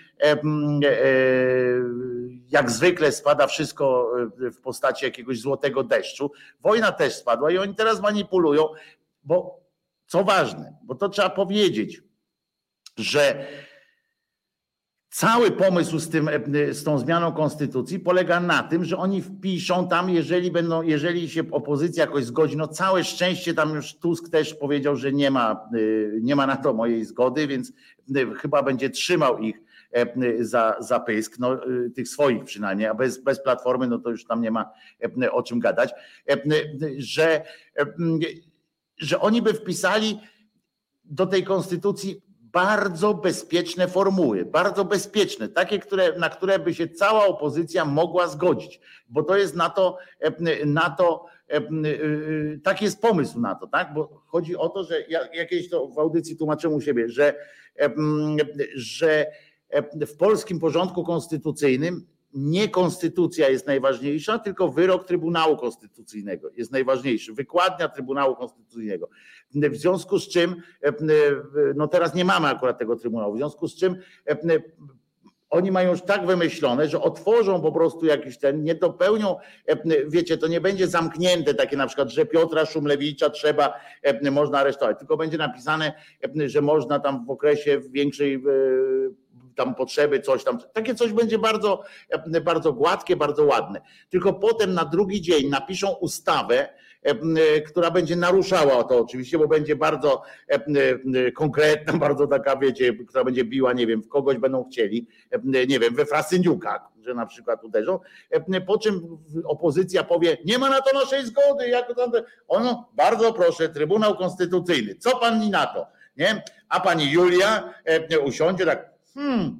jak zwykle spada wszystko w postaci jakiegoś złotego deszczu. Wojna też spadła i oni teraz manipulują, bo co ważne, bo to trzeba powiedzieć, że cały pomysł z, tym, z tą zmianą konstytucji polega na tym, że oni wpiszą tam, jeżeli będą, jeżeli się opozycja jakoś zgodzi, no całe szczęście, tam już Tusk też powiedział, że nie ma, nie ma na to mojej zgody, więc chyba będzie trzymał ich za, za pysk, no, tych swoich przynajmniej, a bez, bez Platformy, no to już tam nie ma o czym gadać, że, że oni by wpisali do tej konstytucji bardzo bezpieczne formuły, bardzo bezpieczne, takie, które, na które by się cała opozycja mogła zgodzić, bo to jest na to, na to taki jest pomysł na to, tak? Bo chodzi o to, że ja jakieś to w audycji tłumaczyłem u siebie, że, że w polskim porządku konstytucyjnym nie konstytucja jest najważniejsza, tylko wyrok Trybunału Konstytucyjnego jest najważniejszy, wykładnia Trybunału Konstytucyjnego. W związku z czym, no teraz nie mamy akurat tego Trybunału, w związku z czym oni mają już tak wymyślone, że otworzą po prostu jakiś ten, nie dopełnią, wiecie, to nie będzie zamknięte takie na przykład, że Piotra Szumlewicza trzeba, można aresztować, tylko będzie napisane, że można tam w okresie większej tam potrzeby, coś tam, takie coś będzie bardzo, bardzo gładkie, bardzo ładne. Tylko potem na drugi dzień napiszą ustawę, która będzie naruszała to oczywiście, bo będzie bardzo konkretna, bardzo taka, wiecie, która będzie biła, nie wiem, w kogoś będą chcieli, nie wiem, we Frasyniuka, że na przykład uderzą, po czym opozycja powie, nie ma na to naszej zgody, jak to, ono, bardzo proszę, Trybunał Konstytucyjny, co pani na to, nie? A pani Julia usiądzie tak, Hmm.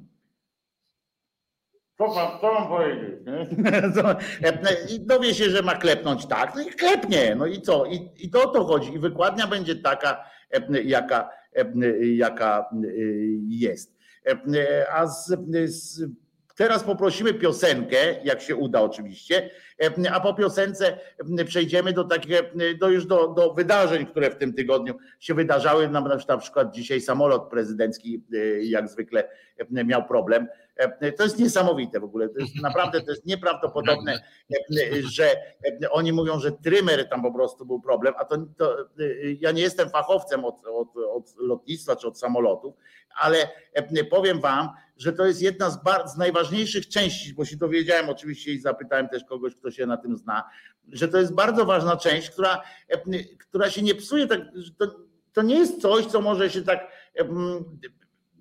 Co mam, co mam powiedzieć? I dowie się, że ma klepnąć tak, no i klepnie, no i co? I, i to o to chodzi. I wykładnia będzie taka, jaka, jaka jest. A z, z, teraz poprosimy piosenkę, jak się uda oczywiście, a po piosence przejdziemy do takiego, do już do, do wydarzeń, które w tym tygodniu się wydarzały. Na przykład dzisiaj samolot prezydencki jak zwykle miał problem. To jest niesamowite w ogóle, to jest naprawdę, to jest nieprawdopodobne, że oni mówią, że trymer tam po prostu był problem, a to, to ja nie jestem fachowcem od, od, od lotnictwa czy od samolotów, ale powiem wam, że to jest jedna z, bardzo, z najważniejszych części, bo się dowiedziałem oczywiście i zapytałem też kogoś, kto się na tym zna, że to jest bardzo ważna część, która, która się nie psuje, tak, to, to nie jest coś, co może się tak...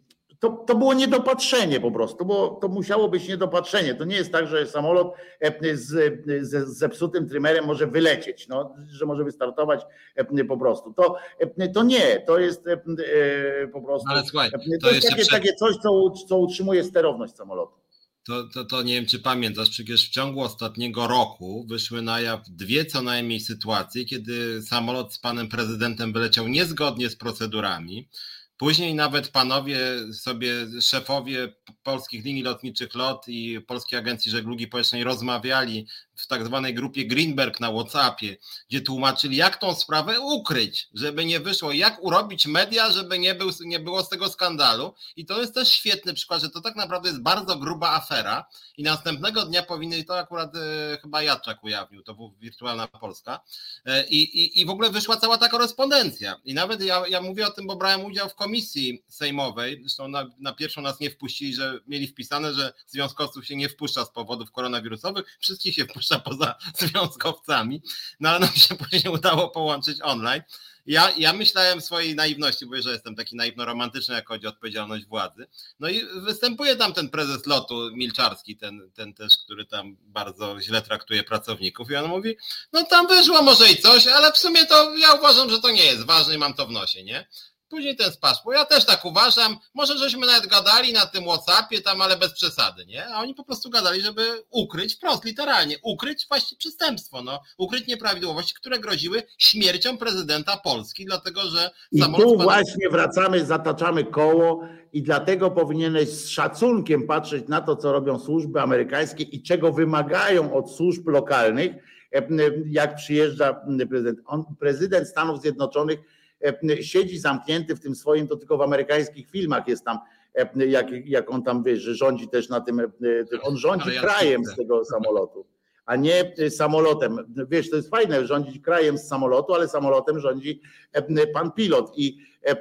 To, to było niedopatrzenie po prostu, bo to musiało być niedopatrzenie. To nie jest tak, że samolot z, z, z zepsutym trymerem może wylecieć, no, że może wystartować po prostu. To, to nie, to jest po prostu Ale słuchaj, to to jest takie, przed... takie coś, co, co utrzymuje sterowność samolotu. To, to, to nie wiem, czy pamiętasz, przecież w ciągu ostatniego roku wyszły na jaw dwie co najmniej sytuacje, kiedy samolot z panem prezydentem wyleciał niezgodnie z procedurami. Później nawet panowie sobie, szefowie polskich linii lotniczych LOT i Polskiej Agencji Żeglugi Powietrznej rozmawiali w tak zwanej grupie Greenberg na WhatsAppie, gdzie tłumaczyli, jak tą sprawę ukryć, żeby nie wyszło, jak urobić media, żeby nie, był, nie było z tego skandalu. I to jest też świetny przykład, że to tak naprawdę jest bardzo gruba afera i następnego dnia powinny, to akurat e, chyba Jadczak ujawnił, to był Wirtualna Polska, e, i, i w ogóle wyszła cała ta korespondencja. I nawet ja, ja mówię o tym, bo brałem udział w komisji sejmowej, zresztą na, na pierwszą nas nie wpuścili, że mieli wpisane, że związkowców się nie wpuszcza z powodów koronawirusowych, wszystkich się wpuszcza poza związkowcami, no ale nam się później udało połączyć online. Ja, ja myślałem w swojej naiwności, bo że jestem taki naiwno-romantyczny, jak chodzi o odpowiedzialność władzy. No i występuje tam ten prezes lotu Milczarski, ten, ten też, który tam bardzo źle traktuje pracowników i on mówi, no tam wyszło może i coś, ale w sumie to ja uważam, że to nie jest ważne i mam to w nosie, nie? Później ten spasz, bo ja też tak uważam, może żeśmy nawet gadali na tym WhatsAppie tam, ale bez przesady, nie? A oni po prostu gadali, żeby ukryć, wprost, literalnie, ukryć właśnie przestępstwo, no, ukryć nieprawidłowości, które groziły śmiercią prezydenta Polski, dlatego że I samolot... tu właśnie wracamy, zataczamy koło i dlatego powinieneś z szacunkiem patrzeć na to, co robią służby amerykańskie i czego wymagają od służb lokalnych, jak przyjeżdża prezydent. On, prezydent Stanów Zjednoczonych siedzi zamknięty w tym swoim, to tylko w amerykańskich filmach jest tam, jak, jak on tam, wiesz, że rządzi też na tym, on rządzi ja krajem z tego samolotu, a nie samolotem. Wiesz, to jest fajne, rządzić krajem z samolotu, ale samolotem rządzi pan pilot i,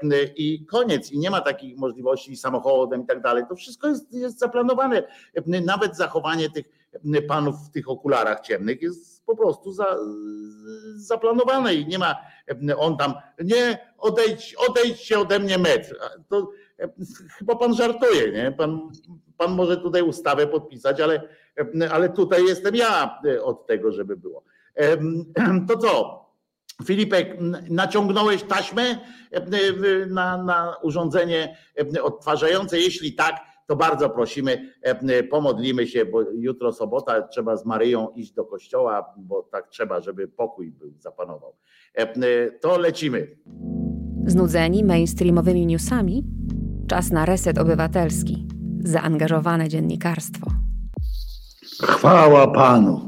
i koniec. I nie ma takich możliwości samochodem i tak dalej. To wszystko jest, jest zaplanowane. Nawet zachowanie tych panów w tych okularach ciemnych jest po prostu za, zaplanowane i nie ma, on tam, nie, odejdź, odejdźcie ode mnie metr. To chyba pan żartuje, nie? Pan, pan może tutaj ustawę podpisać, ale, ale tutaj jestem ja od tego, żeby było. To co? Filipek, naciągnąłeś taśmę na, na urządzenie odtwarzające? Jeśli tak, to bardzo prosimy, pomodlimy się, bo jutro sobota, trzeba z Maryją iść do kościoła, bo tak trzeba, żeby pokój był, zapanował. To lecimy. Znudzeni mainstreamowymi newsami? Czas na reset obywatelski. Zaangażowane dziennikarstwo. Chwała Panu,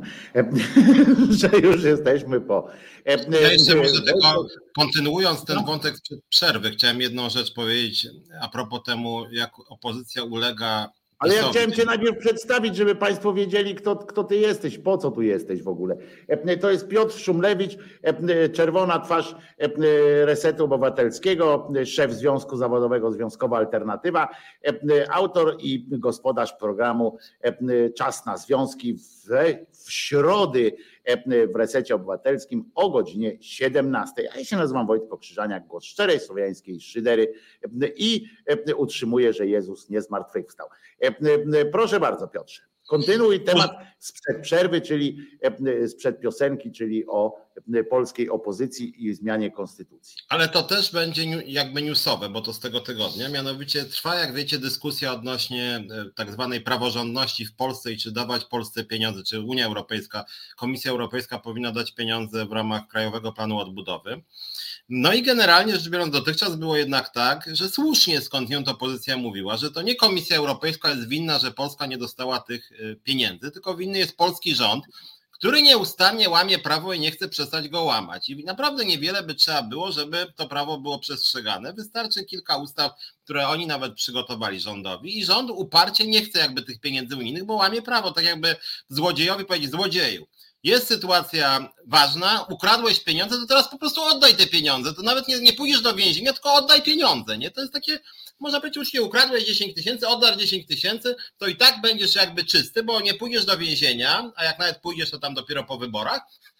że już jesteśmy po... Ja jeszcze może tylko kontynuując ten wątek sprzed przerwy, chciałem jedną rzecz powiedzieć a propos temu, jak opozycja ulega... Ale ja chciałem cię najpierw przedstawić, żeby państwo wiedzieli, kto, kto ty jesteś, po co tu jesteś w ogóle. To jest Piotr Szumlewicz, czerwona twarz Resetu Obywatelskiego, szef Związku Zawodowego Związkowa Alternatywa, autor i gospodarz programu Czas na Związki w, w środy w Resecie Obywatelskim o godzinie siedemnastej. A ja się nazywam Wojtko Krzyżaniak, głos szczerej słowiańskiej szydery i utrzymuję, że Jezus nie zmartwychwstał. Proszę bardzo, Piotrze, kontynuuj temat sprzed przerwy, czyli sprzed piosenki, czyli o polskiej opozycji i zmianie konstytucji. Ale to też będzie jakby newsowe, bo to z tego tygodnia, mianowicie trwa, jak wiecie, dyskusja odnośnie tak zwanej praworządności w Polsce i czy dawać Polsce pieniądze, czy Unia Europejska, Komisja Europejska powinna dać pieniądze w ramach Krajowego Planu Odbudowy. No i generalnie rzecz biorąc, dotychczas było jednak tak, że słusznie skądinąd opozycja mówiła, że to nie Komisja Europejska jest winna, że Polska nie dostała tych pieniędzy, tylko winny jest polski rząd, który nieustannie łamie prawo i nie chce przestać go łamać. I naprawdę niewiele by trzeba było, żeby to prawo było przestrzegane. Wystarczy kilka ustaw, które oni nawet przygotowali rządowi i rząd uparcie nie chce jakby tych pieniędzy unijnych, bo łamie prawo, tak jakby złodziejowi powiedzieć: złodzieju, jest sytuacja ważna, ukradłeś pieniądze, to teraz po prostu oddaj te pieniądze, to nawet nie, nie pójdziesz do więzienia, tylko oddaj pieniądze, nie? To jest takie, można powiedzieć, już nie ukradłeś dziesięć tysięcy, oddasz dziesięć tysięcy, to i tak będziesz jakby czysty, bo nie pójdziesz do więzienia, a jak nawet pójdziesz, to tam dopiero po wyborach,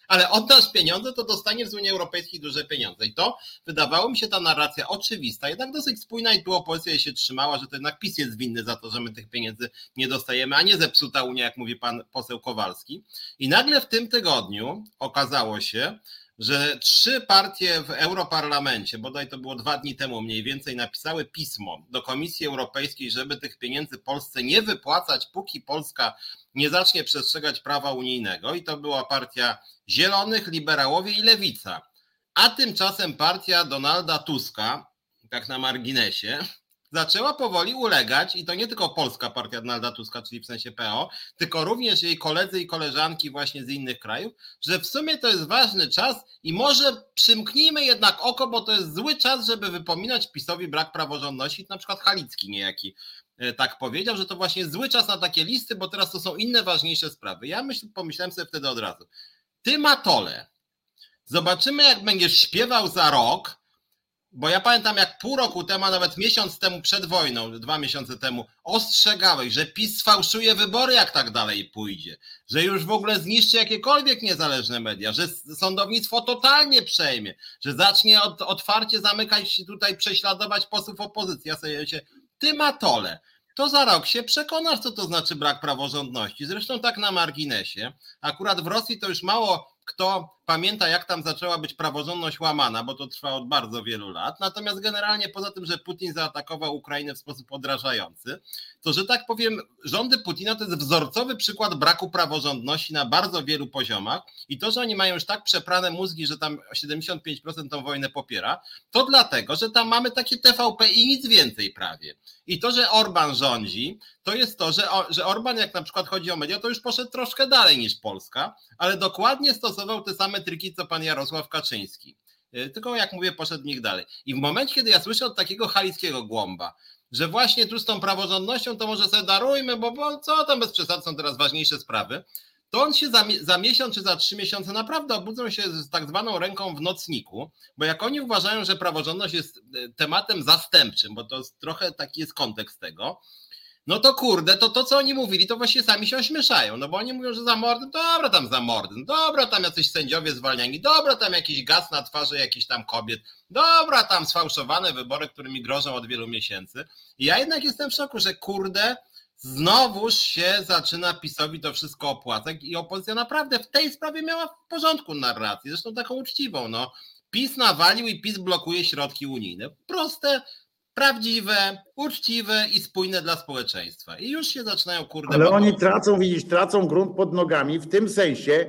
ale oddasz pieniądze, to dostaniesz z Unii Europejskiej duże pieniądze. I to wydawało mi się ta narracja oczywista, jednak dosyć spójna i tu opozycja się trzymała, że to jednak PiS jest winny za to, że my tych pieniędzy nie dostajemy, a nie zepsuta Unia, jak mówi pan poseł Kowalski. I nagle w tym tygodniu okazało się, że trzy partie w Europarlamencie, bodaj to było dwa dni temu mniej więcej, napisały pismo do Komisji Europejskiej, żeby tych pieniędzy Polsce nie wypłacać, póki Polska nie zacznie przestrzegać prawa unijnego. I to była partia Zielonych, Liberałowie i Lewica. A tymczasem partia Donalda Tuska, tak na marginesie, zaczęła powoli ulegać i to nie tylko polska partia Donalda Tuska, czyli w sensie P O, tylko również jej koledzy i koleżanki właśnie z innych krajów, że w sumie to jest ważny czas i może przymknijmy jednak oko, bo to jest zły czas, żeby wypominać PiS-owi brak praworządności. Na przykład Halicki niejaki tak powiedział, że to właśnie zły czas na takie listy, bo teraz to są inne ważniejsze sprawy. Ja myśl, pomyślałem sobie wtedy od razu, ty Matole, zobaczymy jak będziesz śpiewał za rok, bo ja pamiętam jak pół roku temu, a nawet miesiąc temu przed wojną, dwa miesiące temu ostrzegałeś, że PiS sfałszuje wybory jak tak dalej pójdzie, że już w ogóle zniszczy jakiekolwiek niezależne media, że sądownictwo totalnie przejmie, że zacznie od, otwarcie zamykać tutaj, prześladować posłów opozycji. Ja sobie się, ty Matole, to za rok się przekonasz, co to znaczy brak praworządności. Zresztą tak na marginesie, akurat w Rosji to już mało kto pamięta, jak tam zaczęła być praworządność łamana, bo to trwa od bardzo wielu lat. Natomiast generalnie poza tym, że Putin zaatakował Ukrainę w sposób odrażający, to, że tak powiem, rządy Putina to jest wzorcowy przykład braku praworządności na bardzo wielu poziomach i to, że oni mają już tak przeprane mózgi, że tam siedemdziesiąt pięć procent tą wojnę popiera, to dlatego, że tam mamy takie T V P i nic więcej prawie. I to, że Orban rządzi, to jest to, że, że Orban, jak na przykład chodzi o media, to już poszedł troszkę dalej niż Polska, ale dokładnie stosował te same triki, co pan Jarosław Kaczyński. Tylko jak mówię, poszedł w nich dalej. I w momencie, kiedy ja słyszę od takiego halickiego głąba, że właśnie tu z tą praworządnością to może sobie darujmy, bo, bo co tam bez przesady są teraz ważniejsze sprawy, to on się za, za miesiąc czy za trzy miesiące naprawdę obudzą się z tak zwaną ręką w nocniku, bo jak oni uważają, że praworządność jest tematem zastępczym, bo to jest trochę taki jest kontekst tego, no to kurde, to to co oni mówili, to właśnie sami się ośmieszają, no bo oni mówią, że za mordy, dobra tam za mordy, dobra tam jacyś sędziowie zwalniani, dobra tam jakiś gaz na twarzy jakichś tam kobiet, dobra tam sfałszowane wybory, którymi grożą od wielu miesięcy. I ja jednak jestem w szoku, że kurde, znowuż się zaczyna PiS-owi to wszystko opłacać i opozycja naprawdę w tej sprawie miała w porządku narrację, zresztą taką uczciwą, no. PiS nawalił i PiS blokuje środki unijne. Proste, prawdziwe, uczciwe i spójne dla społeczeństwa. I już się zaczynają kurde... Ale oni tracą, widzisz, tracą grunt pod nogami w tym sensie,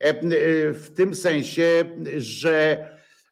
w tym sensie, że,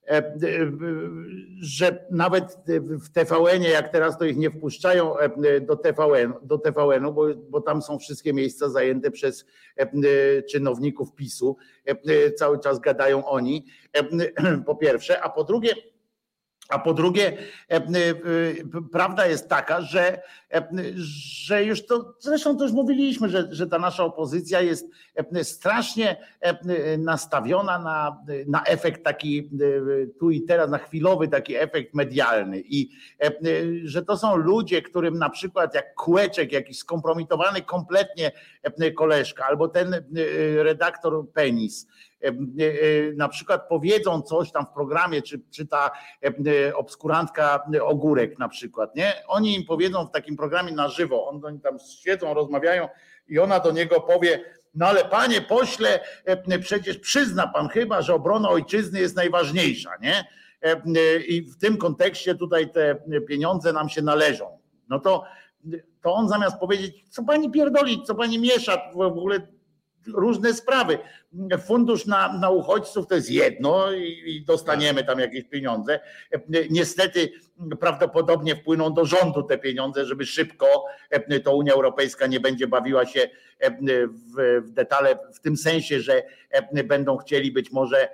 że nawet w T V N-ie, jak teraz to ich nie wpuszczają do T V N, do T V N-u, bo, bo tam są wszystkie miejsca zajęte przez czynowników PiS-u. Cały czas gadają oni, po pierwsze, a po drugie, A po drugie, prawda jest taka, że, że już to, zresztą to już mówiliśmy, że, że ta nasza opozycja jest strasznie nastawiona na, na efekt taki tu i teraz, na chwilowy taki efekt medialny i że to są ludzie, którym na przykład jak Kółeczek, jakiś skompromitowany kompletnie koleżka, albo ten redaktor Penis, na przykład powiedzą coś tam w programie, czy, czy ta obskurantka Ogórek na przykład, nie? Oni im powiedzą w takim programie na żywo, oni tam siedzą, rozmawiają i ona do niego powie, no ale panie pośle, przecież przyzna pan chyba, że obrona ojczyzny jest najważniejsza, nie? I w tym kontekście tutaj te pieniądze nam się należą. No to, to on zamiast powiedzieć, co pani pierdoli, co pani miesza, w ogóle różne sprawy. Fundusz na, na uchodźców to jest jedno i, i dostaniemy tam jakieś pieniądze. Niestety prawdopodobnie wpłyną do rządu te pieniądze, żeby szybko to Unia Europejska nie będzie bawiła się w, w detale w tym sensie, że będą chcieli być może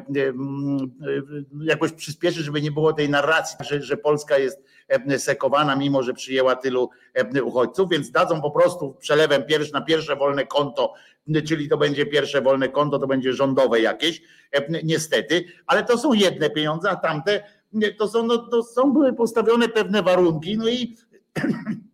jakoś przyspieszyć, żeby nie było tej narracji, że, że Polska jest sekowana, mimo że przyjęła tylu uchodźców, więc dadzą po prostu przelewem pierwszy na pierwsze wolne konto, czyli to będzie pierwsze wolne konto, to będzie rządowe jakieś, niestety, ale to są jedne pieniądze, a tamte to są, no, to są były postawione pewne warunki, no i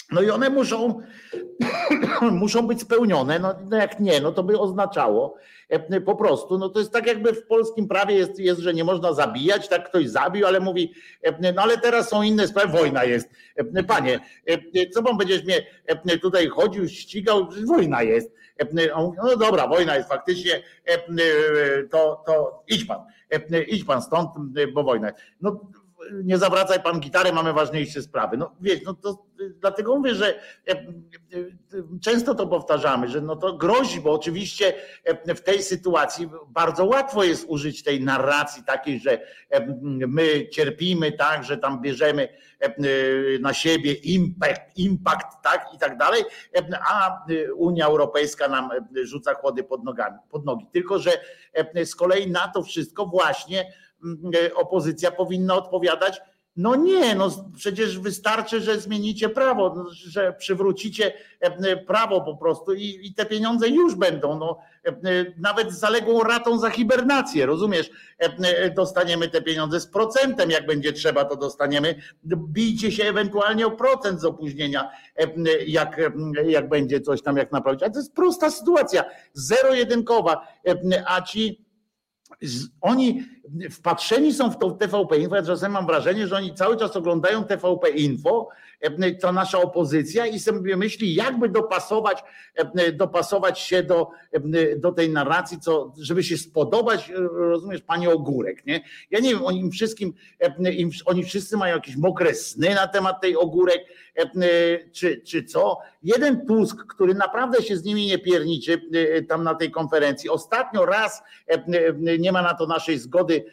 No i one muszą, muszą być spełnione, no, no jak nie, no to by oznaczało po prostu, no to jest tak jakby w polskim prawie jest, jest, że nie można zabijać, tak ktoś zabił, ale mówi, no ale teraz są inne sprawy, wojna jest. Panie, co pan będziesz mnie tutaj chodził, ścigał, wojna jest. No dobra, wojna jest faktycznie, to, to idź pan, idź pan stąd, bo wojna jest. No, nie zawracaj pan gitary, mamy ważniejsze sprawy. No wiesz, no to dlatego mówię, że często to powtarzamy, że no to grozi, bo oczywiście w tej sytuacji bardzo łatwo jest użyć tej narracji takiej, że my cierpimy, tak, że tam bierzemy na siebie impact, impact tak i tak dalej, a Unia Europejska nam rzuca kłody pod nogami, pod nogi. Tylko że z kolei na to wszystko właśnie opozycja powinna odpowiadać, no nie, no przecież wystarczy, że zmienicie prawo, że przywrócicie prawo po prostu i, i te pieniądze już będą, no, nawet z zaległą ratą za hibernację, rozumiesz, dostaniemy te pieniądze z procentem, jak będzie trzeba, to dostaniemy, bijcie się ewentualnie o procent z opóźnienia, jak, jak będzie coś tam, jak naprawić, ale to jest prosta sytuacja, zero-jedynkowa, a ci oni wpatrzeni są w to T V P Info, ja czasem mam wrażenie, że oni cały czas oglądają T V P Info, to nasza opozycja i sobie myśli, jakby dopasować, dopasować się do, do tej narracji, co, żeby się spodobać, rozumiesz, pani Ogórek, nie? Ja nie wiem, oni im wszystkim, im, oni wszyscy mają jakieś mokre sny na temat tej Ogórek, czy, czy co? Jeden Tusk, który naprawdę się z nimi nie pierniczy tam na tej konferencji, ostatnio raz, nie ma na to naszej zgody,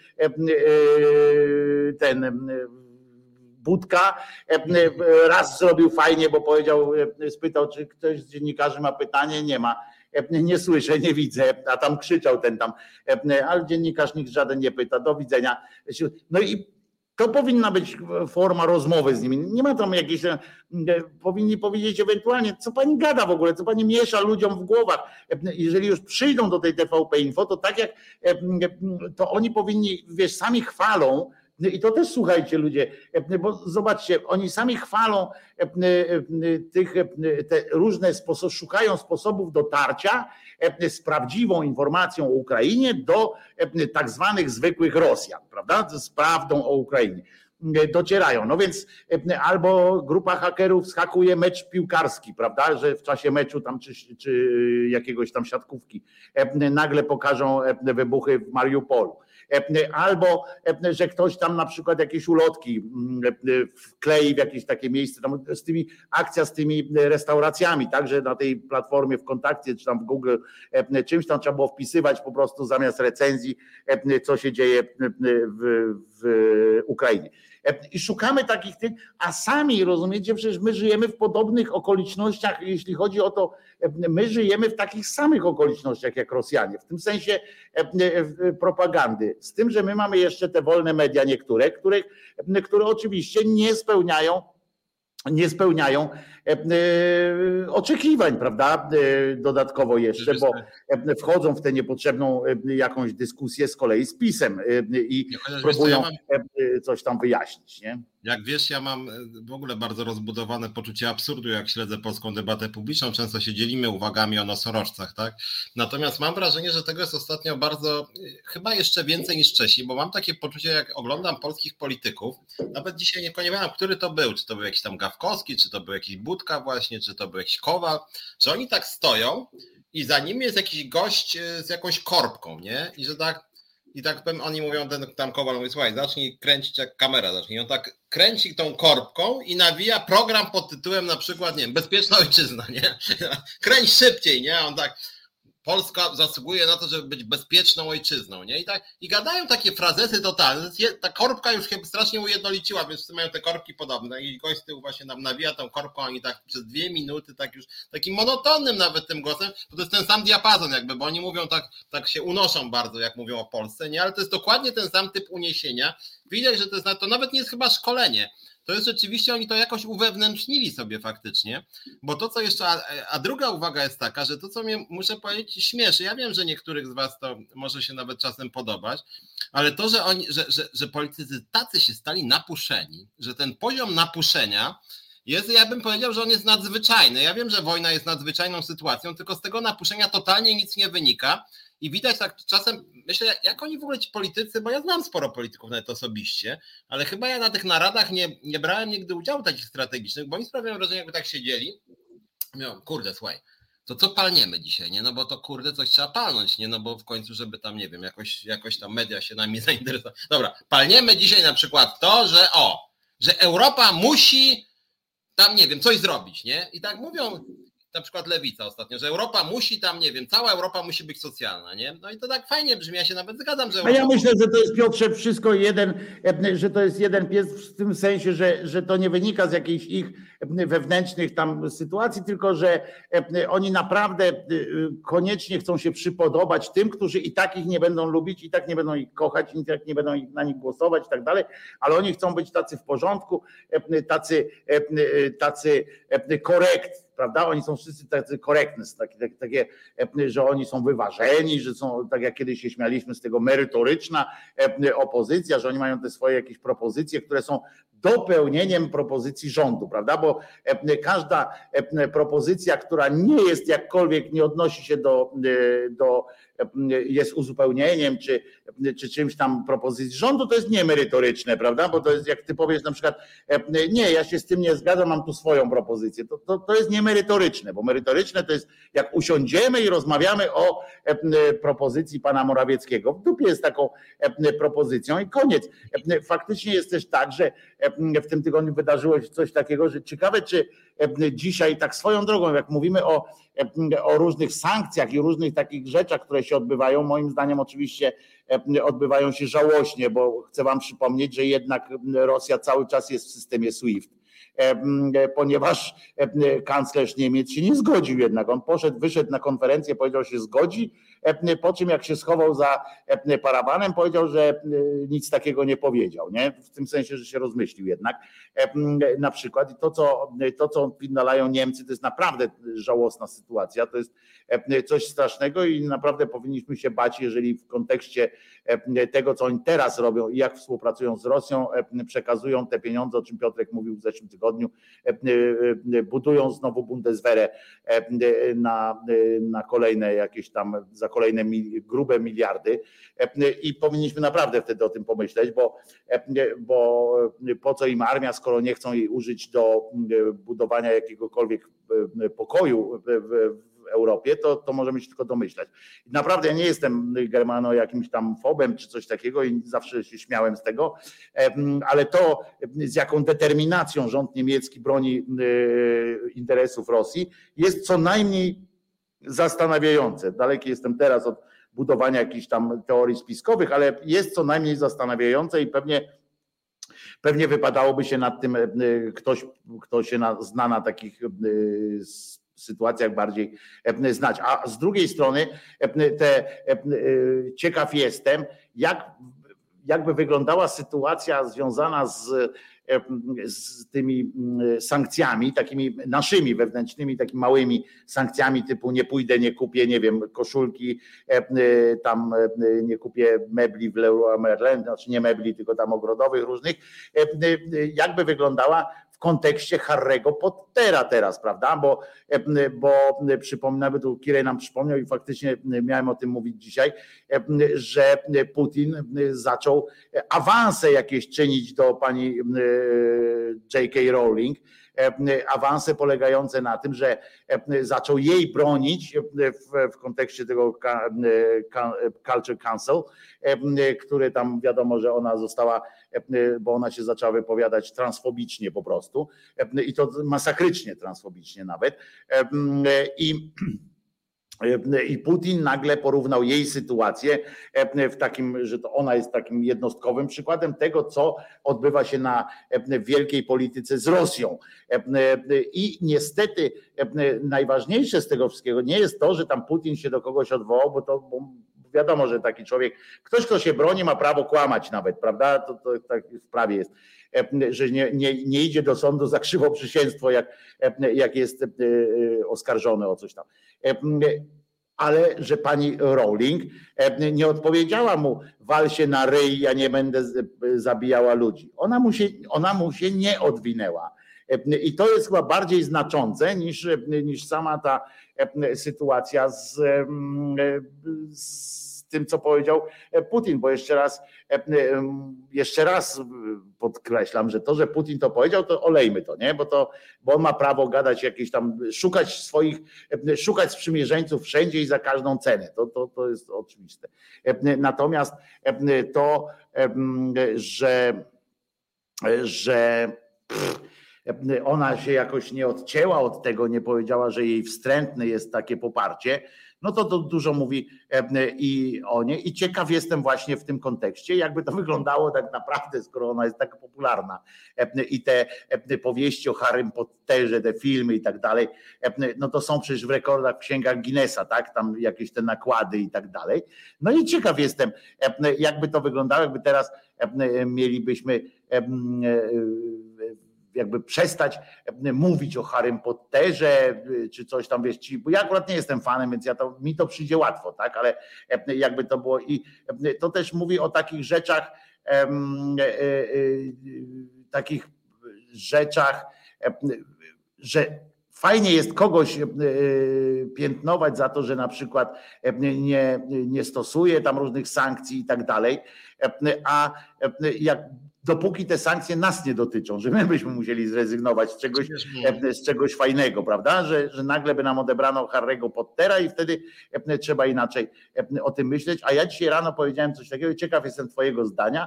ten Budka raz zrobił fajnie, bo powiedział, spytał, czy ktoś z dziennikarzy ma pytanie, nie ma, nie słyszę, nie widzę, a tam krzyczał ten tam, ale dziennikarz nikt żaden nie pyta, do widzenia. No i to powinna być forma rozmowy z nimi. Nie ma tam jakiejś, powinni powiedzieć ewentualnie, co pani gada w ogóle, co pani miesza ludziom w głowach. Jeżeli już przyjdą do tej T V P Info, to tak jak, to oni powinni, wiesz, sami chwalą, i to też słuchajcie ludzie, bo zobaczcie, oni sami chwalą tych te różne sposoby, szukają sposobów dotarcia z prawdziwą informacją o Ukrainie do tak zwanych zwykłych Rosjan, prawda? Z prawdą o Ukrainie. Docierają. No więc albo grupa hakerów zhakuje mecz piłkarski, prawda, że w czasie meczu tam czy, czy jakiegoś tam siatkówki nagle pokażą wybuchy w Mariupolu. Albo, że ktoś tam na przykład jakieś ulotki wklei w jakieś takie miejsce, tam z tymi, akcja z tymi restauracjami, także na tej platformie w Kontakcie, czy tam w Google, czymś tam trzeba było wpisywać po prostu zamiast recenzji, co się dzieje w, w Ukrainie. I szukamy takich tych, a sami, rozumiecie, przecież my żyjemy w podobnych okolicznościach, jeśli chodzi o to, my żyjemy w takich samych okolicznościach jak Rosjanie, w tym sensie propagandy, z tym, że my mamy jeszcze te wolne media niektóre, których, które oczywiście nie spełniają nie spełniają oczekiwań, prawda, dodatkowo jeszcze, bo wchodzą w tę niepotrzebną jakąś dyskusję z kolei z PiS-em i próbują coś tam wyjaśnić, nie? Jak wiesz, ja mam w ogóle bardzo rozbudowane poczucie absurdu, jak śledzę polską debatę publiczną, często się dzielimy uwagami o nosorożcach, tak? Natomiast mam wrażenie, że tego jest ostatnio bardzo, chyba jeszcze więcej niż wcześniej, bo mam takie poczucie, jak oglądam polskich polityków, nawet dzisiaj nie pamiętam, który to był, czy to był jakiś tam Gawkowski, czy to był jakiś Budka właśnie, czy to był jakiś Kowal, że oni tak stoją i za nimi jest jakiś gość z jakąś korbką, nie? I że tak I tak oni mówią, ten tam Kowal mówi, słuchaj, zacznij kręcić jak kamera zacznie. I on tak kręci tą korbką i nawija program pod tytułem na przykład, nie wiem, Bezpieczna Ojczyzna, nie? Kręć szybciej, nie? On tak, Polska zasługuje na to, żeby być bezpieczną ojczyzną, nie? I tak, i gadają takie frazesy totalne. Ta korbka już chyba strasznie ujednoliciła, więc mają te korbki podobne. I gość z tyłu właśnie nam nawija tą korbką i tak przez dwie minuty, tak już takim monotonnym nawet tym głosem, bo to jest ten sam diapazon jakby, bo oni mówią tak, tak się unoszą bardzo, jak mówią o Polsce, nie? Ale to jest dokładnie ten sam typ uniesienia. Widać, że to jest, to nawet nie jest chyba szkolenie. To jest rzeczywiście, oni to jakoś uwewnętrznili sobie faktycznie, bo to co jeszcze, a, a druga uwaga jest taka, że to co mnie, muszę powiedzieć, śmieszy, ja wiem, że niektórych z was to może się nawet czasem podobać, ale to, że oni, że, że, że politycy tacy się stali napuszeni, że ten poziom napuszenia jest, ja bym powiedział, że on jest nadzwyczajny. Ja wiem, że wojna jest nadzwyczajną sytuacją, tylko z tego napuszczenia totalnie nic nie wynika i widać tak czasem, myślę, jak oni w ogóle ci politycy, bo ja znam sporo polityków nawet osobiście, ale chyba ja na tych naradach nie, nie brałem nigdy udziału takich strategicznych, bo oni sprawiają wrażenie, jakby tak siedzieli. Miałem, kurde, słuchaj, to co palniemy dzisiaj, nie? No bo to kurde coś trzeba palnąć, nie? No bo w końcu, żeby tam, nie wiem, jakoś, jakoś tam media się nami zainteresowały. Dobra, palniemy dzisiaj na przykład to, że o, że Europa musi tam, nie wiem, coś zrobić, nie? I tak mówią na przykład Lewica ostatnio, że Europa musi tam, nie wiem, cała Europa musi być socjalna, nie? No i to tak fajnie brzmi, ja się nawet zgadzam, że Europa... A ja myślę, że to jest, Piotrze, wszystko jeden, że to jest jeden pies w tym sensie, że, że to nie wynika z jakichś ich wewnętrznych tam sytuacji, tylko że oni naprawdę koniecznie chcą się przypodobać tym, którzy i tak ich nie będą lubić, i tak nie będą ich kochać, i tak nie będą na nich głosować i tak dalej, ale oni chcą być tacy w porządku, tacy, tacy korekt, prawda? Oni są wszyscy tacy correctness, takie, takie, że oni są wyważeni, że są, tak jak kiedyś się śmialiśmy z tego, merytoryczna opozycja, że oni mają te swoje jakieś propozycje, które są dopełnieniem propozycji rządu, prawda? Bo każda propozycja, która nie jest jakkolwiek, nie odnosi się do, do jest uzupełnieniem, czy, czy czymś tam propozycji rządu, to jest niemerytoryczne, prawda? Bo to jest, jak ty powiesz na przykład, nie, ja się z tym nie zgadzam, mam tu swoją propozycję, to, to, to jest niemerytoryczne, bo merytoryczne to jest, jak usiądziemy i rozmawiamy o propozycji pana Morawieckiego. W dupie jest taką propozycją i koniec. Faktycznie jest też tak, że w tym tygodniu wydarzyło się coś takiego, że ciekawe, czy dzisiaj tak swoją drogą, jak mówimy o, o różnych sankcjach i różnych takich rzeczach, które się odbywają, moim zdaniem oczywiście odbywają się żałośnie, bo chcę wam przypomnieć, że jednak Rosja cały czas jest w systemie SWIFT, ponieważ kanclerz Niemiec się nie zgodził jednak. On poszedł, wyszedł na konferencję, powiedział, że się zgodzi, po czym jak się schował za parabanem, powiedział, że nic takiego nie powiedział, nie? W tym sensie, że się rozmyślił jednak na przykład. I to, co, to, co pinalają Niemcy, to jest naprawdę żałosna sytuacja, to jest coś strasznego i naprawdę powinniśmy się bać, jeżeli w kontekście tego, co oni teraz robią i jak współpracują z Rosją, przekazują te pieniądze, o czym Piotrek mówił w zeszłym tygodniu, budują znowu Bundeswehrę na, na kolejne jakieś tam, za kolejne grube miliardy i powinniśmy naprawdę wtedy o tym pomyśleć, bo, bo po co im armia, skoro nie chcą jej użyć do budowania jakiegokolwiek pokoju w, w Europie, to, to możemy się tylko domyślać. Naprawdę ja nie jestem Germano jakimś tam fobem czy coś takiego i zawsze się śmiałem z tego, ale to, z jaką determinacją rząd niemiecki broni interesów Rosji, jest co najmniej zastanawiające. Daleki jestem teraz od budowania jakichś tam teorii spiskowych, ale jest co najmniej zastanawiające i pewnie pewnie wypadałoby się nad tym ktoś, kto się na, zna na takich sytuacjach bardziej znać. A z drugiej strony te, ciekaw jestem, jak, jakby wyglądała sytuacja związana z, z tymi sankcjami, takimi naszymi wewnętrznymi, takimi małymi sankcjami typu nie pójdę, nie kupię, nie wiem, koszulki, tam nie kupię mebli w Leroy Merlin, znaczy nie mebli, tylko tam ogrodowych różnych, jakby wyglądała w kontekście Harry'ego Pottera teraz, prawda? Bo, bo przypomnę, by tu Kirej nam przypomniał i faktycznie miałem o tym mówić dzisiaj, że Putin zaczął awanse jakieś czynić do pani J K Rowling, awanse polegające na tym, że zaczął jej bronić w, w kontekście tego Culture Council, który tam wiadomo, że ona została, bo ona się zaczęła wypowiadać transfobicznie po prostu i to masakrycznie transfobicznie nawet i I Putin nagle porównał jej sytuację w takim, że to ona jest takim jednostkowym przykładem tego, co odbywa się na wielkiej polityce z Rosją. I niestety najważniejsze z tego wszystkiego nie jest to, że tam Putin się do kogoś odwołał, bo to bo wiadomo, że taki człowiek, ktoś, kto się broni, ma prawo kłamać nawet, prawda? To, to tak w prawie jest, że nie, nie, nie idzie do sądu za krzywoprzysięstwo, jak, jak jest oskarżony o coś tam. Ale że pani Rowling nie odpowiedziała mu, wal się na ryj, ja nie będę zabijała ludzi. Ona mu się, ona mu się nie odwinęła. I to jest chyba bardziej znaczące niż, niż sama ta sytuacja z, z tym, co powiedział Putin, bo jeszcze raz, jeszcze raz podkreślam, że to, że Putin to powiedział, to olejmy to, nie? Bo to, bo on ma prawo gadać jakieś tam, szukać swoich, szukać sprzymierzeńców wszędzie i za każdą cenę. To, to, to jest oczywiste. Natomiast to, że, że ona się jakoś nie odcięła od tego, nie powiedziała, że jej wstrętne jest takie poparcie, no to, to dużo mówi i o niej. I ciekaw jestem właśnie w tym kontekście, jakby to wyglądało tak naprawdę, skoro ona jest tak popularna i te powieści o Harrym Potterze, te filmy i tak dalej, no to są przecież w rekordach, w księgach Guinnessa, tak, tam jakieś te nakłady i tak dalej. No i ciekaw jestem, jakby to wyglądało, jakby teraz mielibyśmy jakby przestać mówić o Harrym Potterze, czy coś tam, wiesz, bo ja akurat nie jestem fanem, więc ja to, mi to przyjdzie łatwo, tak, ale jakby to było i to też mówi o takich rzeczach, takich rzeczach, że fajnie jest kogoś piętnować za to, że na przykład nie, nie stosuje tam różnych sankcji i tak dalej, a jak dopóki te sankcje nas nie dotyczą, że my byśmy musieli zrezygnować z czegoś, z czegoś fajnego, prawda? Że, że nagle by nam odebrano Harry'ego Pottera i wtedy trzeba inaczej o tym myśleć. A ja dzisiaj rano powiedziałem coś takiego i ciekaw jestem twojego zdania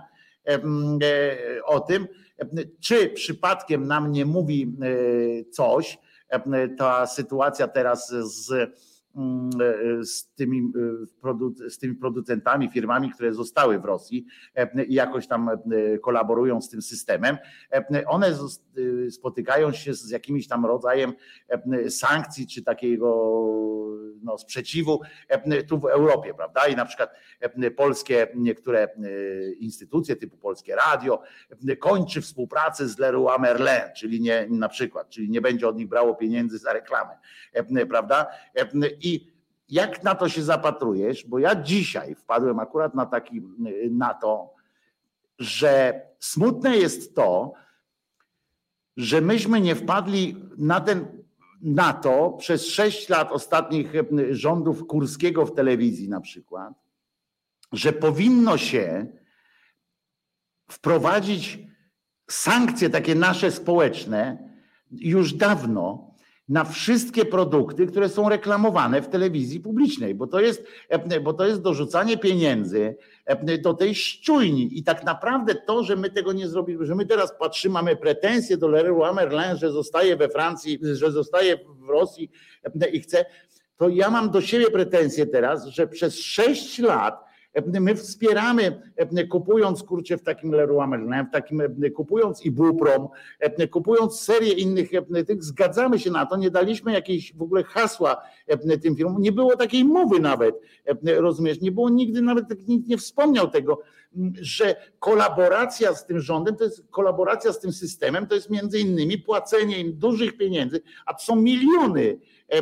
o tym, czy przypadkiem nam nie mówi coś ta sytuacja teraz z z tymi, z tymi producentami, firmami, które zostały w Rosji i jakoś tam kolaborują z tym systemem. One spotykają się z jakimś tam rodzajem sankcji czy takiego no, sprzeciwu tu w Europie, prawda? I na przykład polskie niektóre instytucje typu Polskie Radio kończy współpracę z Leroy Merlin, czyli nie na przykład, czyli nie będzie od nich brało pieniędzy za reklamę, prawda? I jak na to się zapatrujesz, bo ja dzisiaj wpadłem akurat na taki, na to, że smutne jest to, że myśmy nie wpadli na ten, na to przez sześć lat ostatnich rządów Kurskiego w telewizji na przykład, że powinno się wprowadzić sankcje takie nasze społeczne już dawno na wszystkie produkty, które są reklamowane w telewizji publicznej, bo to jest, bo to jest dorzucanie pieniędzy do tej szczujni i tak naprawdę to, że my tego nie zrobiliśmy, że my teraz patrzymy, mamy pretensje do Leroy Merlin, że zostaje we Francji, że zostaje w Rosji i chce, to ja mam do siebie pretensje teraz, że przez sześć lat my wspieramy, kupując kurczę w takim Leroy Merlin, w takim, kupując i Buprom, kupując serię innych tych, zgadzamy się na to, nie daliśmy jakiejś w ogóle hasła tym firmom, nie było takiej mowy nawet, rozumiesz, nie było nigdy, nawet nikt nie wspomniał tego, że kolaboracja z tym rządem, to jest kolaboracja z tym systemem, to jest między innymi płacenie im dużych pieniędzy, a to są miliony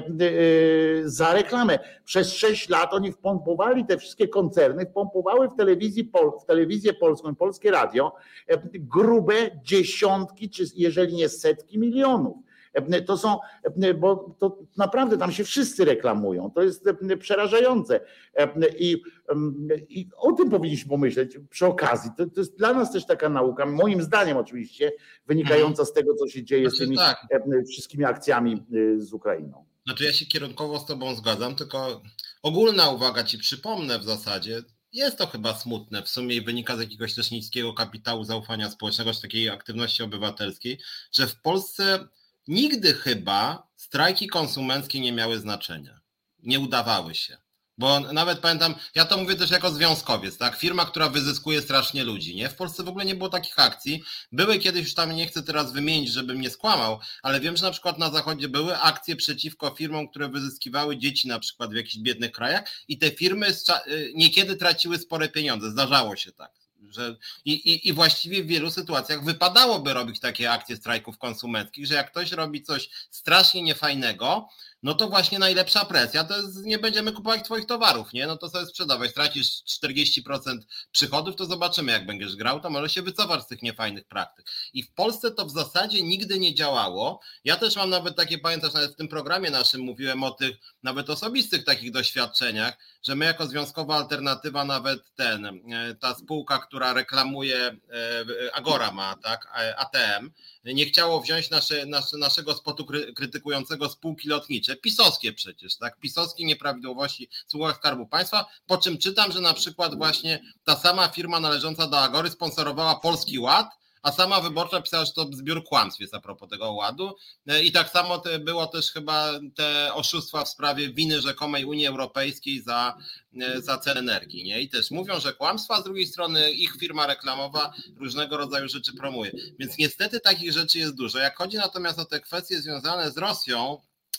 za reklamę. Przez sześć lat oni wpompowali te wszystkie koncerny, wpompowały w telewizji, w telewizję polską, Polskie Radio grube dziesiątki, czy jeżeli nie setki milionów. To są, bo to naprawdę tam się wszyscy reklamują. To jest przerażające. I, i o tym powinniśmy pomyśleć przy okazji. To, to jest dla nas też taka nauka, moim zdaniem oczywiście, wynikająca z tego, co się dzieje z tymi tak. wszystkimi akcjami z Ukrainą. Znaczy ja się kierunkowo z tobą zgadzam, tylko ogólna uwaga ci przypomnę w zasadzie, jest to chyba smutne w sumie i wynika z jakiegoś też niskiego kapitału zaufania społecznego, czy takiej aktywności obywatelskiej, że w Polsce nigdy chyba strajki konsumenckie nie miały znaczenia. Nie udawały się. Bo nawet pamiętam, ja to mówię też jako związkowiec, tak? Firma, która wyzyskuje strasznie ludzi, nie? W Polsce w ogóle nie było takich akcji. Były kiedyś, już tam nie chcę teraz wymienić, żebym nie skłamał, ale wiem, że na przykład na Zachodzie były akcje przeciwko firmom, które wyzyskiwały dzieci na przykład w jakichś biednych krajach i te firmy niekiedy traciły spore pieniądze. Zdarzało się tak. Że i, i, I właściwie w wielu sytuacjach wypadałoby robić takie akcje strajków konsumenckich, że jak ktoś robi coś strasznie niefajnego, no to właśnie najlepsza presja to jest, nie będziemy kupować twoich towarów, nie? No to sobie sprzedawać, stracisz czterdzieści procent przychodów, to zobaczymy jak będziesz grał, to może się wycofasz z tych niefajnych praktyk. I w Polsce to w zasadzie nigdy nie działało. Ja też mam nawet takie, pamiętasz, nawet w tym programie naszym mówiłem o tych nawet osobistych takich doświadczeniach, że my jako Związkowa Alternatywa, nawet ten, ta spółka, która reklamuje, Agora ma, tak, A T M, nie chciało wziąć nasze, nasze, naszego spotu krytykującego spółki lotnicze, pisowskie przecież, tak, pisowskie nieprawidłowości w spółkach Skarbu Państwa, po czym czytam, że na przykład właśnie ta sama firma należąca do Agory sponsorowała Polski Ład, a sama Wyborcza pisała, że to zbiór kłamstw jest a propos tego ładu. I tak samo było też chyba te oszustwa w sprawie winy rzekomej Unii Europejskiej za, za cenę energii. Nie? I też mówią, że kłamstwa, a z drugiej strony ich firma reklamowa różnego rodzaju rzeczy promuje. Więc niestety takich rzeczy jest dużo. Jak chodzi natomiast o te kwestie związane z Rosją,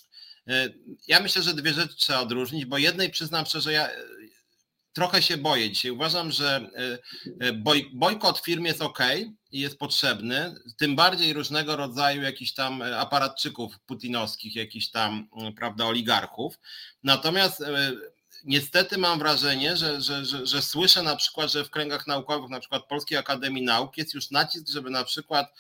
ja myślę, że dwie rzeczy trzeba odróżnić, bo jednej przyznam szczerze, ja trochę się boję dzisiaj. Uważam, że boj, bojkot firm jest ok i jest potrzebny, tym bardziej różnego rodzaju jakichś tam aparatczyków putinowskich, jakichś tam, prawda, oligarchów. Natomiast niestety mam wrażenie, że, że, że, że słyszę na przykład, że w kręgach naukowych, na przykład Polskiej Akademii Nauk jest już nacisk, żeby na przykład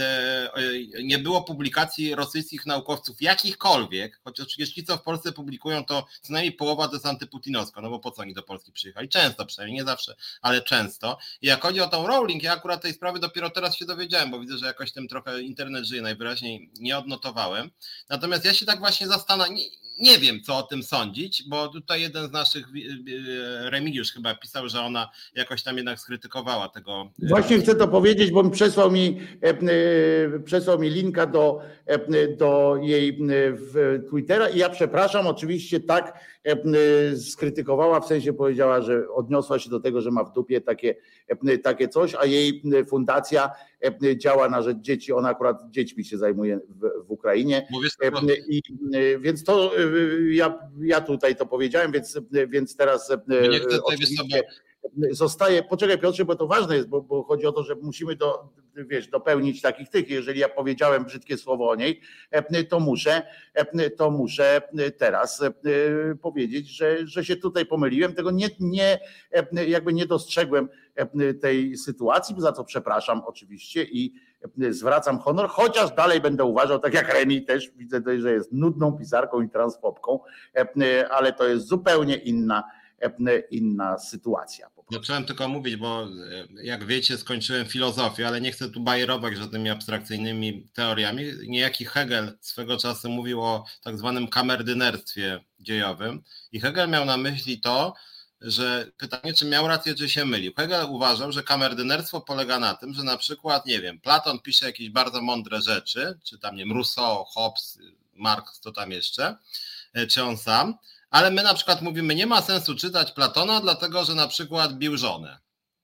nie było publikacji rosyjskich naukowców jakichkolwiek, chociaż przecież ci, co w Polsce publikują, to co najmniej połowa to jest antyputinowska, no bo po co oni do Polski przyjechali? Często przynajmniej, nie zawsze, ale często. I jak chodzi o tą Rowling, ja akurat tej sprawy dopiero teraz się dowiedziałem, bo widzę, że jakoś tym trochę internet żyje, najwyraźniej nie odnotowałem. Natomiast ja się tak właśnie zastanawiam, nie wiem, co o tym sądzić, bo tutaj jeden z naszych, Remigiusz chyba pisał, że ona jakoś tam jednak skrytykowała tego. Właśnie chcę to powiedzieć, bo przesłał mi, przesłał mi linka do, do jej Twittera i ja przepraszam, oczywiście tak skrytykowała, w sensie powiedziała, że odniosła się do tego, że ma w dupie takie, takie coś, a jej fundacja działa na rzecz dzieci, ona akurat dziećmi się zajmuje w, w Ukrainie. I, więc to ja, ja tutaj to powiedziałem, więc, więc teraz nie chcę oczywiście zostaje, poczekaj Piotrze, bo to ważne jest, bo, bo chodzi o to, że musimy do, wiesz, dopełnić takich tych, jeżeli ja powiedziałem brzydkie słowo o niej, to muszę, to muszę teraz powiedzieć, że, że się tutaj pomyliłem, tego nie, nie, jakby nie dostrzegłem tej sytuacji, za co przepraszam oczywiście i zwracam honor, chociaż dalej będę uważał, tak jak Remi też widzę, że jest nudną pisarką i transfobką, ale to jest zupełnie inna inna sytuacja. Zacząłem tylko mówić, bo jak wiecie, skończyłem filozofię, ale nie chcę tu bajerować żadnymi abstrakcyjnymi teoriami. Niejaki Hegel swego czasu mówił o tak zwanym kamerdynerstwie dziejowym i Hegel miał na myśli to, że pytanie, czy miał rację, czy się mylił. Hegel uważał, że kamerdynerstwo polega na tym, że na przykład, nie wiem, Platon pisze jakieś bardzo mądre rzeczy, czy tam, nie wiem, Rousseau, Hobbes, Marx, to tam jeszcze, czy on sam, ale my na przykład mówimy, nie ma sensu czytać Platona, dlatego że na przykład bił żonę.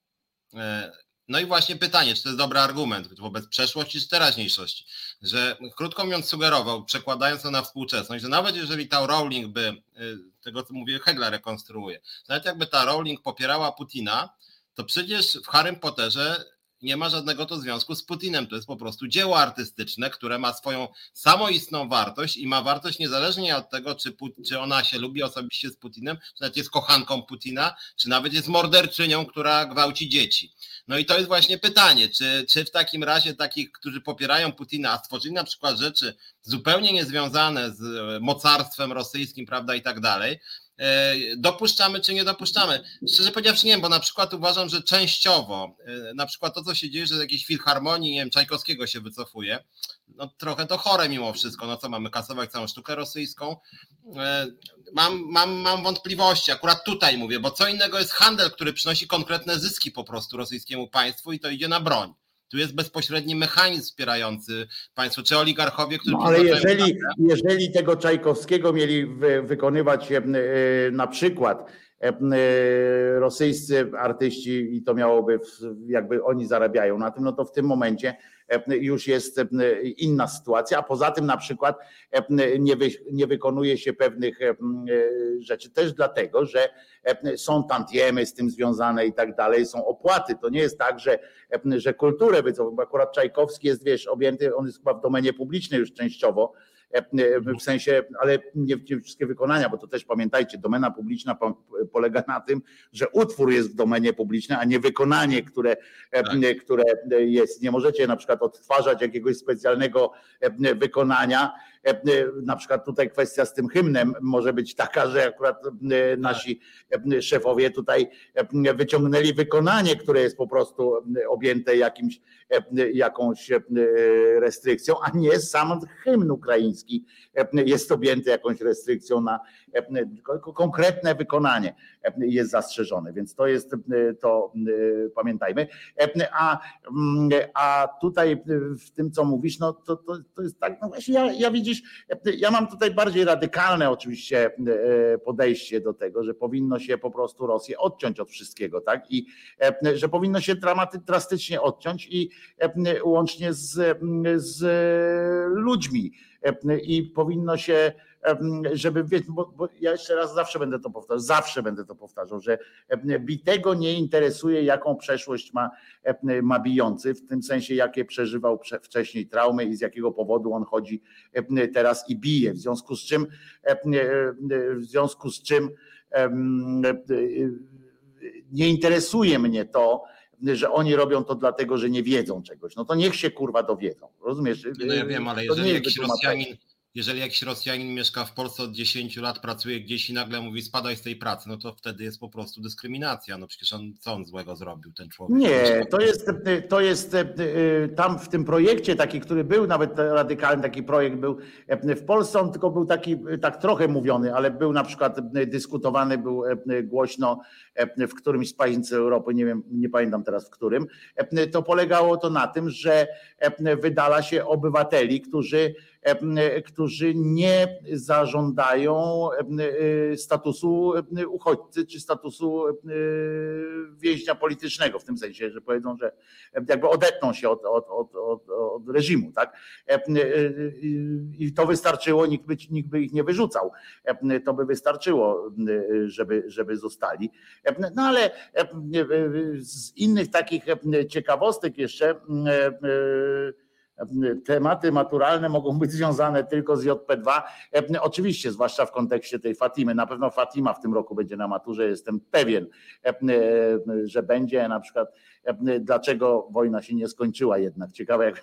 No i właśnie pytanie, czy to jest dobry argument wobec przeszłości czy teraźniejszości, że krótko mówiąc sugerował, przekładając to na współczesność, że nawet jeżeli ta Rowling by, tego co mówię, Hegla rekonstruuje, nawet jakby ta Rowling popierała Putina, to przecież w Harrym Potterze nie ma żadnego to związku z Putinem. To jest po prostu dzieło artystyczne, które ma swoją samoistną wartość i ma wartość niezależnie od tego, czy, czy ona się lubi osobiście z Putinem, czy nawet jest kochanką Putina, czy nawet jest morderczynią, która gwałci dzieci. No i to jest właśnie pytanie, czy, czy w takim razie takich, którzy popierają Putina, a stworzyli na przykład rzeczy zupełnie niezwiązane z mocarstwem rosyjskim, prawda, i tak dalej, dopuszczamy czy nie dopuszczamy? Szczerze powiedziawszy nie wiem, bo na przykład uważam, że częściowo, na przykład to, co się dzieje, że z jakiejś filharmonii, nie wiem, Czajkowskiego się wycofuje, no trochę to chore mimo wszystko, no co mamy kasować całą sztukę rosyjską? Mam, mam, mam wątpliwości, akurat tutaj mówię, bo co innego jest handel, który przynosi konkretne zyski po prostu rosyjskiemu państwu i to idzie na broń. Tu jest bezpośredni mechanizm wspierający państwo, czy oligarchowie, którzy... No, ale jeżeli, jeżeli tego Czajkowskiego mieli wy, wykonywać e, na przykład e, rosyjscy artyści i to miałoby, jakby oni zarabiają na tym, no to w tym momencie już jest inna sytuacja, a poza tym na przykład nie, wy, nie wykonuje się pewnych rzeczy też dlatego, że są tantiemy z tym związane i tak dalej, są opłaty. To nie jest tak, że, że kulturę wycofał, bo akurat Czajkowski jest, wiesz, objęty, on jest chyba w domenie publicznej już częściowo, w sensie, ale nie wszystkie wykonania, bo to też pamiętajcie, domena publiczna polega na tym, że utwór jest w domenie publicznej, a nie wykonanie, które, tak. które jest. Nie możecie na przykład odtwarzać jakiegoś specjalnego wykonania. Na przykład tutaj kwestia z tym hymnem może być taka, że akurat nasi szefowie tutaj wyciągnęli wykonanie, które jest po prostu objęte jakimś, jakąś restrykcją, a nie sam hymn ukraiński jest objęty jakąś restrykcją na konkretne wykonanie jest zastrzeżone, więc to jest, to pamiętajmy. A, a tutaj w tym, co mówisz, no to, to, to jest tak, no właśnie ja, ja widzisz, ja mam tutaj bardziej radykalne oczywiście podejście do tego, że powinno się po prostu Rosję odciąć od wszystkiego, tak? I że powinno się drastycznie odciąć i łącznie z, z ludźmi i powinno się, żeby, bo, bo ja jeszcze raz zawsze będę to powtarzał, zawsze będę to powtarzał, że bitego nie interesuje, jaką przeszłość ma, ma bijący, w tym sensie, jakie przeżywał wcześniej traumy i z jakiego powodu on chodzi teraz i bije, w związku z czym w związku z czym nie interesuje mnie to, że oni robią to dlatego, że nie wiedzą czegoś. No to niech się kurwa dowiedzą. Rozumiesz? No ja wiem, ale jeżeli jakiś Rosjanin, jeżeli jakiś Rosjanin mieszka w Polsce od dziesięciu lat, pracuje gdzieś i nagle mówi spadaj z tej pracy, no to wtedy jest po prostu dyskryminacja. No przecież on, co on złego zrobił, ten człowiek? Nie, to jest, to jest tam w tym projekcie taki, który był, nawet radykalny taki projekt był w Polsce, on tylko był taki, tak trochę mówiony, ale był na przykład dyskutowany, był głośno w którymś z państw Europy, nie wiem, nie pamiętam teraz w którym, to polegało to na tym, że wydala się obywateli, którzy którzy nie zażądają statusu uchodźcy czy statusu więźnia politycznego, w tym sensie, że powiedzą, że jakby odetną się od, od, od, od, od reżimu, tak? I to wystarczyło, nikt by, nikt by ich nie wyrzucał. To by wystarczyło, żeby, żeby zostali. No ale z innych takich ciekawostek jeszcze tematy maturalne mogą być związane tylko z J P dwa. Oczywiście, zwłaszcza w kontekście tej Fatimy. Na pewno Fatima w tym roku będzie na maturze, jestem pewien, że będzie. Na przykład dlaczego wojna się nie skończyła jednak. Ciekawe jak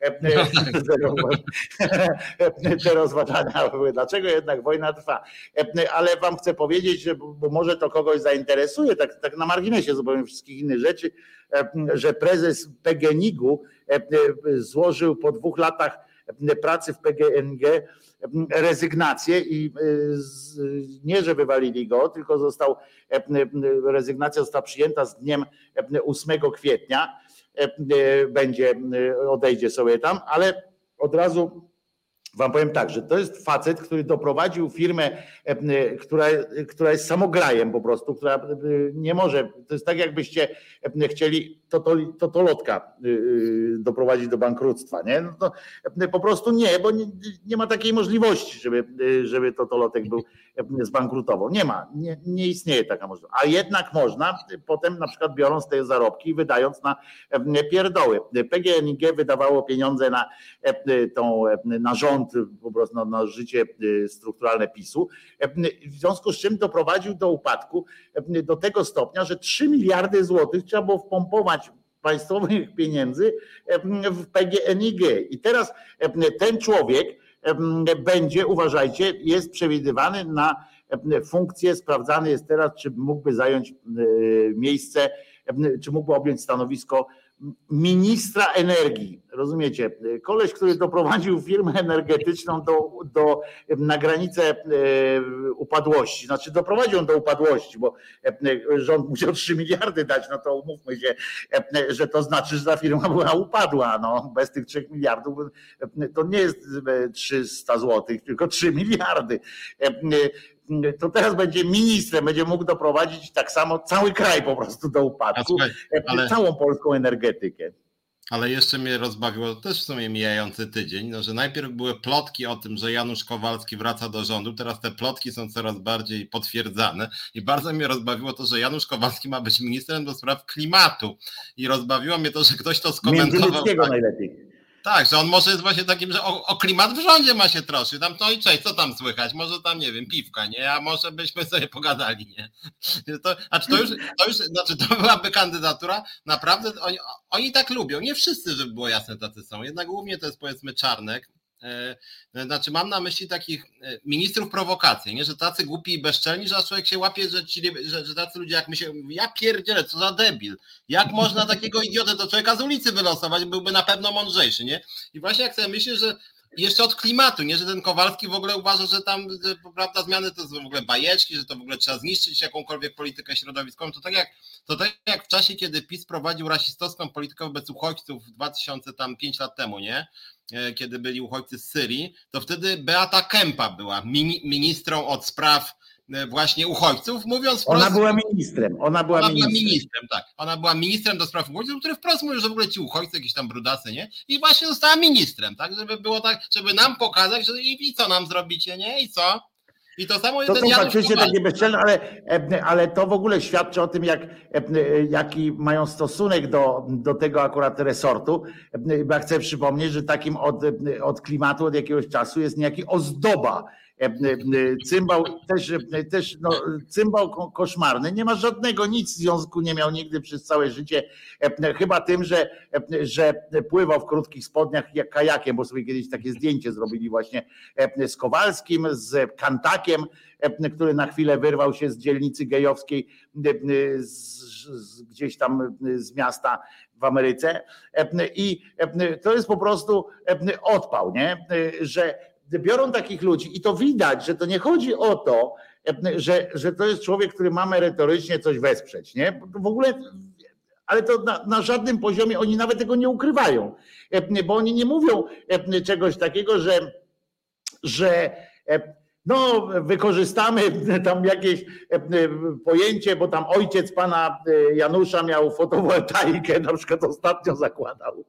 te rozważania były, dlaczego jednak wojna trwa. Ale wam chcę powiedzieć, że bo może to kogoś zainteresuje, tak, tak na marginesie zupełnie wszystkich innych rzeczy, że prezes P G N I G-u złożył po dwóch latach pracy w P G N G rezygnację i nie, że wywalili go, tylko został, rezygnacja została przyjęta z dniem ósmego kwietnia, będzie, odejdzie sobie tam, ale od razu wam powiem tak, że to jest facet, który doprowadził firmę, która, która jest samograjem po prostu, która nie może, to jest tak jakbyście chcieli totolotka doprowadzić do bankructwa, nie? No to po prostu nie, bo nie, nie ma takiej możliwości, żeby, żeby totolotek był zbankrutował. Nie ma, nie, nie istnieje taka możliwość. A jednak można, potem na przykład biorąc te zarobki i wydając na pierdoły. P G N I G wydawało pieniądze na tą, na rząd, po prostu na, na życie strukturalne PiSu, w związku z czym doprowadził do upadku do tego stopnia, że trzy miliardy złotych trzeba było wpompować państwowych pieniędzy w P G N I G. I teraz ten człowiek będzie, uważajcie, jest przewidywany na funkcję, sprawdzany jest teraz, czy mógłby zająć miejsce, czy mógłby objąć stanowisko ministra energii. Rozumiecie? Koleś, który doprowadził firmę energetyczną do, do, na granicę upadłości. Znaczy doprowadził ją do upadłości, bo rząd musiał trzy miliardy dać, no to umówmy się, że to znaczy, że ta firma była upadła. No, bez tych trzech miliardów to nie jest trzysta złotych, tylko trzy miliardy. To teraz będzie ministrem, będzie mógł doprowadzić tak samo cały kraj po prostu do upadku, słuchaj, ale, całą polską energetykę. Ale jeszcze mnie rozbawiło, też w sumie mijający tydzień, no, że najpierw były plotki o tym, że Janusz Kowalski wraca do rządu, teraz te plotki są coraz bardziej potwierdzane i bardzo mnie rozbawiło to, że Janusz Kowalski ma być ministrem do spraw klimatu i rozbawiło mnie to, że ktoś to skomentował. Międzyludzkiego tak, najlepiej. Tak, że on może jest właśnie takim, że o, o klimat w rządzie ma się troszczyć. Tam to i cześć, co tam słychać? Może tam, nie wiem, piwka, nie? A może byśmy sobie pogadali, nie? To, znaczy to już, to już, znaczy to byłaby kandydatura, naprawdę oni, oni tak lubią. Nie wszyscy, żeby było jasne, tacy są. Jednak głównie to jest, powiedzmy, Czarnek. Znaczy mam na myśli takich ministrów prowokacji, nie? Że tacy głupi i bezczelni, że aż człowiek się łapie, że, ci, że, że tacy ludzie jak my się, ja pierdzielę, co za debil, jak można takiego idiotę do człowieka z ulicy wylosować, byłby na pewno mądrzejszy, nie? I właśnie jak sobie myślę, że jeszcze od klimatu, nie? Że ten Kowalski w ogóle uważa, że tam, że, prawda, zmiany to są w ogóle bajeczki, że to w ogóle trzeba zniszczyć jakąkolwiek politykę środowiskową, to tak jak to tak jak w czasie, kiedy PiS prowadził rasistowską politykę wobec uchodźców w dwa tysiące pięć lat temu, nie? Kiedy byli uchodźcy z Syrii, to wtedy Beata Kempa była mini, ministrą od spraw właśnie uchodźców, mówiąc wprost... Ona była ministrem, ona była ona ministrem. Była ministrem, tak. Ona była ministrem do spraw uchodźców, który wprost mówił, że w ogóle ci uchodźcy, jakieś tam brudacy, nie? I właśnie została ministrem, tak? Żeby było tak, żeby nam pokazać, że i, i co nam zrobicie, nie? I co? I to samo to ten są faktycznie takie bezczelne, ale, ale to w ogóle świadczy o tym, jak, jaki mają stosunek do, do tego akurat resortu. Ja chcę przypomnieć, że takim od, od klimatu od jakiegoś czasu jest niejaki Ozdoba. Cymbał też, też no, cymbał koszmarny, nie ma żadnego, nic w związku nie miał nigdy przez całe życie, chyba tym, że, że pływał w krótkich spodniach jak kajakiem, bo sobie kiedyś takie zdjęcie zrobili właśnie z Kowalskim, z Kantakiem, który na chwilę wyrwał się z dzielnicy gejowskiej z, z, gdzieś tam z miasta w Ameryce i to jest po prostu odpał, nie? Że biorą takich ludzi i to widać, że to nie chodzi o to, że, że to jest człowiek, który ma merytorycznie coś wesprzeć, nie? W ogóle, ale to na, na żadnym poziomie oni nawet tego nie ukrywają, bo oni nie mówią czegoś takiego, że, że no wykorzystamy tam jakieś pojęcie, bo tam ojciec pana Janusza miał fotowoltaikę, na przykład ostatnio zakładał.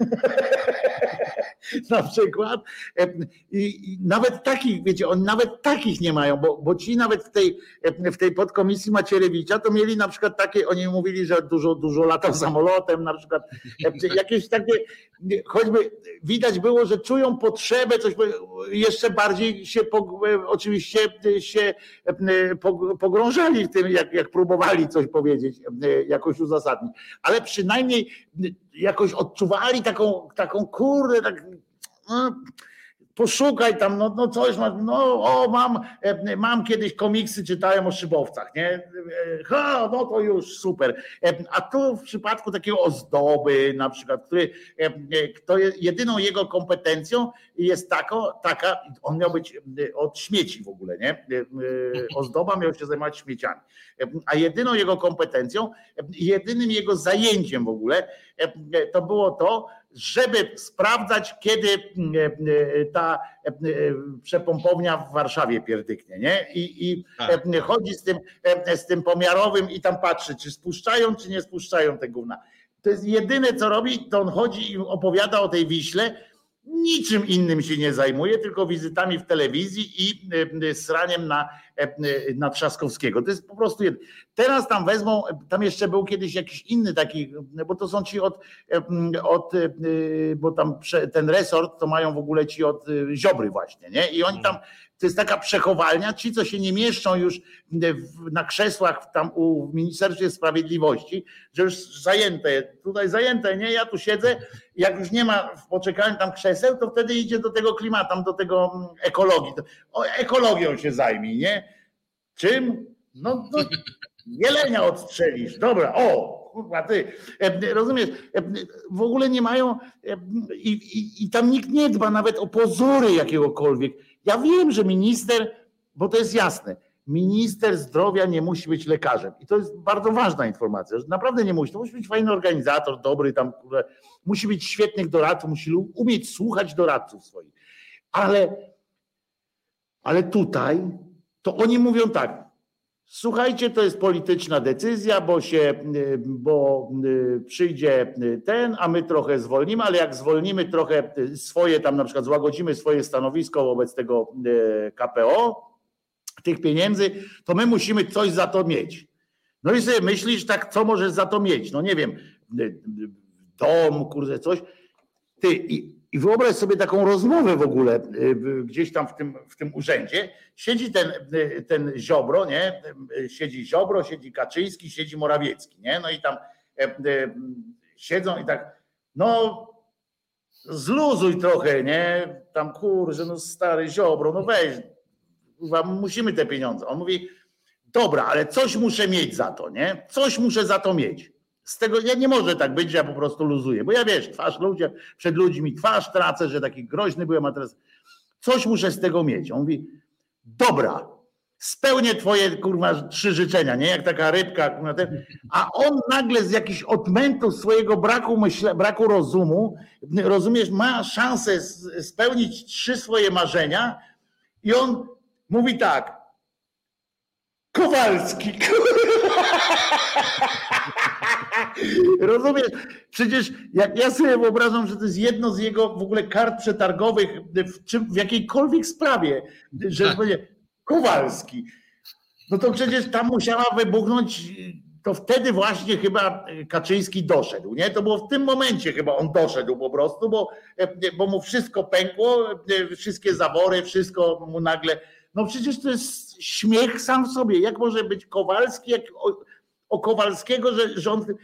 Na przykład. I, I nawet takich, wiecie, oni nawet takich nie mają, bo, bo ci nawet w tej, w tej podkomisji Macierewicza to mieli na przykład takie, oni mówili, że dużo, dużo latał samolotem, na przykład jakieś takie, choćby widać było, że czują potrzebę, coś jeszcze bardziej się oczywiście się pogrążali w tym, jak, jak próbowali coś powiedzieć, jakoś uzasadnić, ale przynajmniej jakoś odczuwali taką, taką kurde, tak, no, poszukaj tam, no, no coś, no o mam, mam kiedyś komiksy, czytałem o szybowcach, nie? Ha, no to już super. A tu w przypadku takiego Ozdoby na przykład, który to jedyną jego kompetencją jest tako, taka, on miał być od śmieci w ogóle, nie? Ozdoba miał się zajmować śmieciami. A jedyną jego kompetencją, jedynym jego zajęciem w ogóle to było to, żeby sprawdzać, kiedy ta przepompownia w Warszawie pierdyknie, nie? I, i tak. chodzi z tym, z tym pomiarowym i tam patrzy, czy spuszczają, czy nie spuszczają te gówna. To jest jedyne, co robi, to on chodzi i opowiada o tej Wiśle, niczym innym się nie zajmuje, tylko wizytami w telewizji i sraniem na, na Trzaskowskiego. To jest po prostu jedno. Teraz tam wezmą, tam jeszcze był kiedyś jakiś inny taki, bo to są ci od, od bo tam ten resort to mają w ogóle ci od Ziobry właśnie, nie? I oni tam, to jest taka przechowalnia, ci co się nie mieszczą już na krzesłach tam u w Ministerstwie Sprawiedliwości, że już zajęte, tutaj zajęte, nie? Ja tu siedzę, jak już nie ma w poczekalni tam krzeseł, to wtedy idzie do tego klimatu, tam do tego ekologii. O, ekologią się zajmij, nie? Czym? No, no jelenia odstrzelisz. Dobra, o, kurwa ty, rozumiesz, w ogóle nie mają i, i, i tam nikt nie dba nawet o pozory jakiegokolwiek. Ja wiem, że minister, bo to jest jasne, minister zdrowia nie musi być lekarzem. I to jest bardzo ważna informacja, że naprawdę nie musi. To musi być fajny organizator, dobry tam, kurwa, musi być świetnych doradców, musi umieć słuchać doradców swoich. Ale, ale tutaj to oni mówią tak, słuchajcie, to jest polityczna decyzja, bo się, bo przyjdzie ten, a my trochę zwolnimy, ale jak zwolnimy trochę swoje tam, na przykład złagodzimy swoje stanowisko wobec tego K P O, tych pieniędzy, to my musimy coś za to mieć. No i sobie myślisz, tak, co możesz za to mieć? No nie wiem, dom, kurde, coś. Ty, i, I wyobraź sobie taką rozmowę w ogóle gdzieś tam w tym, w tym urzędzie. Siedzi ten, ten Ziobro, nie? Siedzi Ziobro, siedzi Kaczyński, siedzi Morawiecki, nie? No i tam siedzą i tak, no zluzuj trochę, nie? Tam kurczę, no stary Ziobro, no weź, musimy te pieniądze. On mówi, dobra, ale coś muszę mieć za to, nie? Coś muszę za to mieć. Z tego ja nie może tak być, że ja po prostu luzuję, bo ja wiesz, twarz ludzie, przed ludźmi twarz tracę, że taki groźny byłem, a teraz coś muszę z tego mieć. On mówi, dobra, spełnię twoje kurwa trzy życzenia, nie? Jak taka rybka, kurwa, ten, a on nagle z jakichś odmętów swojego braku myśle, braku rozumu, rozumiesz, ma szansę spełnić trzy swoje marzenia i on mówi tak, Kowalski, rozumiesz? Przecież jak ja sobie wyobrażam, że to jest jedno z jego w ogóle kart przetargowych w, czym, w jakiejkolwiek sprawie, że będzie Kowalski. No to przecież tam musiała wybuchnąć, to wtedy właśnie chyba Kaczyński doszedł, nie? To było w tym momencie chyba on doszedł po prostu, bo, bo mu wszystko pękło, wszystkie zawory, wszystko mu nagle... No przecież to jest śmiech sam w sobie. Jak może być Kowalski, jak o, o Kowalskiego, że, że on...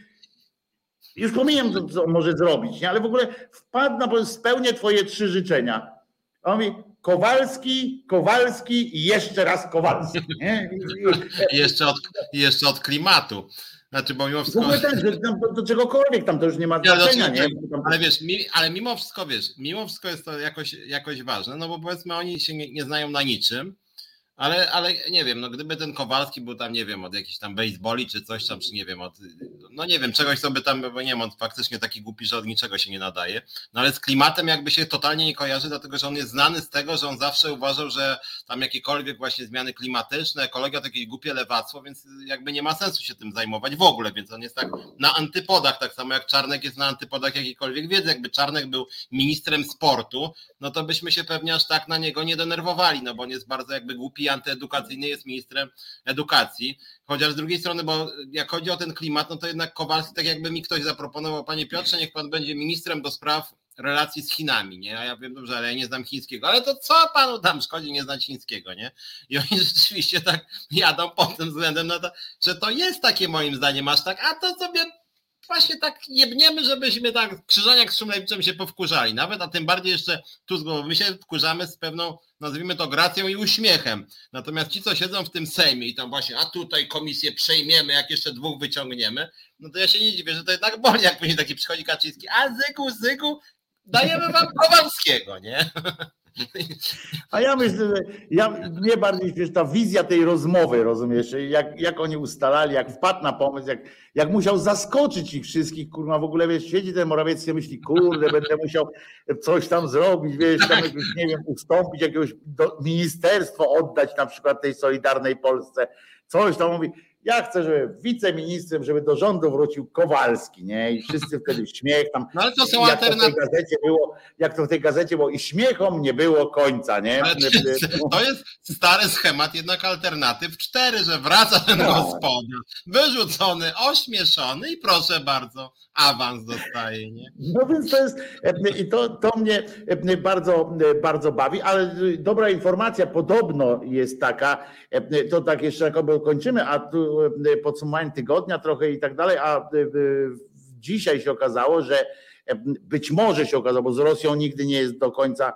Już pomijam, co, co może zrobić, nie? Ale w ogóle wpadł na powiem, spełnię twoje trzy życzenia. A on mówi Kowalski, Kowalski i jeszcze raz Kowalski. Nie? I jeszcze, od, jeszcze od klimatu. Znaczy, bo mimo wszystko... Ten, że tam do, do czegokolwiek tam to już nie ma znaczenia, nie? Ale wiesz, mi, ale mimo wszystko, wiesz, mimo wszystko jest to jakoś, jakoś ważne, no bo powiedzmy oni się nie, nie znają na niczym, ale, ale nie wiem, no gdyby ten Kowalski był tam, nie wiem, od jakichś tam baseboli czy coś tam, czy nie wiem, od, no nie wiem, czegoś sobie tam, bo nie wiem, on faktycznie taki głupi, że od niczego się nie nadaje, no ale z klimatem jakby się totalnie nie kojarzy, dlatego że on jest znany z tego, że on zawsze uważał, że tam jakiekolwiek właśnie zmiany klimatyczne, ekologia to jakieś głupie lewactwo, więc jakby nie ma sensu się tym zajmować w ogóle, więc on jest tak na antypodach, tak samo jak Czarnek jest na antypodach jakiejkolwiek wiedzy, jakby Czarnek był ministrem sportu, no to byśmy się pewnie aż tak na niego nie denerwowali, no bo on jest bardzo jakby głupi, antyedukacyjny, jest ministrem edukacji, chociaż z drugiej strony, bo jak chodzi o ten klimat, no to jednak Kowalski, tak jakby mi ktoś zaproponował, panie Piotrze, niech pan będzie ministrem do spraw relacji z Chinami, nie? A ja wiem dobrze, ale ja nie znam chińskiego, ale to co panu tam szkodzi nie znać chińskiego, nie? I oni rzeczywiście tak jadą pod tym względem, no to, że to jest takie moim zdaniem aż tak, a to sobie właśnie tak jebniemy, żebyśmy tak Krzyżaniak z Szumlewiczem się powkurzali nawet, a tym bardziej jeszcze Tusk, bo my się wkurzamy z pewną, nazwijmy to gracją i uśmiechem. Natomiast ci, co siedzą w tym Sejmie i tam właśnie, a tutaj komisję przejmiemy, jak jeszcze dwóch wyciągniemy, no to ja się nie dziwię, że to jednak boli, jak później taki przychodzi Kaczyński, a zygu, zygu, dajemy wam Kowalskiego, nie? A ja myślę, że ja, mnie bardziej wiesz, ta wizja tej rozmowy, rozumiesz, jak, jak oni ustalali, jak wpadł na pomysł, jak, jak musiał zaskoczyć ich wszystkich, kurwa, w ogóle wiesz, siedzi ten Morawiecki i myśli, kurde, będę musiał coś tam zrobić, wiesz, tam jakoś, nie wiem, ustąpić, jakiegoś do, ministerstwo oddać na przykład tej Solidarnej Polsce, coś tam mówi. Ja chcę, żeby wiceministrem, żeby do rządu wrócił Kowalski, nie? I wszyscy wtedy śmiech tam. No ale to są jak alternatywy. To w tej gazecie było, jak to w tej gazecie było i śmiechom nie było końca, nie? Ale to jest stary schemat jednak alternatyw cztery, że wraca ten no. gospodarz, wyrzucony, ośmieszony i proszę bardzo, awans dostaje, nie? No więc to jest, i to, to mnie bardzo, bardzo bawi, ale dobra informacja podobno jest taka, to tak jeszcze jakoby kończymy, a tu podsumowanie tygodnia trochę i tak dalej, a dzisiaj się okazało, że być może się okazało, bo z Rosją nigdy nie jest do końca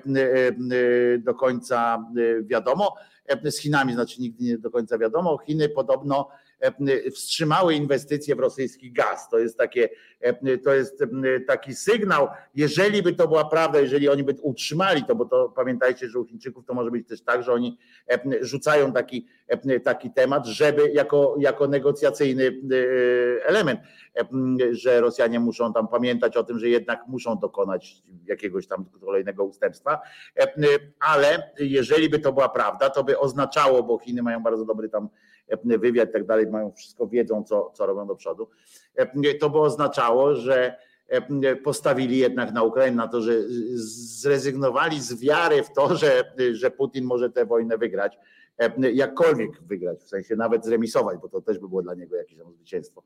do końca wiadomo, z Chinami znaczy nigdy nie do końca wiadomo, Chiny podobno wstrzymały inwestycje w rosyjski gaz. To jest, takie, to jest taki sygnał, jeżeli by to była prawda, jeżeli oni by utrzymali to, bo to pamiętajcie, że u Chińczyków to może być też tak, że oni rzucają taki, taki temat, żeby jako, jako negocjacyjny element, że Rosjanie muszą tam pamiętać o tym, że jednak muszą dokonać jakiegoś tam kolejnego ustępstwa, ale jeżeli by to była prawda, to by oznaczało, bo Chiny mają bardzo dobry tam wywiad i tak dalej, mają wszystko, wiedzą co, co robią do przodu, to by oznaczało, że postawili jednak na Ukrainę, na to, że zrezygnowali z wiary w to, że, że Putin może tę wojnę wygrać jakkolwiek wygrać, w sensie nawet zremisować, bo to też by było dla niego jakieś tam zwycięstwo,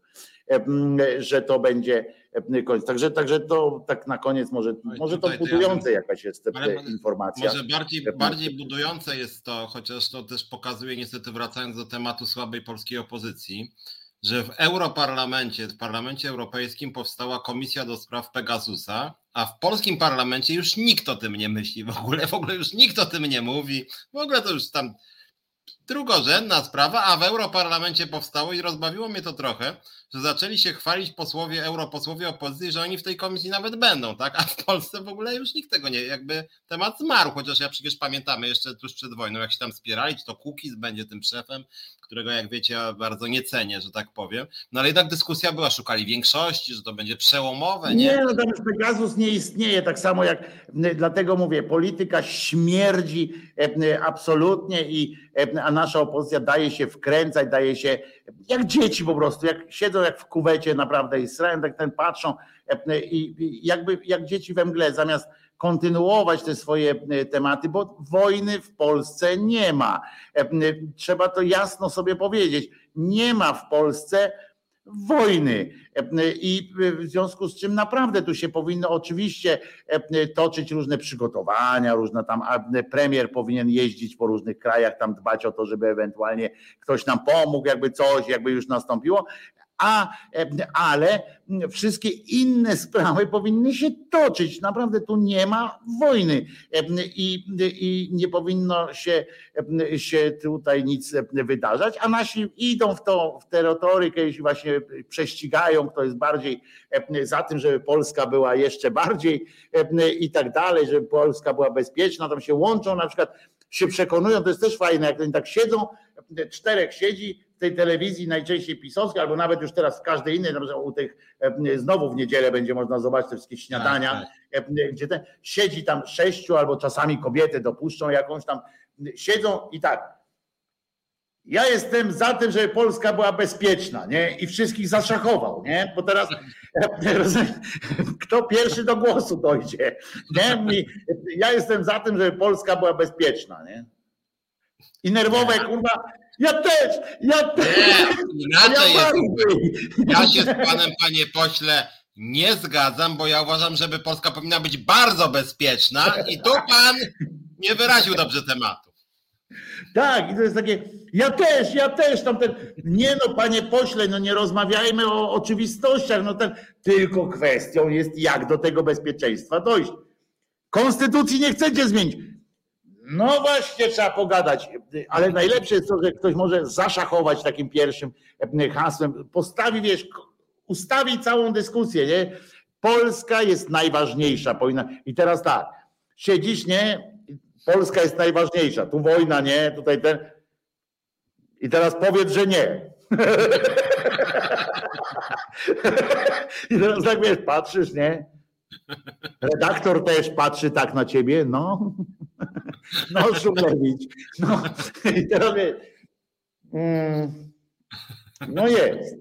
że to będzie koniec. Także, także to tak na koniec może, może to budujące jakaś jest informacja. Może bardziej, bardziej budujące jest to, chociaż to też pokazuje, niestety wracając do tematu słabej polskiej opozycji, że w Europarlamencie, w Parlamencie Europejskim powstała komisja do spraw Pegasusa, a w polskim parlamencie już nikt o tym nie myśli w ogóle, w ogóle już nikt o tym nie mówi, w ogóle to już tam drugorzędna sprawa, a w Europarlamencie powstało i rozbawiło mnie to trochę, że zaczęli się chwalić posłowie, europosłowie opozycji, że oni w tej komisji nawet będą, tak? A w Polsce w ogóle już nikt tego nie, jakby temat zmarł, chociaż ja przecież pamiętamy jeszcze tuż przed wojną, jak się tam spierali, czy to Kukiz będzie tym szefem, którego jak wiecie ja bardzo nie cenię, że tak powiem, no ale jednak dyskusja była, szukali większości, że to będzie przełomowe, nie? Nie, no tam już Pegasus nie istnieje, tak samo jak, dlatego mówię, polityka śmierdzi absolutnie i a nasza opozycja daje się wkręcać, daje się jak dzieci po prostu, jak siedzą jak w kuwecie naprawdę i srają, tak ten patrzą i jakby jak dzieci we mgle, zamiast kontynuować te swoje tematy, bo wojny w Polsce nie ma. Trzeba to jasno sobie powiedzieć. Nie ma w Polsce wojny i w związku z czym naprawdę tu się powinno oczywiście toczyć różne przygotowania, różne tam, premier powinien jeździć po różnych krajach, tam dbać o to, żeby ewentualnie ktoś nam pomógł, jakby coś, jakby już nastąpiło, a, ale wszystkie inne sprawy powinny się toczyć. Naprawdę tu nie ma wojny i, i nie powinno się, się tutaj nic wydarzać, a nasi idą w, to, w tę retorykę i właśnie prześcigają, kto jest bardziej za tym, żeby Polska była jeszcze bardziej i tak dalej, żeby Polska była bezpieczna, tam się łączą, na przykład się przekonują, to jest też fajne, jak oni tak siedzą, czterech siedzi w tej telewizji najczęściej pisowskiej, albo nawet już teraz w każdej innej, u tych, znowu w niedzielę będzie można zobaczyć te wszystkie śniadania, tak, tak. Gdzie ten, siedzi tam sześciu, albo czasami kobiety dopuszczą jakąś tam, siedzą i tak, ja jestem za tym, żeby Polska była bezpieczna, nie? I wszystkich zaszachował, nie? Bo teraz kto pierwszy do głosu dojdzie, nie? Ja jestem za tym, żeby Polska była bezpieczna, nie? I nerwowe, kurwa, ja też, ja też. Nie, inaczej ja jest. Ja się z panem, panie pośle, nie zgadzam, bo ja uważam, żeby Polska powinna być bardzo bezpieczna i tu pan nie wyraził dobrze tematu. Tak, i to jest takie, ja też, ja też, tamten, nie no panie pośle, no nie rozmawiajmy o oczywistościach, no ten, tylko kwestią jest, jak do tego bezpieczeństwa dojść. Konstytucji nie chcecie zmienić. No właśnie, trzeba pogadać, ale najlepsze jest to, że ktoś może zaszachować takim pierwszym hasłem, postawi, wiesz, ustawi całą dyskusję, nie? Polska jest najważniejsza, powinna, i teraz tak, siedzisz, nie? Polska jest najważniejsza, tu wojna, nie, tutaj ten. I teraz powiedz, że nie. I teraz tak wiesz, patrzysz, nie? Redaktor też patrzy tak na ciebie, no. No, Szumlewicz. No, i teraz wiesz. Mm, no jest.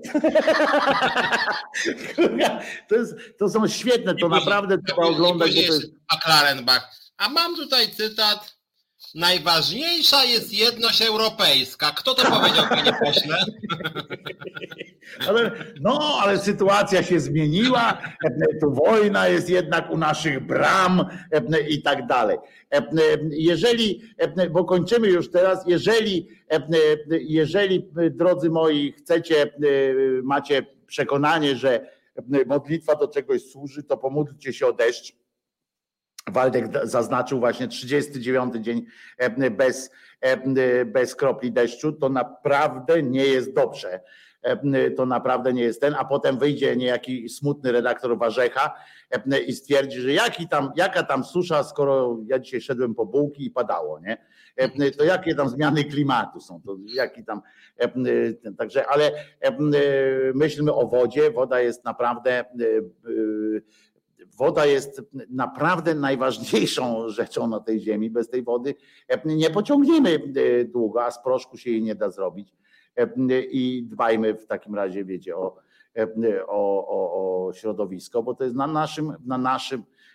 To jest. To są świetne, to naprawdę trzeba oglądać. Bo to jest... A Klarenbach. A mam tutaj cytat. Najważniejsza jest jedność europejska. Kto to powiedział, panie pośle? Ale, no, ale sytuacja się zmieniła. Tu wojna jest jednak u naszych bram i tak dalej. Jeżeli, bo kończymy już teraz, jeżeli, jeżeli, drodzy moi, chcecie, macie przekonanie, że modlitwa do czegoś służy, to pomódlcie się o deszcz. Waldek zaznaczył właśnie trzydziesty dziewiąty dzień bez, bez kropli deszczu, to naprawdę nie jest dobrze. To naprawdę nie jest ten, a potem wyjdzie niejaki smutny redaktor Warzecha i stwierdzi, że jaki tam, jaka tam susza, skoro ja dzisiaj szedłem po bułki i padało, nie? To jakie tam zmiany klimatu są, to jaki tam, także, ale myślmy o wodzie, woda jest naprawdę Woda jest naprawdę najważniejszą rzeczą na tej ziemi. Bez tej wody nie pociągniemy długo, a z proszku się jej nie da zrobić. I dbajmy w takim razie, wiecie, o, o, o, o środowisko, bo to jest na naszym, na naszym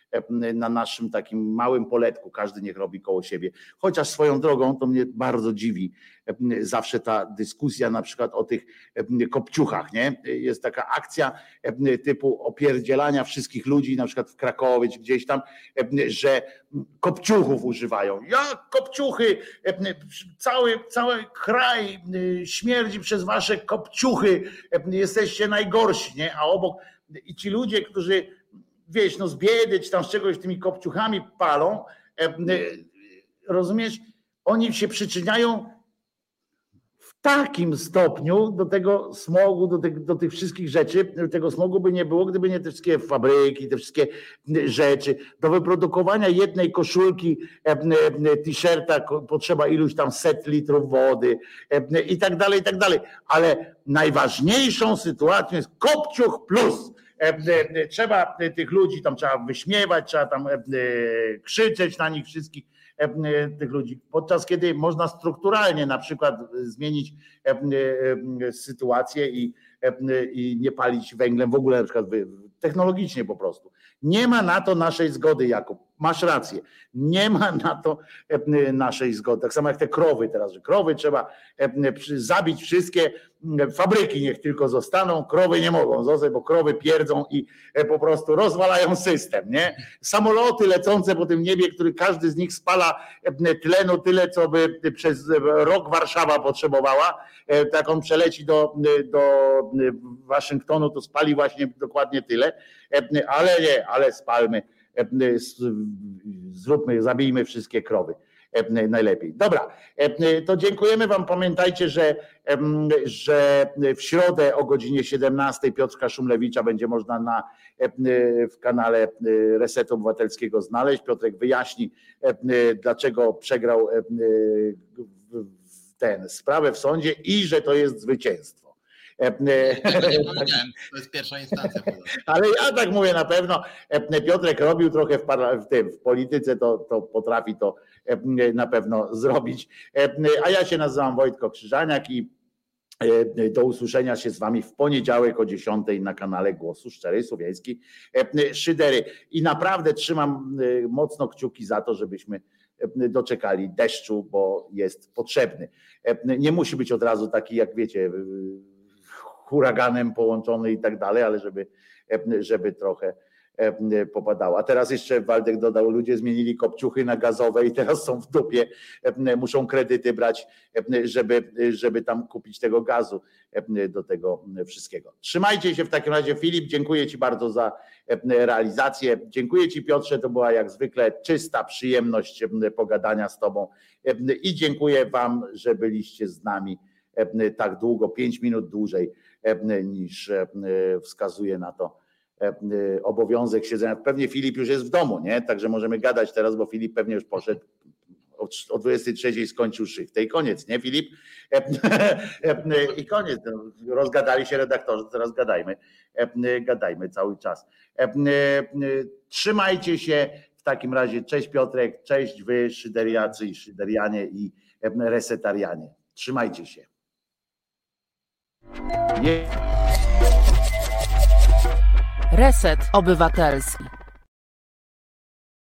na naszym takim małym poletku, każdy niech robi koło siebie. Chociaż swoją drogą to mnie bardzo dziwi zawsze ta dyskusja na przykład o tych kopciuchach, nie? Jest taka akcja typu opierdzielania wszystkich ludzi, na przykład w Krakowie czy gdzieś tam, że kopciuchów używają. Jak kopciuchy? Cały, cały kraj śmierdzi przez wasze kopciuchy, jesteście najgorsi, nie? A obok i ci ludzie, którzy wiesz, no z biedy czy tam z czegoś tymi kopciuchami palą, rozumiesz, oni się przyczyniają w takim stopniu do tego smogu, do tych, do tych wszystkich rzeczy, tego smogu by nie było, gdyby nie te wszystkie fabryki, te wszystkie rzeczy. Do wyprodukowania jednej koszulki, t-shirta potrzeba iluś tam set litrów wody i tak dalej, i tak dalej. Ale najważniejszą sytuacją jest kopciuch plus. Trzeba tych ludzi tam trzeba wyśmiewać, trzeba tam krzyczeć na nich wszystkich, tych ludzi, podczas kiedy można strukturalnie na przykład zmienić sytuację i, i nie palić węglem w ogóle, na przykład technologicznie po prostu. Nie ma na to naszej zgody, Jakub. Masz rację. Nie ma na to naszej zgody. Tak samo jak te krowy teraz, że krowy trzeba zabić wszystkie, fabryki niech tylko zostaną, krowy nie mogą zostać, bo krowy pierdzą i po prostu rozwalają system, nie? Samoloty lecące po tym niebie, który każdy z nich spala tlenu tyle, co by przez rok Warszawa potrzebowała, tak on przeleci do, do Waszyngtonu, to spali właśnie dokładnie tyle, ale nie, ale spalmy, zróbmy, zabijmy wszystkie krowy. Najlepiej. Dobra, to dziękujemy wam. Pamiętajcie, że, że w środę o godzinie siedemnastej Piotrka Szumlewicza będzie można na, w kanale Resetu Obywatelskiego znaleźć. Piotrek wyjaśni, dlaczego przegrał tę sprawę w sądzie i że to jest zwycięstwo. To jest pierwsza instancja. Ale ja tak mówię na pewno. Piotrek robił trochę w, parla- w, tym, w polityce, to, to potrafi to na pewno zrobić. A ja się nazywam Wojtko Krzyżaniak i do usłyszenia się z wami w poniedziałek o dziesiątej na kanale Głosu Szczerej Słowiańskiej Szydery. I naprawdę trzymam mocno kciuki za to, żebyśmy doczekali deszczu, bo jest potrzebny. Nie musi być od razu taki, jak wiecie, huraganem połączony i tak dalej, ale żeby, żeby trochę popadało. A teraz jeszcze Waldek dodał, ludzie zmienili kopciuchy na gazowe i teraz są w dupie, muszą kredyty brać, żeby, żeby tam kupić tego gazu do tego wszystkiego. Trzymajcie się w takim razie. Filip, dziękuję ci bardzo za realizację. Dziękuję ci, Piotrze, to była jak zwykle czysta przyjemność pogadania z tobą i dziękuję wam, że byliście z nami tak długo, pięć minut dłużej niż wskazuje na to obowiązek siedzenia. Pewnie Filip już jest w domu, nie? Także możemy gadać teraz, bo Filip pewnie już poszedł o dwudziestej trzeciej skończył szychtę i koniec, nie Filip? I koniec. Rozgadali się redaktorzy, teraz gadajmy. Gadajmy cały czas. Trzymajcie się w takim razie. Cześć Piotrek, cześć wy szyderiacy i szyderianie i resetarianie. Trzymajcie się. Nie. Reset Obywatelski.